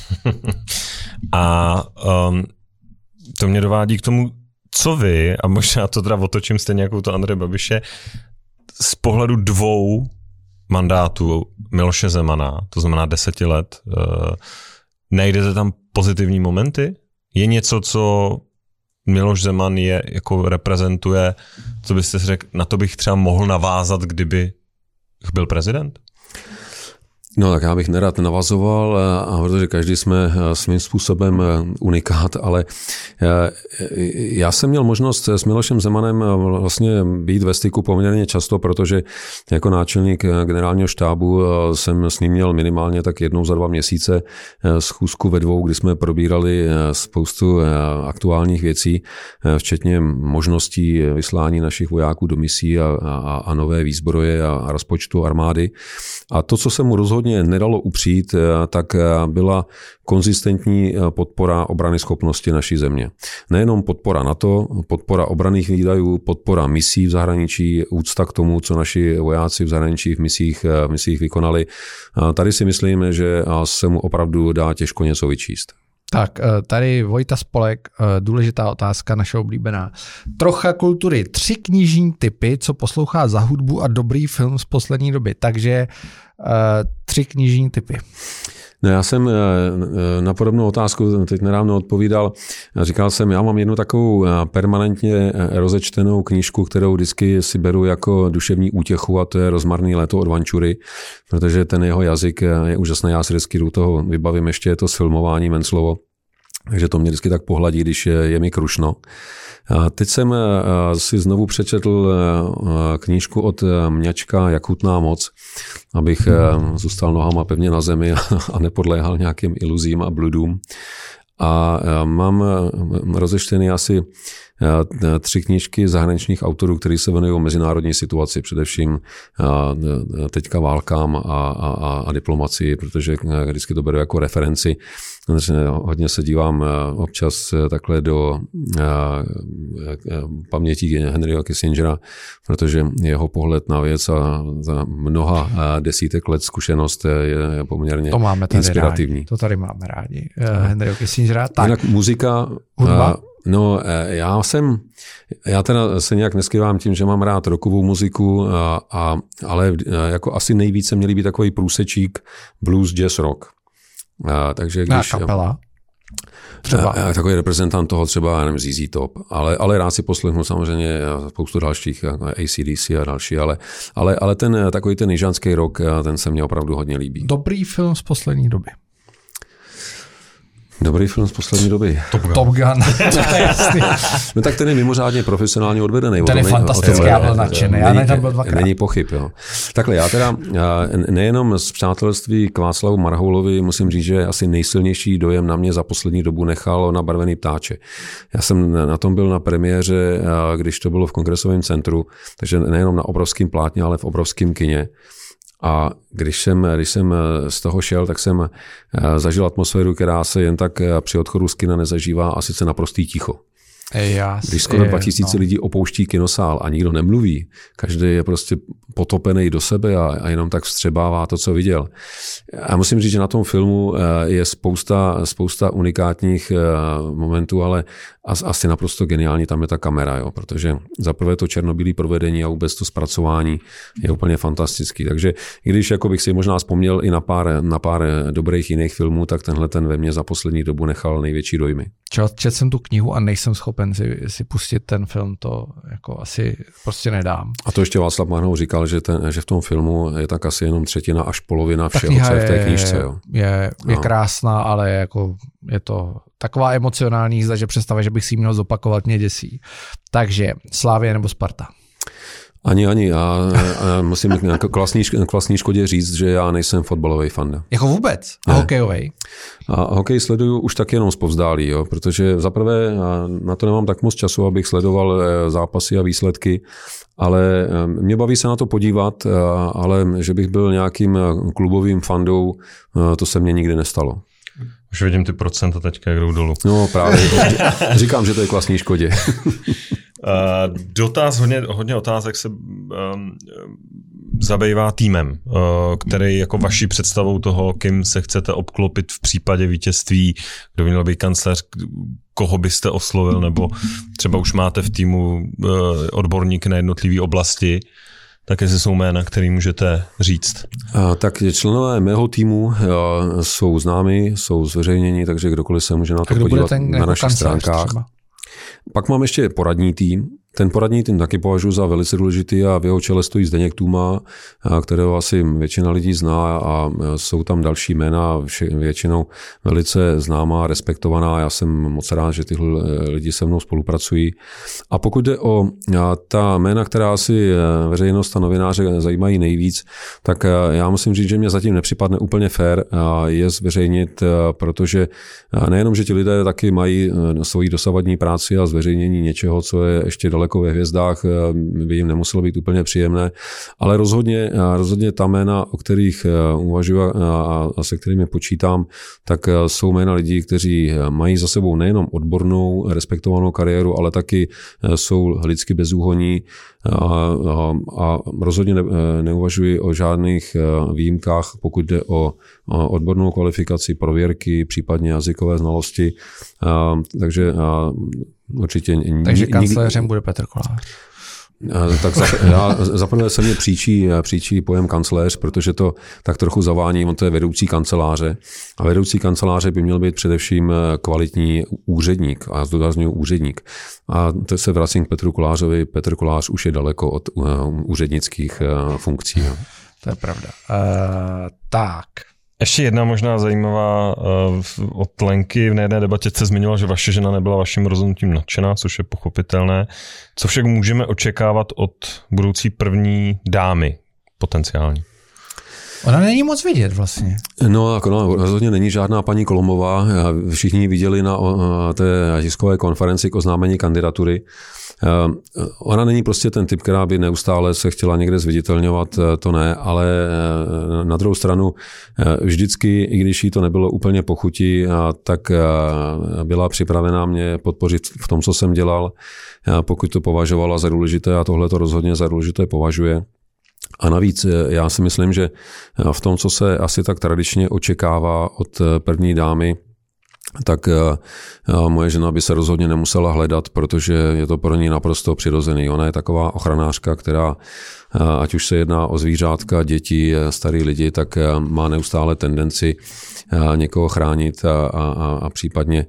A to mě dovádí k tomu, co vy, a možná to teda otočím stejně jako to Andreje Babiše, z pohledu 2 mandátů Miloše Zemana, to znamená 10 let, najdete tam pozitivní momenty? Je něco, co Miloš Zeman jako reprezentuje, co byste si řekl, na to bych třeba mohl navázat, kdyby byl prezident? No tak já bych nerad navazoval, protože každý jsme svým způsobem unikát, ale já jsem měl možnost s Milošem Zemanem vlastně být ve styku poměrně často, protože jako náčelník generálního štábu jsem s ním měl minimálně tak 1 za 2 měsíce schůzku ve 2, kdy jsme probírali spoustu aktuálních věcí, včetně možností vyslání našich vojáků do misí a nové výzbroje a rozpočtu armády. A to, co se mu rozhodně nedalo upřít, tak byla konzistentní podpora obranyschopnosti naší země. Nejenom podpora NATO, podpora obranných výdajů, podpora misí v zahraničí, úcta k tomu, co naši vojáci v zahraničí v misích vykonali. Tady si myslím, že se mu opravdu dá těžko něco vyčíst. Tak, tady Vojta Spolek, důležitá otázka, naše oblíbená. Trocha kultury, 3 knižní tipy, co poslouchá za hudbu a dobrý film z poslední doby. Takže 3 knižní tipy. No, já jsem na podobnou otázku teď nedávno odpovídal. Říkal jsem, já mám jednu takovou permanentně rozečtenou knížku, kterou vždycky si beru jako duševní útěchu, a to je Rozmarný léto od Vančury, protože ten jeho jazyk je úžasný, já si vždycky do toho vybavím ještě to sfilmování Menclovo, takže to mě vždycky tak pohladí, když je mi krušno. Teď jsem si znovu přečetl knížku od Mňačka Jak chutná moc, abych zůstal nohama pevně na zemi a nepodléhal nějakým iluzím a bludům. A mám rozečtený asi 3 knížky zahraničních autorů, kteří se věnují mezinárodní situaci, především teďka válkám a diplomacii, protože vždycky to beru jako referenci. Hodně se dívám občas takhle do paměti Henryho Kissingera, protože jeho pohled na věc a za mnoha desítek let zkušenost je poměrně to máme tady inspirativní. Rádi. To tady máme rádi. Henryho Kissingera. Tak. Jinak muzika... Hudba? No, já teda se nějak neskrývám tím, že mám rád rockovou muziku, ale jako asi nejvíce měli být takový průsečík blues, jazz, rock. Takže když... kapela? Třeba. Takový reprezentant toho třeba, já nevím, ZZ Top, ale rád si poslechnu samozřejmě spoustu dalších, AC/DC a další, ale takový ten jižanský rock, ten se mně opravdu hodně líbí. Dobrý film z poslední doby. Dobrý film z poslední doby. Top Gun. To je jasný. No tak ten je mimořádně profesionálně odvedený. Ten je fantastický, já byl nadšený. Já tam byl dvakrát. Není pochyb, jo. Takhle, já teda nejenom z přátelství k Václavu Marhoulovi musím říct, že asi nejsilnější dojem na mě za poslední dobu nechal Nabarvený ptáče. Já jsem na tom byl na premiéře, když to bylo v Kongresovém centru, takže nejenom na obrovském plátně, ale v obrovském kině. A když jsem z toho šel, tak jsem zažil atmosféru, která se jen tak při odchodu z kina nezažívá, a sice naprostý ticho. Když skoro 2000 lidí opouští kinosál a nikdo nemluví, každý je prostě potopený do sebe a jenom tak vstřebává to, co viděl. A musím říct, že na tom filmu je spousta unikátních momentů, ale asi naprosto geniální tam je ta kamera, jo, protože zaprvé to černobílé provedení a vůbec to zpracování je úplně fantastický. Takže i když jako bych si možná vzpomněl i na pár dobrých jiných filmů, tak tenhle ten ve mně za poslední dobu nechal největší dojmy. Četl jsem tu knihu a nejsem schopen si pustit ten film, to jako asi prostě nedám. A to ještě Václav Marhoul říkal, že v tom filmu je tak asi jenom třetina až polovina všeho, co je v té knížce. Jo. Je krásná, ale jako je to taková emocionální jízda, že představa, že bych si ji měl zopakovat, mě děsí. Takže Slavia nebo Sparta? Ani. Já musím k vlastní škodě říct, že já nejsem fotbalový fanda. Jako vůbec? A hokejový? A hokej sleduju už tak jenom zpovzdálí, jo, protože zaprvé na to nemám tak moc času, abych sledoval zápasy a výsledky, ale mě baví se na to podívat, ale že bych byl nějakým klubovým fandou, to se mně nikdy nestalo. Už vidím ty procenta teďka, jak jdou dolů. No právě, říkám, že to je k vlastní škodě. Hodně otázek se zabývá týmem, který jako vaší představou toho, kým se chcete obklopit v případě vítězství, kdo by měl být kancléř, koho byste oslovil, nebo třeba už máte v týmu odborníky na jednotlivé oblasti, tak jestli jsou jména, který můžete říct. Tak členové mého týmu jsou známi, jsou zveřejněni, takže kdokoliv se může na to podívat na našich stránkách. Třeba. Pak mám ještě poradní tým. Ten poradní tým taky považuji za velice důležitý a v jeho čele stojí Zdeněk Tůma, kterého asi většina lidí zná, a jsou tam další jména, většinou velice známá, respektovaná. Já jsem moc rád, že tyhle lidi se mnou spolupracují. A pokud jde o ta jména, která asi veřejnost a novináře zajímají nejvíc, tak já musím říct, že mě zatím nepřipadne úplně fér je zveřejnit, protože nejenom, že ti lidé taky mají svoji dosavadní práci a zveřejnění něčeho, co je ještě daleko ve hvězdách, by jim nemuselo být úplně příjemné, ale rozhodně ta jména, o kterých uvažuji a se kterými počítám, tak jsou jména lidí, kteří mají za sebou nejenom odbornou, respektovanou kariéru, ale taky jsou lidsky bezúhonní a rozhodně neuvažuji o žádných výjimkách, pokud jde o odbornou kvalifikaci, prověrky, případně jazykové znalosti. Takže určitě... Takže kancléřem bude Petr Kolář. Tak zaprvé se mě příčí pojem kancléř, protože to tak trochu zavání, on to je vedoucí kanceláře. A vedoucí kanceláře by měl být především kvalitní úředník, a já zdůrazňuji úředník. A to se vracím k Petru Kolářovi. Petr Kolář už je daleko od úřednických funkcí. To je pravda. Tak. Ještě jedna možná zajímavá od Lenky. V jedné debatě se zmiňovala, že vaše žena nebyla vaším rozhodnutím nadšená, což je pochopitelné. Co však můžeme očekávat od budoucí první dámy potenciální? Ona není moc vidět vlastně. No, rozhodně není žádná paní Kolomová. Všichni ji viděli na té tiskové konferenci k oznámení kandidatury. Ona není prostě ten typ, která by neustále se chtěla někde zviditelňovat, to ne, ale na druhou stranu vždycky, i když jí to nebylo úplně po chuti, tak byla připravená mě podpořit v tom, co jsem dělal, pokud to považovala za důležité, a tohle to rozhodně za důležité považuje. A navíc já si myslím, že v tom, co se asi tak tradičně očekává od první dámy, tak moje žena by se rozhodně nemusela hledat, protože je to pro ní naprosto přirozený. Ona je taková ochranářka, která, ať už se jedná o zvířátka, děti, starý lidi, tak má neustále tendenci někoho chránit a případně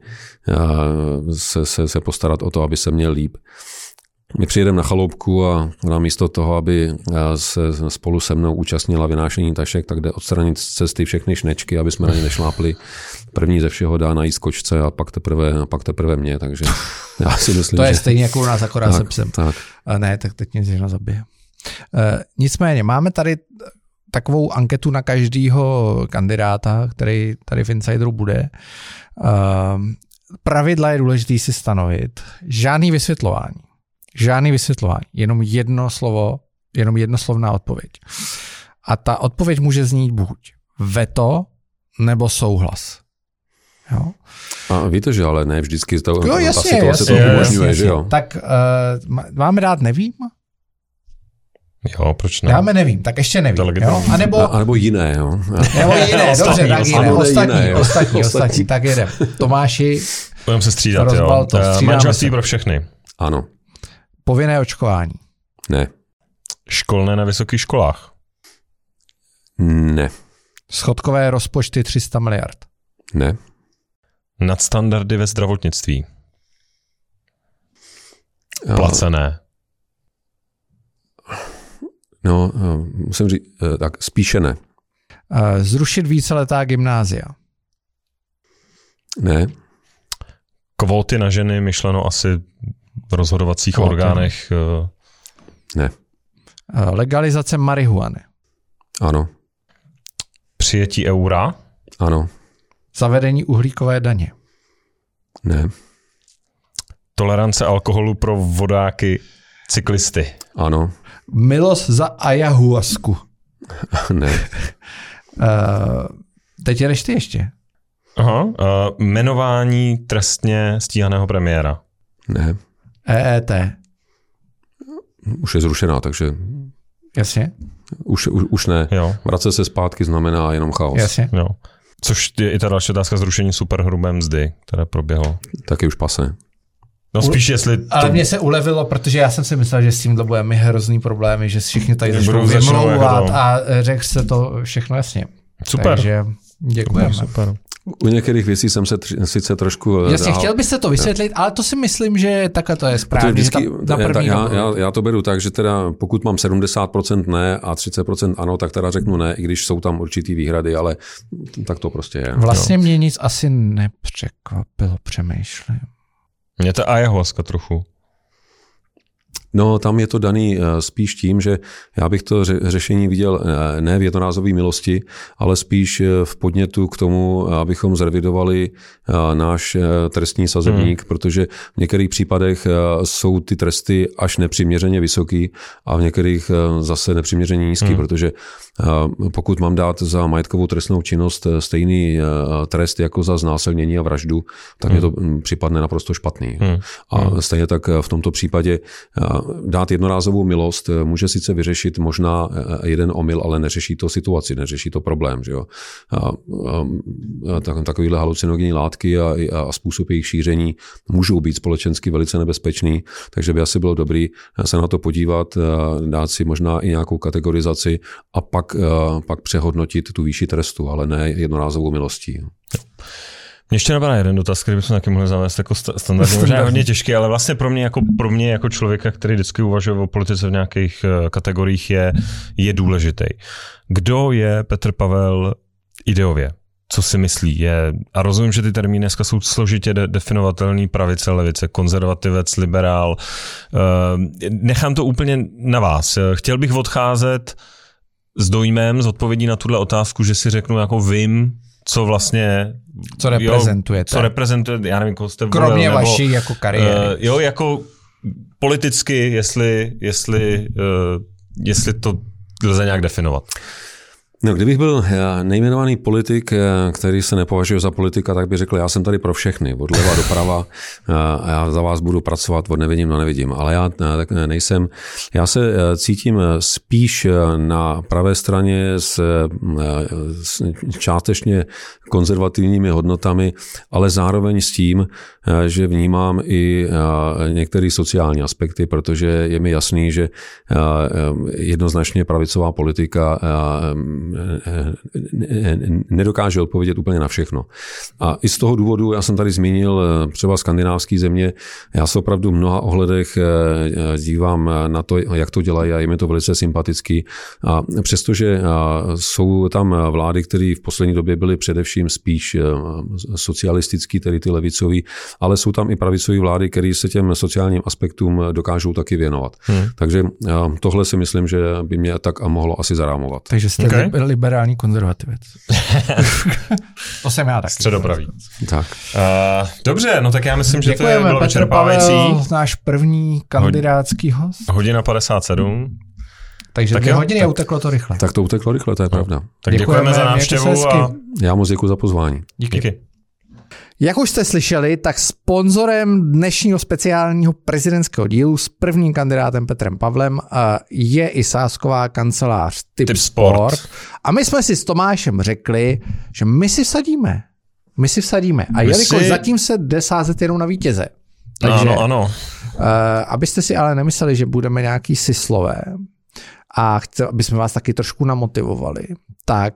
se postarat o to, aby se měl líp. My přijedeme na chaloupku a ona místo toho, aby se spolu se mnou účastnila vynášení tašek, tak jde odstranit z cesty všechny šnečky, aby jsme na ně nešlápli. První ze všeho dá najíst kočce a pak teprve mě, takže já si myslím, to je že... stejně jako u nás, akorát se psem. Tak. Ne, tak teď mě žena zabije. Nicméně, máme tady takovou anketu na každého kandidáta, který tady v Insideru bude. Pravidla je důležité si stanovit. Žádný vysvětlování, jenom jednoslovná odpověď. A ta odpověď může znít buď veto nebo souhlas. Jo? A víte, že ale ne vždycky ta jasně, situace to umožňuje, že jo? Tak máme dát nevím? Jo, proč ne? Dáme nevím, tak ještě nevím. Jo? A nebo jiné, jo? Nebo jiné, dobře, tak jiné. Ostatní, tak jedem. Tomáši, budeme se střídat, jo. Manželství pro všechny. Ano. Povinné očkování. Ne. Školné na vysokých školách. Ne. Schodkové rozpočty 300 miliard. Ne. Nadstandardy ve zdravotnictví. Placené. No, musím říct, tak spíše ne. Zrušit víceletá gymnázia. Ne. Kvóty na ženy, myšleno asi v rozhodovacích orgánech. Ne. Legalizace marihuany. Ano. Přijetí eura. Ano. Zavedení uhlíkové daně. Ne. Tolerance alkoholu pro vodáky, cyklisty. Ano. Milost za ayahuasku. Ne. Teď jedeš ty ještě. Aha. Jmenování trestně stíhaného premiéra. Ne. EET. Už je zrušená, takže... Jasně. Už ne. Jo. Vracet se zpátky znamená jenom chaos. Jasně. Jo. Což je i ta další otázka zrušení superhrubé mzdy, které proběhlo. Taky už pase. No spíš jestli... Ale mně se ulevilo, protože já jsem si myslel, že s tímhle bude mi hrozný problémy, že všichni tady začnou vymlouvat a řekl se to všechno jasně. Super. Takže děkujeme. Super. U některých věcí jsem se sice trošku... Jasně, chtěl byste to vysvětlit, ale to si myslím, že takhle to je správně. Vždycky, já to beru tak, že teda pokud mám 70% ne a 30% ano, tak teda řeknu ne, i když jsou tam určitý výhrady, ale tak to prostě je. Vlastně mě nic asi nepřekvapilo, přemýšlím. Mě to ayahuasca trochu. No, tam je to daný spíš tím, že já bych to řešení viděl ne v jednorázové milosti, ale spíš v podnětu k tomu, abychom zrevidovali náš trestní sazebník, protože v některých případech jsou ty tresty až nepřiměřeně vysoký a v některých zase nepřiměřeně nízký, protože pokud mám dát za majetkovou trestnou činnost stejný trest jako za znásilnění a vraždu, tak mi to připadne naprosto špatný. A stejně tak v tomto případě dát jednorázovou milost může sice vyřešit možná jeden omyl, ale neřeší to situaci, neřeší to problém. Že jo? Takovýhle halucinogenní látky a způsob jejich šíření můžou být společensky velice nebezpečný, takže by asi bylo dobrý se na to podívat, dát si možná i nějakou kategorizaci a pak přehodnotit tu výši trestu, ale ne jednorázovou milostí. Mě ještě napadá jeden dotaz, který bychom taky mohli zavést jako standardně, možná hodně těžký, ale vlastně pro mě jako člověka, který vždycky uvažuje o politice v nějakých kategoriích, je důležitý. Kdo je Petr Pavel ideově? Co si myslí? A rozumím, že ty termíny dneska jsou složitě definovatelný, pravice, levice, konzervativec, liberál. Nechám to úplně na vás. Chtěl bych odcházet s dojmem, s odpovědí na tuhle otázku, že si řeknu, jako vím, co vlastně... Co reprezentujete. Co reprezentuje, já nevím, koho jste volil. Kromě vaší jako kariéry. Jako politicky, jestli to lze nějak definovat. No, kdybych byl nejmenovaný politik, který se nepovažuje za politika, tak bych řekl, já jsem tady pro všechny, od leva do prava a já za vás budu pracovat od nevidím do nevidím. Ale já tak nejsem. Já se cítím spíš na pravé straně s částečně konzervativními hodnotami, ale zároveň s tím, že vnímám i některé sociální aspekty, protože je mi jasný, že jednoznačně pravicová politika nedokáže odpovědět úplně na všechno. A i z toho důvodu, já jsem tady zmínil třeba skandinávské země, já se opravdu v mnoha ohledech dívám na to, jak to dělají a je mi to velice sympatický. A přestože jsou tam vlády, které v poslední době byly především spíš socialistický, tedy ty levicový, ale jsou tam i pravicové vlády, které se těm sociálním aspektům dokážou taky věnovat. Takže tohle si myslím, že by mě tak a mohlo asi zarámovat. Takže jste liberální konzervativec. To jsem já taky. Středopravý. Tak. Dobře, no tak já myslím, že děkujeme, to bylo Petr vyčerpávající. Pavel, náš první kandidátský host. 1:57. Takže 2 hodiny a uteklo to rychle. Tak to uteklo rychle, to je pravda. Tak děkujeme za návštěvu a já moc děkuji za pozvání. Díky. Jak už jste slyšeli, tak sponzorem dnešního speciálního prezidentského dílu s prvním kandidátem Petrem Pavlem je i sázková kancelář Tipsport. A my jsme si s Tomášem řekli, že my si vsadíme. A jelikož zatím se jde sázet jenom na vítěze. Takže, ano. Abyste si ale nemysleli, že budeme nějaký syslové a aby jsme vás taky trošku namotivovali, tak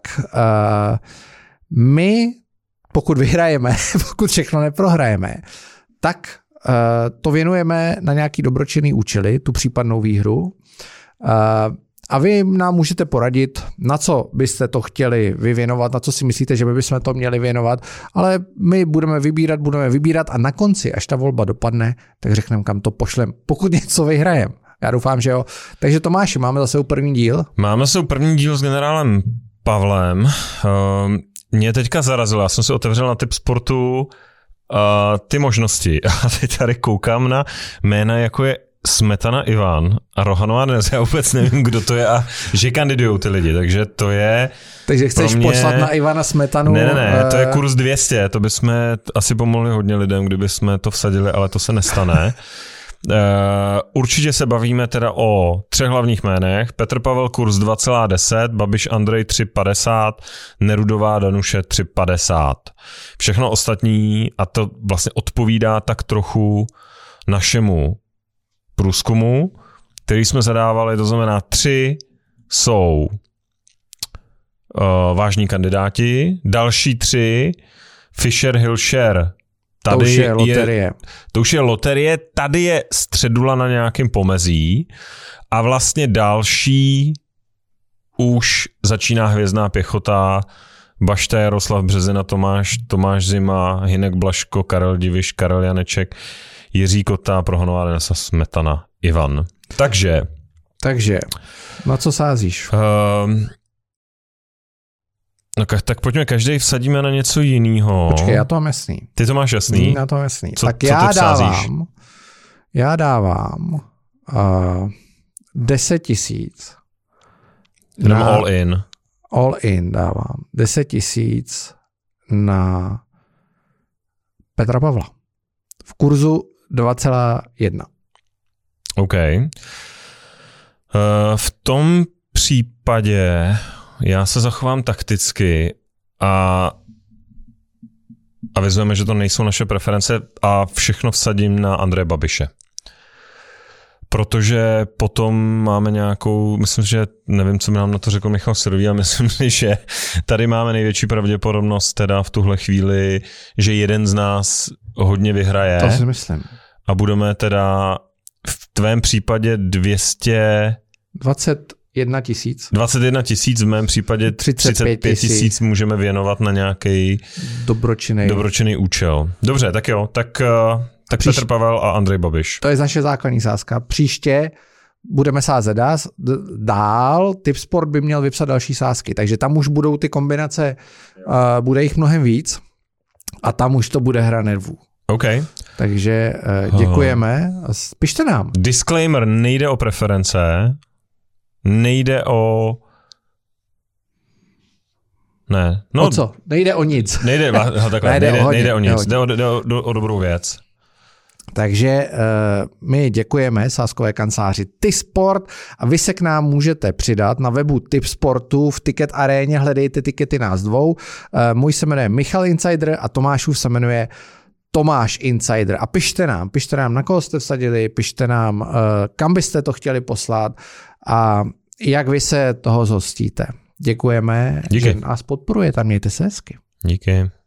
my pokud vyhrajeme, pokud všechno neprohrajeme, tak to věnujeme na nějaký dobročinný účely, tu případnou výhru. A vy nám můžete poradit, na co byste to chtěli vyvěnovat, na co si myslíte, že my bychom to měli věnovat, ale my budeme vybírat a na konci, až ta volba dopadne, tak řekneme, kam to pošlem, pokud něco vyhrajeme. Já doufám, že jo. Takže Tomáši, máme zase první díl? Máme zase první díl s generálem Pavlem. Mě teďka zarazilo, já jsem si otevřel na Tipsportu ty možnosti a teď tady koukám na jména, jako je Smetana Ivan a Rohanová dnes, já vůbec nevím, kdo to je a že kandidujou ty lidi, takže to je... Takže chceš poslat na Ivana Smetanu? Ne, to je kurz 200, to bychom asi pomohli hodně lidem, kdyby jsme to vsadili, ale to se nestane. Určitě se bavíme teda o 3 hlavních jménech. Petr Pavel kurz 2,10, Babiš Andrej 3,50, Nerudová Danuše 3,50. Všechno ostatní, a to vlastně odpovídá tak trochu našemu průzkumu, který jsme zadávali, to znamená 3 jsou vážní kandidáti, další 3 Fischer, Hilšer, tady to už je loterie. To už je loterie, tady je středula na nějakém pomezí a vlastně další už začíná hvězdná pěchota, Bašta, Jaroslav Březina, Tomáš Zima, Hynek Blaško, Karel Diviš, Karel Janeček, Jiří Kota, Prohonová Denisa, Smetana, Ivan. Takže, na co sázíš? No tak pojďme, každý vsadíme na něco jiného. Počkej, já to mám jasný. Ty to máš jasný? Já to mám jasný. Co, tak co já dávám 10 000. All in. All in dávám 10 000 na Petra Pavla. V kurzu 2,1. OK. V tom případě já se zachovám takticky a avizujeme, že to nejsou naše preference a všechno vsadím na Andreje Babiše. Protože potom máme nějakou, myslím, že nevím, co by nám na to řekl Michal Syrový, a myslím si, že tady máme největší pravděpodobnost teda v tuhle chvíli, že jeden z nás hodně vyhraje. To si myslím. A budeme teda v tvém případě 21 000, v mém případě 35 000 můžeme věnovat na nějaký dobročinný účel. Dobře, tak jo, tak Petr Pavel a Andrej Babiš. To je naše základní sázka. Příště budeme sázet dál, Tipsport by měl vypsat další sázky, takže tam už budou ty kombinace, bude jich mnohem víc a tam už to bude hra nervů. OK. Takže děkujeme. Pište nám. Disclaimer, nejde o preference, nejde o... Ne. No, o co? Nejde o nic. Nejde o nic. Jde o dobrou věc. Takže my děkujeme sázkové kanceláři Tipsport a vy se k nám můžete přidat na webu Tipsportu v Ticket Aréně, hledejte tikety nás dvou. Můj se jmenuje Michal Insider a Tomášův se jmenuje Tomáš Insider. A pište nám, na koho jste vsadili, pište nám, kam byste to chtěli poslat a jak vy se toho zhostíte. Děkujeme, Díky. že nás podporujete a mějte se hezky. Díky.